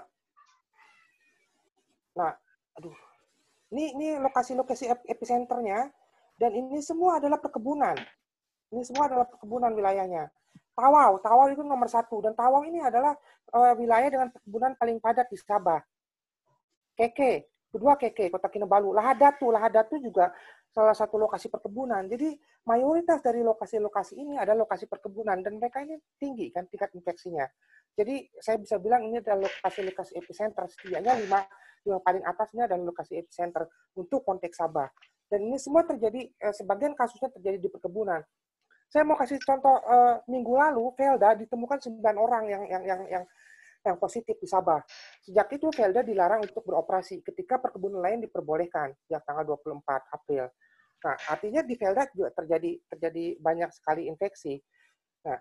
nah, aduh. Ini ini lokasi-lokasi epicenternya dan ini semua adalah perkebunan. Ini semua adalah perkebunan wilayahnya. Tawau, Tawau itu nomor satu. Dan Tawau ini adalah uh, wilayah dengan perkebunan paling padat di Sabah. Keke, kedua Keke, Kota Kinabalu. Lahadatu, Lahadatu juga salah satu lokasi perkebunan. Jadi mayoritas dari lokasi-lokasi ini adalah lokasi perkebunan. Dan mereka ini tinggi kan tingkat infeksinya. Jadi saya bisa bilang ini adalah lokasi-lokasi epicenter. Setidaknya lima, lima paling atasnya adalah lokasi epicenter untuk konteks Sabah. Dan ini semua terjadi, eh, sebagian kasusnya terjadi di perkebunan. Saya mau kasih contoh uh, minggu lalu Velda ditemukan sembilan orang yang yang yang yang yang positif di Sabah. Sejak itu Velda dilarang untuk beroperasi ketika perkebunan lain diperbolehkan sejak tanggal dua puluh empat April. Nah, artinya di Velda juga terjadi terjadi banyak sekali infeksi. Nah,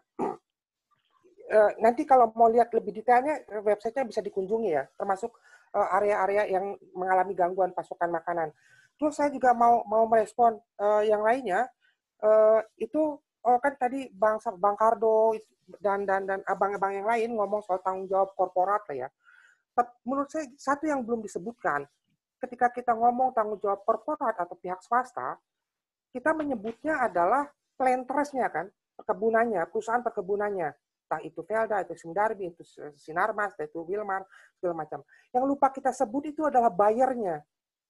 uh, nanti kalau mau lihat lebih detailnya websitenya bisa dikunjungi ya, termasuk uh, area-area yang mengalami gangguan pasokan makanan. Terus saya juga mau mau merespon uh, yang lainnya uh, itu. Oh kan tadi Bang Bang Kardo dan dan dan abang-abang yang lain ngomong soal tanggung jawab korporat lah ya. Menurut saya satu yang belum disebutkan, ketika kita ngomong tanggung jawab korporat atau pihak swasta, kita menyebutnya adalah plantersnya kan, perkebunannya, perusahaan perkebunannya. Entah itu Velda, itu Sindarbi, itu Sinarmas, itu Wilmar, segala macam. Yang lupa kita sebut itu adalah bayarnya.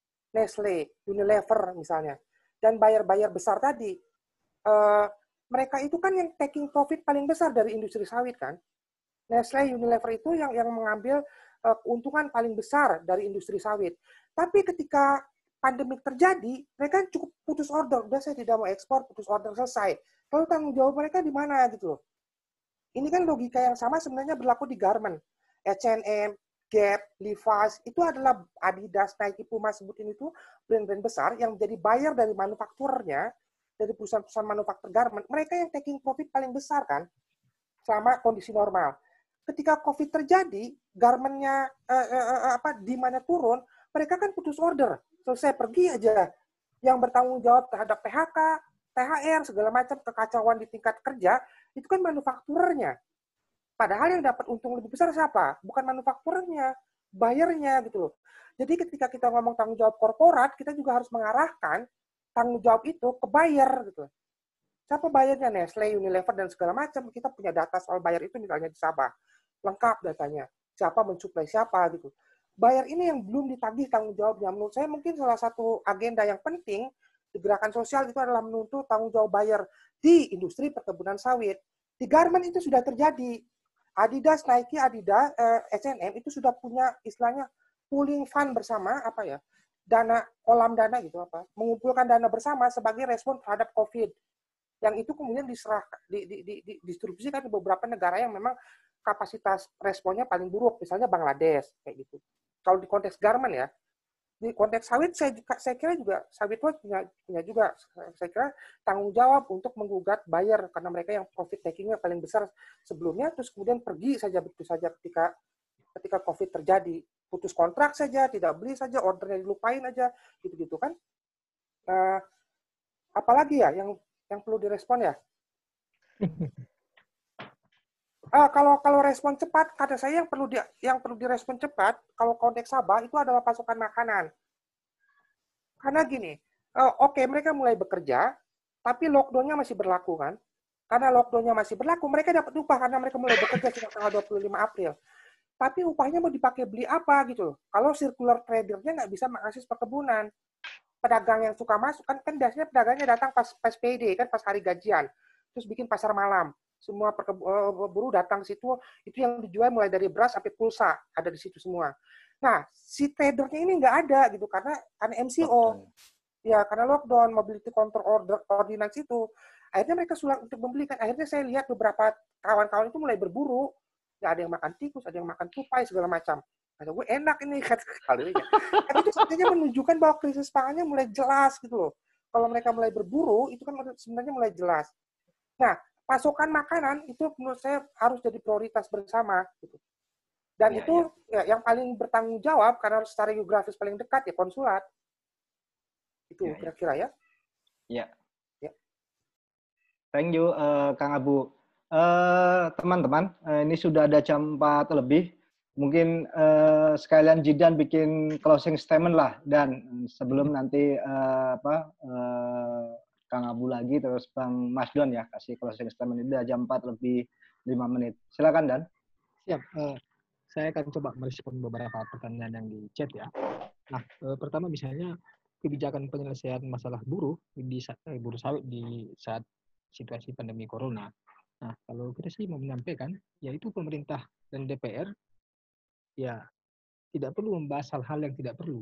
Nestle, Unilever misalnya. Dan bayar-bayar besar tadi, uh, mereka itu kan yang taking profit paling besar dari industri sawit kan. Nestle, Unilever itu yang yang mengambil uh, keuntungan paling besar dari industri sawit. Tapi ketika pandemi terjadi, mereka cukup putus order. Udah saya tidak mau ekspor, putus order selesai. Lalu tanggung jawab mereka di mana gitu loh. Ini kan logika yang sama sebenarnya berlaku di garment. H and M, Gap, Levi's, itu adalah Adidas, Nike, Puma, sebutin itu brand-brand besar yang menjadi buyer dari manufakturernya, dari perusahaan-perusahaan manufaktur garment, mereka yang taking profit paling besar kan, selama kondisi normal. Ketika COVID terjadi, garmentnya eh, eh, apa demand-nya turun, mereka kan putus order, selesai pergi aja. Yang bertanggung jawab terhadap P H K, T H R, segala macam kekacauan di tingkat kerja, itu kan manufakturernya. Padahal yang dapat untung lebih besar siapa? Bukan manufakturernya, bayarnya gitu loh. Jadi ketika kita ngomong tanggung jawab korporat, kita juga harus mengarahkan tanggung jawab itu ke buyer gitu. Siapa bayarnya? Nestle, Unilever dan segala macam. Kita punya data soal buyer itu misalnya di Sabah. Lengkap datanya. Siapa mensuplai siapa gitu. Buyer ini yang belum ditagih tanggung jawabnya. Menurut saya mungkin salah satu agenda yang penting di gerakan sosial itu adalah menuntut tanggung jawab buyer di industri perkebunan sawit. Di garment itu sudah terjadi. Adidas, Nike, Adidas, eh, H and M itu sudah punya istilahnya pooling fund bersama apa ya? Dana, kolam dana gitu apa, mengumpulkan dana bersama sebagai respon terhadap COVID. Yang itu kemudian diserah, di, di, di, di, didistribusikan ke beberapa negara yang memang kapasitas responnya paling buruk, misalnya Bangladesh, kayak gitu. Kalau di konteks garment ya, di konteks sawit, saya, saya kira juga, sawit punya, punya juga, saya kira tanggung jawab untuk menggugat buyer, karena mereka yang profit taking-nya paling besar sebelumnya, terus kemudian pergi saja begitu saja ketika ketika COVID terjadi. Putus kontrak saja, tidak beli saja, ordernya dilupain aja, gitu-gitu kan. Uh, apalagi ya yang yang perlu direspon ya? Uh, kalau kalau respon cepat, kata saya yang perlu di, yang perlu direspon cepat, kalau konteks Sabah itu adalah pasokan makanan. Karena gini, oh, oke okay, mereka mulai bekerja, tapi lockdown-nya masih berlaku kan? Karena lockdown-nya masih berlaku, mereka dapat upah karena mereka mulai bekerja sejak tanggal dua puluh lima April. Tapi upahnya mau dipakai beli apa gitu loh. Kalau circular trader-nya nggak bisa mengakses perkebunan. Pedagang yang suka masuk, kan, kan biasanya pedagangnya datang pas, pas P D, kan pas hari gajian. Terus bikin pasar malam. Semua buruh datang ke situ, itu yang dijual mulai dari beras sampai pulsa, ada di situ semua. Nah, si tradernya ini nggak ada gitu, karena karena M C O. Okay. Ya, karena lockdown, mobility control order, ordinance itu. Akhirnya mereka sulit untuk membelikan. Akhirnya saya lihat beberapa kawan-kawan itu mulai berburu. Ya, ada yang makan tikus, ada yang makan tupai, segala macam. Kata gue, enak ini. Kata kali ini. Tapi itu sebenarnya menunjukkan bahwa krisis pangannya mulai jelas gitu loh. Kalau mereka mulai berburu, itu kan sebenarnya mulai jelas. Nah, pasokan makanan itu menurut saya harus jadi prioritas bersama. Gitu. Dan ya, itu ya. Ya, yang paling bertanggung jawab, karena secara geografis paling dekat, ya konsulat. Itu ya, kira-kira ya. Ya. Ya. Thank you, uh, Kang Abu. Uh, teman-teman, uh, ini sudah ada jam empat lebih. Mungkin uh, sekalian Jidan bikin closing statement lah. Dan sebelum nanti uh, apa uh, Kang Abu lagi, terus Bang Mas Don ya, kasih closing statement. Ini udah jam empat lebih lima menit. Silakan, Dan. Siap. Uh, saya akan coba merespon beberapa pertanyaan yang di chat ya. Nah, uh, pertama misalnya kebijakan penyelesaian masalah buruh di saat, eh, buruh sawit di saat situasi pandemi corona. Nah, kalau kita sih mau menyampaikan, yaitu pemerintah dan D P R ya tidak perlu membahas hal-hal yang tidak perlu.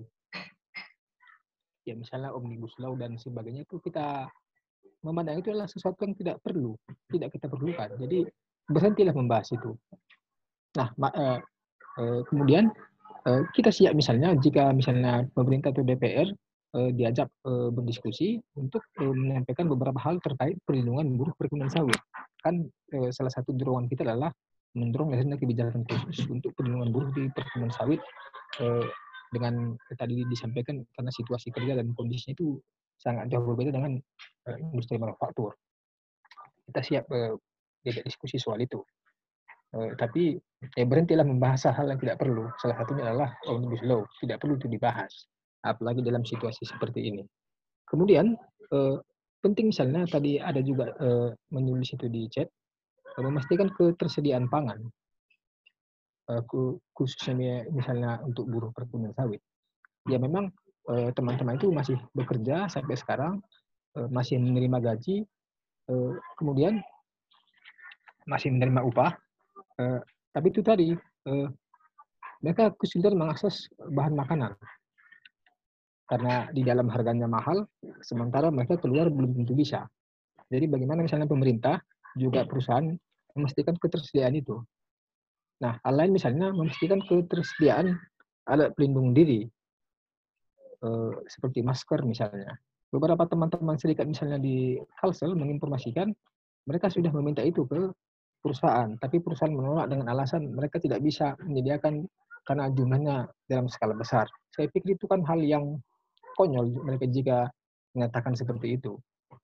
Ya misalnya Omnibus Law dan sebagainya itu kita memandang itu adalah sesuatu yang tidak perlu, tidak kita perlukan. Jadi berhentilah membahas itu. Nah, eh, eh, kemudian eh, kita siap misalnya jika misalnya pemerintah atau D P R eh, diajak eh, berdiskusi untuk eh, menyampaikan beberapa hal terkait perlindungan buruh perkebunan sawit. Kan eh, salah satu dorongan kita adalah mendorong lahirnya kebijakan khusus untuk perlindungan buruh di perkebunan sawit eh, dengan eh, tadi disampaikan karena situasi kerja dan kondisinya itu sangat jauh berbeda dengan eh, industri manufaktur. Kita siap eh, diajak diskusi soal itu. Eh, tapi eh, berhentilah membahas hal yang tidak perlu. Salah satunya adalah Omnibus Law. Tidak perlu itu dibahas, apalagi dalam situasi seperti ini. Kemudian eh, penting misalnya tadi ada juga eh, menulis itu di chat, memastikan ketersediaan pangan, eh, khususnya misalnya untuk buruh perkebunan sawit. Ya memang eh, teman-teman itu masih bekerja sampai sekarang, eh, masih menerima gaji, eh, kemudian masih menerima upah, eh, tapi itu tadi eh, mereka kesulitan mengakses bahan makanan karena di dalam harganya mahal, sementara mereka keluar belum tentu bisa. Jadi bagaimana misalnya pemerintah juga perusahaan memastikan ketersediaan itu. Nah, hal lain misalnya memastikan ketersediaan alat pelindung diri, eh, seperti masker misalnya. Beberapa teman-teman serikat misalnya di Kalsel menginformasikan mereka sudah meminta itu ke perusahaan, tapi perusahaan menolak dengan alasan mereka tidak bisa menyediakan karena jumlahnya dalam skala besar. Saya pikir itu kan hal yang konyol mereka jika mengatakan seperti itu.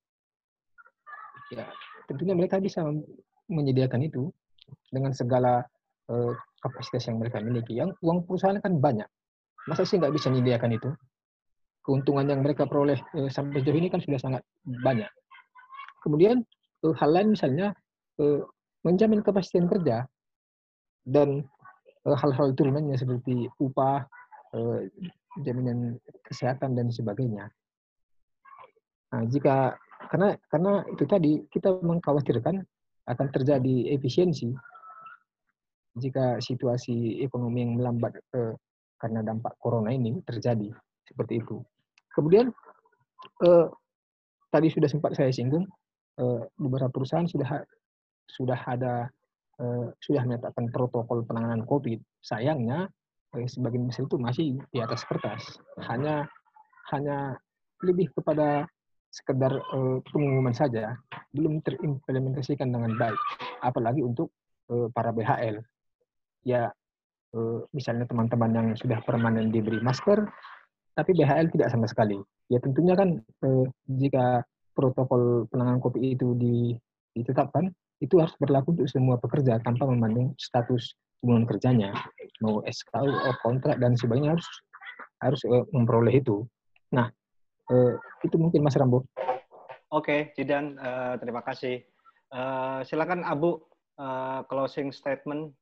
Ya, tentunya mereka bisa menyediakan itu dengan segala uh, kapasitas yang mereka miliki. Yang uang perusahaan kan banyak. Masa sih nggak bisa menyediakan itu? Keuntungan yang mereka peroleh uh, sampai sejauh ini kan sudah sangat banyak. Kemudian uh, hal lain misalnya uh, menjamin kepastian kerja dan uh, hal-hal turunannya seperti upah, uh, jaminan kesehatan dan sebagainya. Nah, jika karena karena itu tadi kita mengkhawatirkan akan terjadi efisiensi jika situasi ekonomi yang melambat eh, karena dampak corona ini terjadi seperti itu. Kemudian eh, tadi sudah sempat saya singgung eh, beberapa perusahaan sudah sudah ada eh, sudah menyatakan protokol penanganan COVID. Sayangnya eh, sebagian besar itu masih di atas kertas. Hanya hanya lebih kepada sekedar uh, pengumuman saja, belum terimplementasikan dengan baik, apalagi untuk uh, para B H L. Ya, uh, misalnya teman-teman yang sudah permanen diberi masker, tapi B H L tidak sama sekali. Ya tentunya kan uh, jika protokol penanganan COVID itu ditetapkan, itu harus berlaku untuk semua pekerja tanpa memandang status hubungan kerjanya, mau S K U, kontrak dan sebagainya harus harus uh, memperoleh itu. Nah, Uh, itu mungkin Mas Rambo. Oke, Zidan, uh, terima kasih. Uh, silakan Abu, uh, closing statement.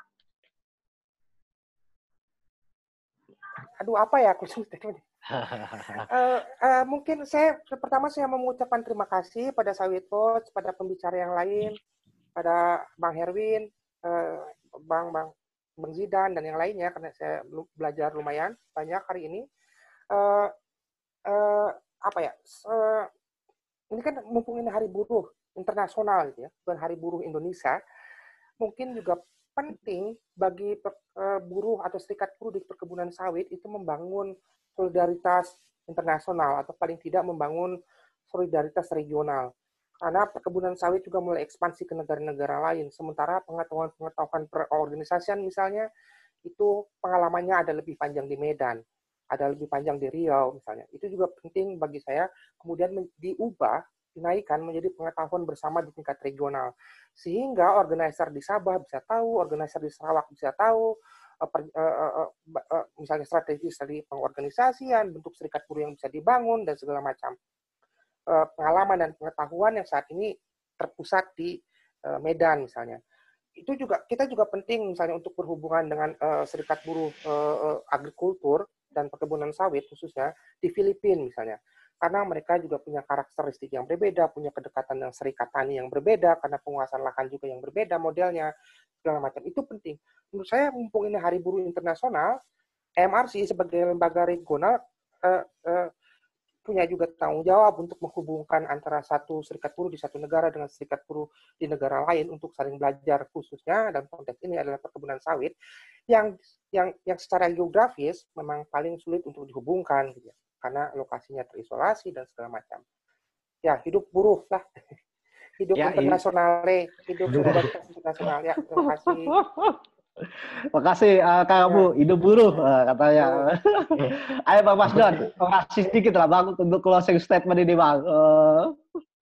Aduh, apa ya closing statement? uh, uh, mungkin saya pertama saya mengucapkan terima kasih pada Sawit Coach, pada pembicara yang lain, pada Bang Herwin, uh, Bang Bang Bang Zidan dan yang lainnya, karena saya belajar lumayan banyak hari ini. Uh, uh, apa ya? Uh, ini kan mumpung ini Hari Buruh Internasional, gitu ya, bukan Hari Buruh Indonesia, mungkin juga penting bagi uh, buruh atau serikat buruh di perkebunan sawit itu membangun solidaritas internasional atau paling tidak membangun solidaritas regional. Karena perkebunan sawit juga mulai ekspansi ke negara-negara lain. Sementara pengetahuan-pengetahuan perorganisasian misalnya, itu pengalamannya ada lebih panjang di Medan, ada lebih panjang di Riau misalnya. Itu juga penting bagi saya, kemudian diubah, dinaikkan menjadi pengetahuan bersama di tingkat regional. Sehingga organizer di Sabah bisa tahu, organizer di Sarawak bisa tahu, misalnya strategis dari pengorganisasian, bentuk serikat buruh yang bisa dibangun, dan segala macam. Pengalaman dan pengetahuan yang saat ini terpusat di Medan misalnya. Itu juga kita juga penting misalnya untuk berhubungan dengan uh, serikat buruh uh, agrikultur dan perkebunan sawit khususnya di Filipina misalnya. Karena mereka juga punya karakteristik yang berbeda, punya kedekatan dengan serikat tani yang berbeda, karena penguasaan lahan juga yang berbeda modelnya, segala macam. Itu penting. Menurut saya mumpung ini Hari Buruh Internasional, M R C sebagai lembaga regional uh, uh, punya juga tanggung jawab untuk menghubungkan antara satu serikat buruh di satu negara dengan serikat buruh di negara lain untuk saling belajar, khususnya dalam konteks ini adalah perkebunan sawit yang yang yang secara geografis memang paling sulit untuk dihubungkan gitu ya, karena lokasinya terisolasi dan segala macam. Ya, hidup buruh lah. Hidup ya, internasionale, hidup solidaritas internasional ya. Terima kasih. Makasih uh, Kang Abu, hidup buruh uh, katanya. Ayo Bang Masdon, kasih sedikit lah Bang untuk closing statement ini Bang. Uh.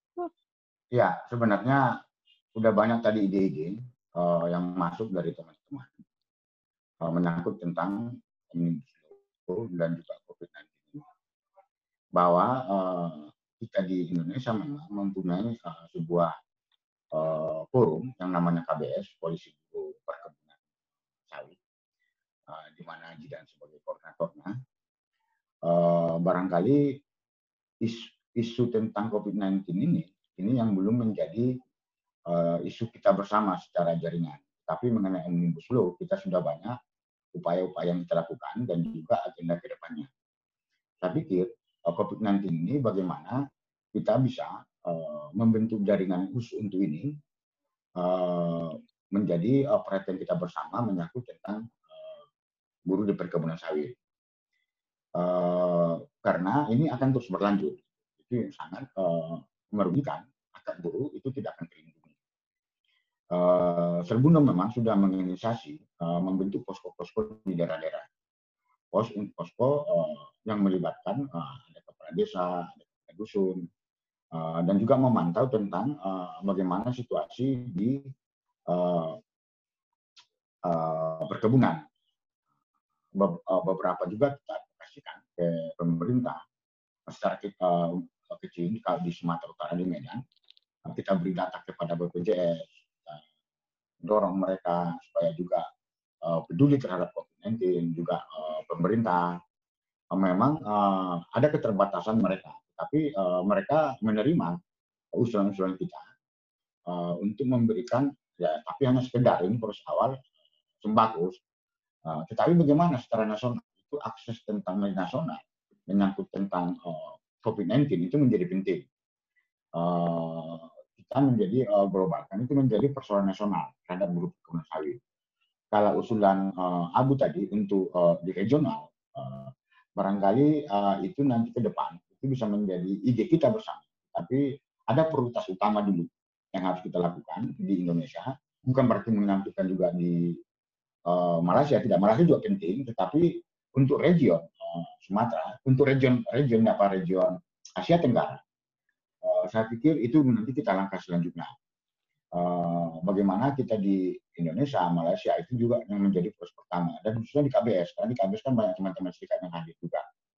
Ya, sebenarnya udah banyak tadi ide-ide uh, yang masuk dari teman-teman uh, menyangkut tentang Omnibus dan juga COVID sembilan belas. Bahwa uh, kita di Indonesia memang mempunyai uh, sebuah uh, forum yang namanya K B S, Koalisi Buruh Perkebunan Sawit, uh, di mana Zidan sebagai koordinatornya. Uh, barangkali isu, isu tentang COVID sembilan belas ini, ini yang belum menjadi uh, isu kita bersama secara jaringan. Tapi mengenai Omnibus Law, kita sudah banyak upaya-upaya yang kita lakukan dan juga agenda ke depannya. Saya pikir uh, COVID sembilan belas ini bagaimana kita bisa uh, membentuk jaringan khusus untuk ini, uh, menjadi uh, perhatian kita bersama menyangkut tentang buruh di perkebunan sawit. Uh, karena ini akan terus berlanjut. Itu sangat uh, merugikan, akar buruh itu tidak akan terlindungi. Uh, Serbundum memang sudah menginisiasi uh, membentuk posko-posko di daerah-daerah. Pos posko uh, yang melibatkan uh, ada kepala desa, ada kepala dusun, uh, dan juga memantau tentang uh, bagaimana situasi di uh, uh, perkebunan. Beberapa juga kita aplikasikan ke pemerintah secara uh, kecil di Sumatera Utara di Medan. Kita beri data kepada B P J S, dorong mereka supaya juga uh, peduli terhadap COVID sembilan belas, juga uh, pemerintah. Uh, memang uh, ada keterbatasan mereka, tapi uh, mereka menerima usulan-usulan kita uh, untuk memberikan, ya tapi hanya sekedar ini proses awal sembako. Uh, tetapi bagaimana secara nasional itu akses tentang nasional menyangkut tentang uh, COVID sembilan belas itu menjadi penting. Uh, kita menjadi uh, global, kan itu menjadi persoalan nasional terhadap buruh perkebunan sawit. Kalau usulan uh, Abu tadi untuk uh, di regional, uh, barangkali uh, itu nanti ke depan itu bisa menjadi ide kita bersama. Tapi ada prioritas utama dulu yang harus kita lakukan di Indonesia. Bukan berarti menyampaikan juga di Uh, Malaysia, tidak, Malaysia juga penting, tetapi untuk region uh, Sumatera, untuk region region apa region Asia Tenggara, uh, saya pikir itu nanti kita langkah selanjutnya. Uh, bagaimana kita di Indonesia, Malaysia itu juga yang menjadi pos pertama, dan khususnya di K B S, karena di K B S kan banyak teman-teman serikat yang hadir juga.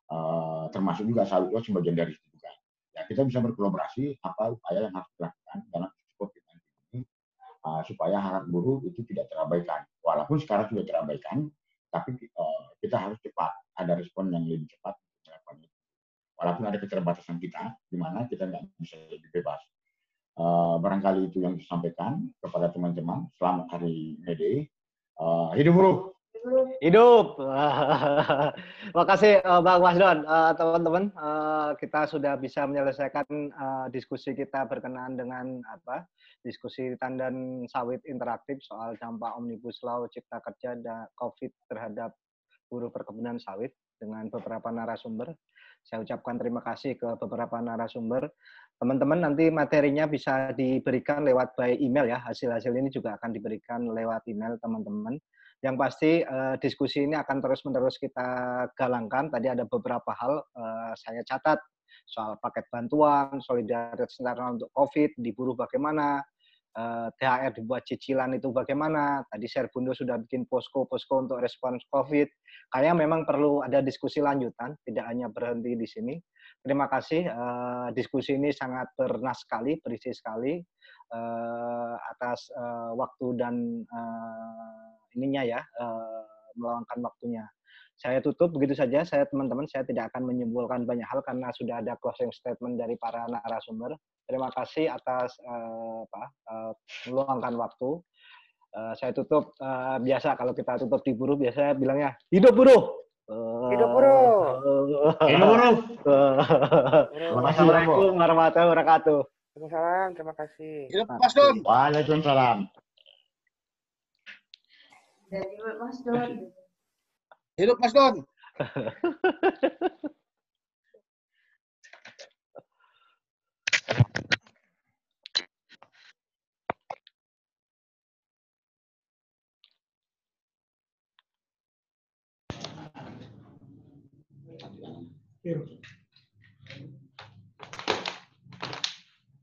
uh, termasuk juga sawit itu sebagian dari itu juga. Ya, kita bisa berkolaborasi apa upaya yang harus dilakukan dalam COVID sembilan belas ini uh, supaya hak buruh itu tidak terabaikan. Walaupun sekarang sudah terabaikan, tapi uh, kita harus cepat, ada respon yang lebih cepat melakukan itu. Walaupun ada keterbatasan kita, di mana kita nggak bisa lebih bebas. Uh, barangkali itu yang disampaikan kepada teman-teman. Selamat Hari May Day. Uh, hidup buruh. Hidup. Makasih uh, Bang Masdon. Uh, teman-teman, uh, kita sudah bisa menyelesaikan uh, diskusi kita berkenaan dengan apa? Diskusi tandan sawit interaktif soal dampak Omnibus Law Cipta Kerja dan COVID terhadap buruh perkebunan sawit dengan beberapa narasumber. Saya ucapkan terima kasih ke beberapa narasumber. Teman-teman nanti materinya bisa diberikan lewat by email ya. Hasil-hasil ini juga akan diberikan lewat email teman-teman. Yang pasti uh, diskusi ini akan terus-menerus kita galangkan. Tadi ada beberapa hal uh, saya catat soal paket bantuan, solidaritas internasional untuk COVID, di buruh bagaimana, uh, T H R dibuat cicilan itu bagaimana. Tadi Serbundo sudah bikin posko-posko untuk respons COVID. Kayaknya memang perlu ada diskusi lanjutan, tidak hanya berhenti di sini. Terima kasih, uh, diskusi ini sangat bernas sekali, berisi sekali uh, atas uh, waktu dan uh, ininya ya, uh, meluangkan waktunya. Saya tutup begitu saja. Saya teman-teman, saya tidak akan menyimpulkan banyak hal karena sudah ada closing statement dari para narasumber. Terima kasih atas uh, apa, uh, meluangkan waktu. Uh, saya tutup uh, biasa kalau kita tutup di buruh biasanya bilangnya hidup buruh. Uh, hidup buruh. Hidup buruh. Assalamualaikum warahmatullahi wabarakatuh. Waalaikumsalam, terima kasih. Hidup Mas Don. Waalaikumsalam. Dari Mas Don. Hidup Mas Don. Virus.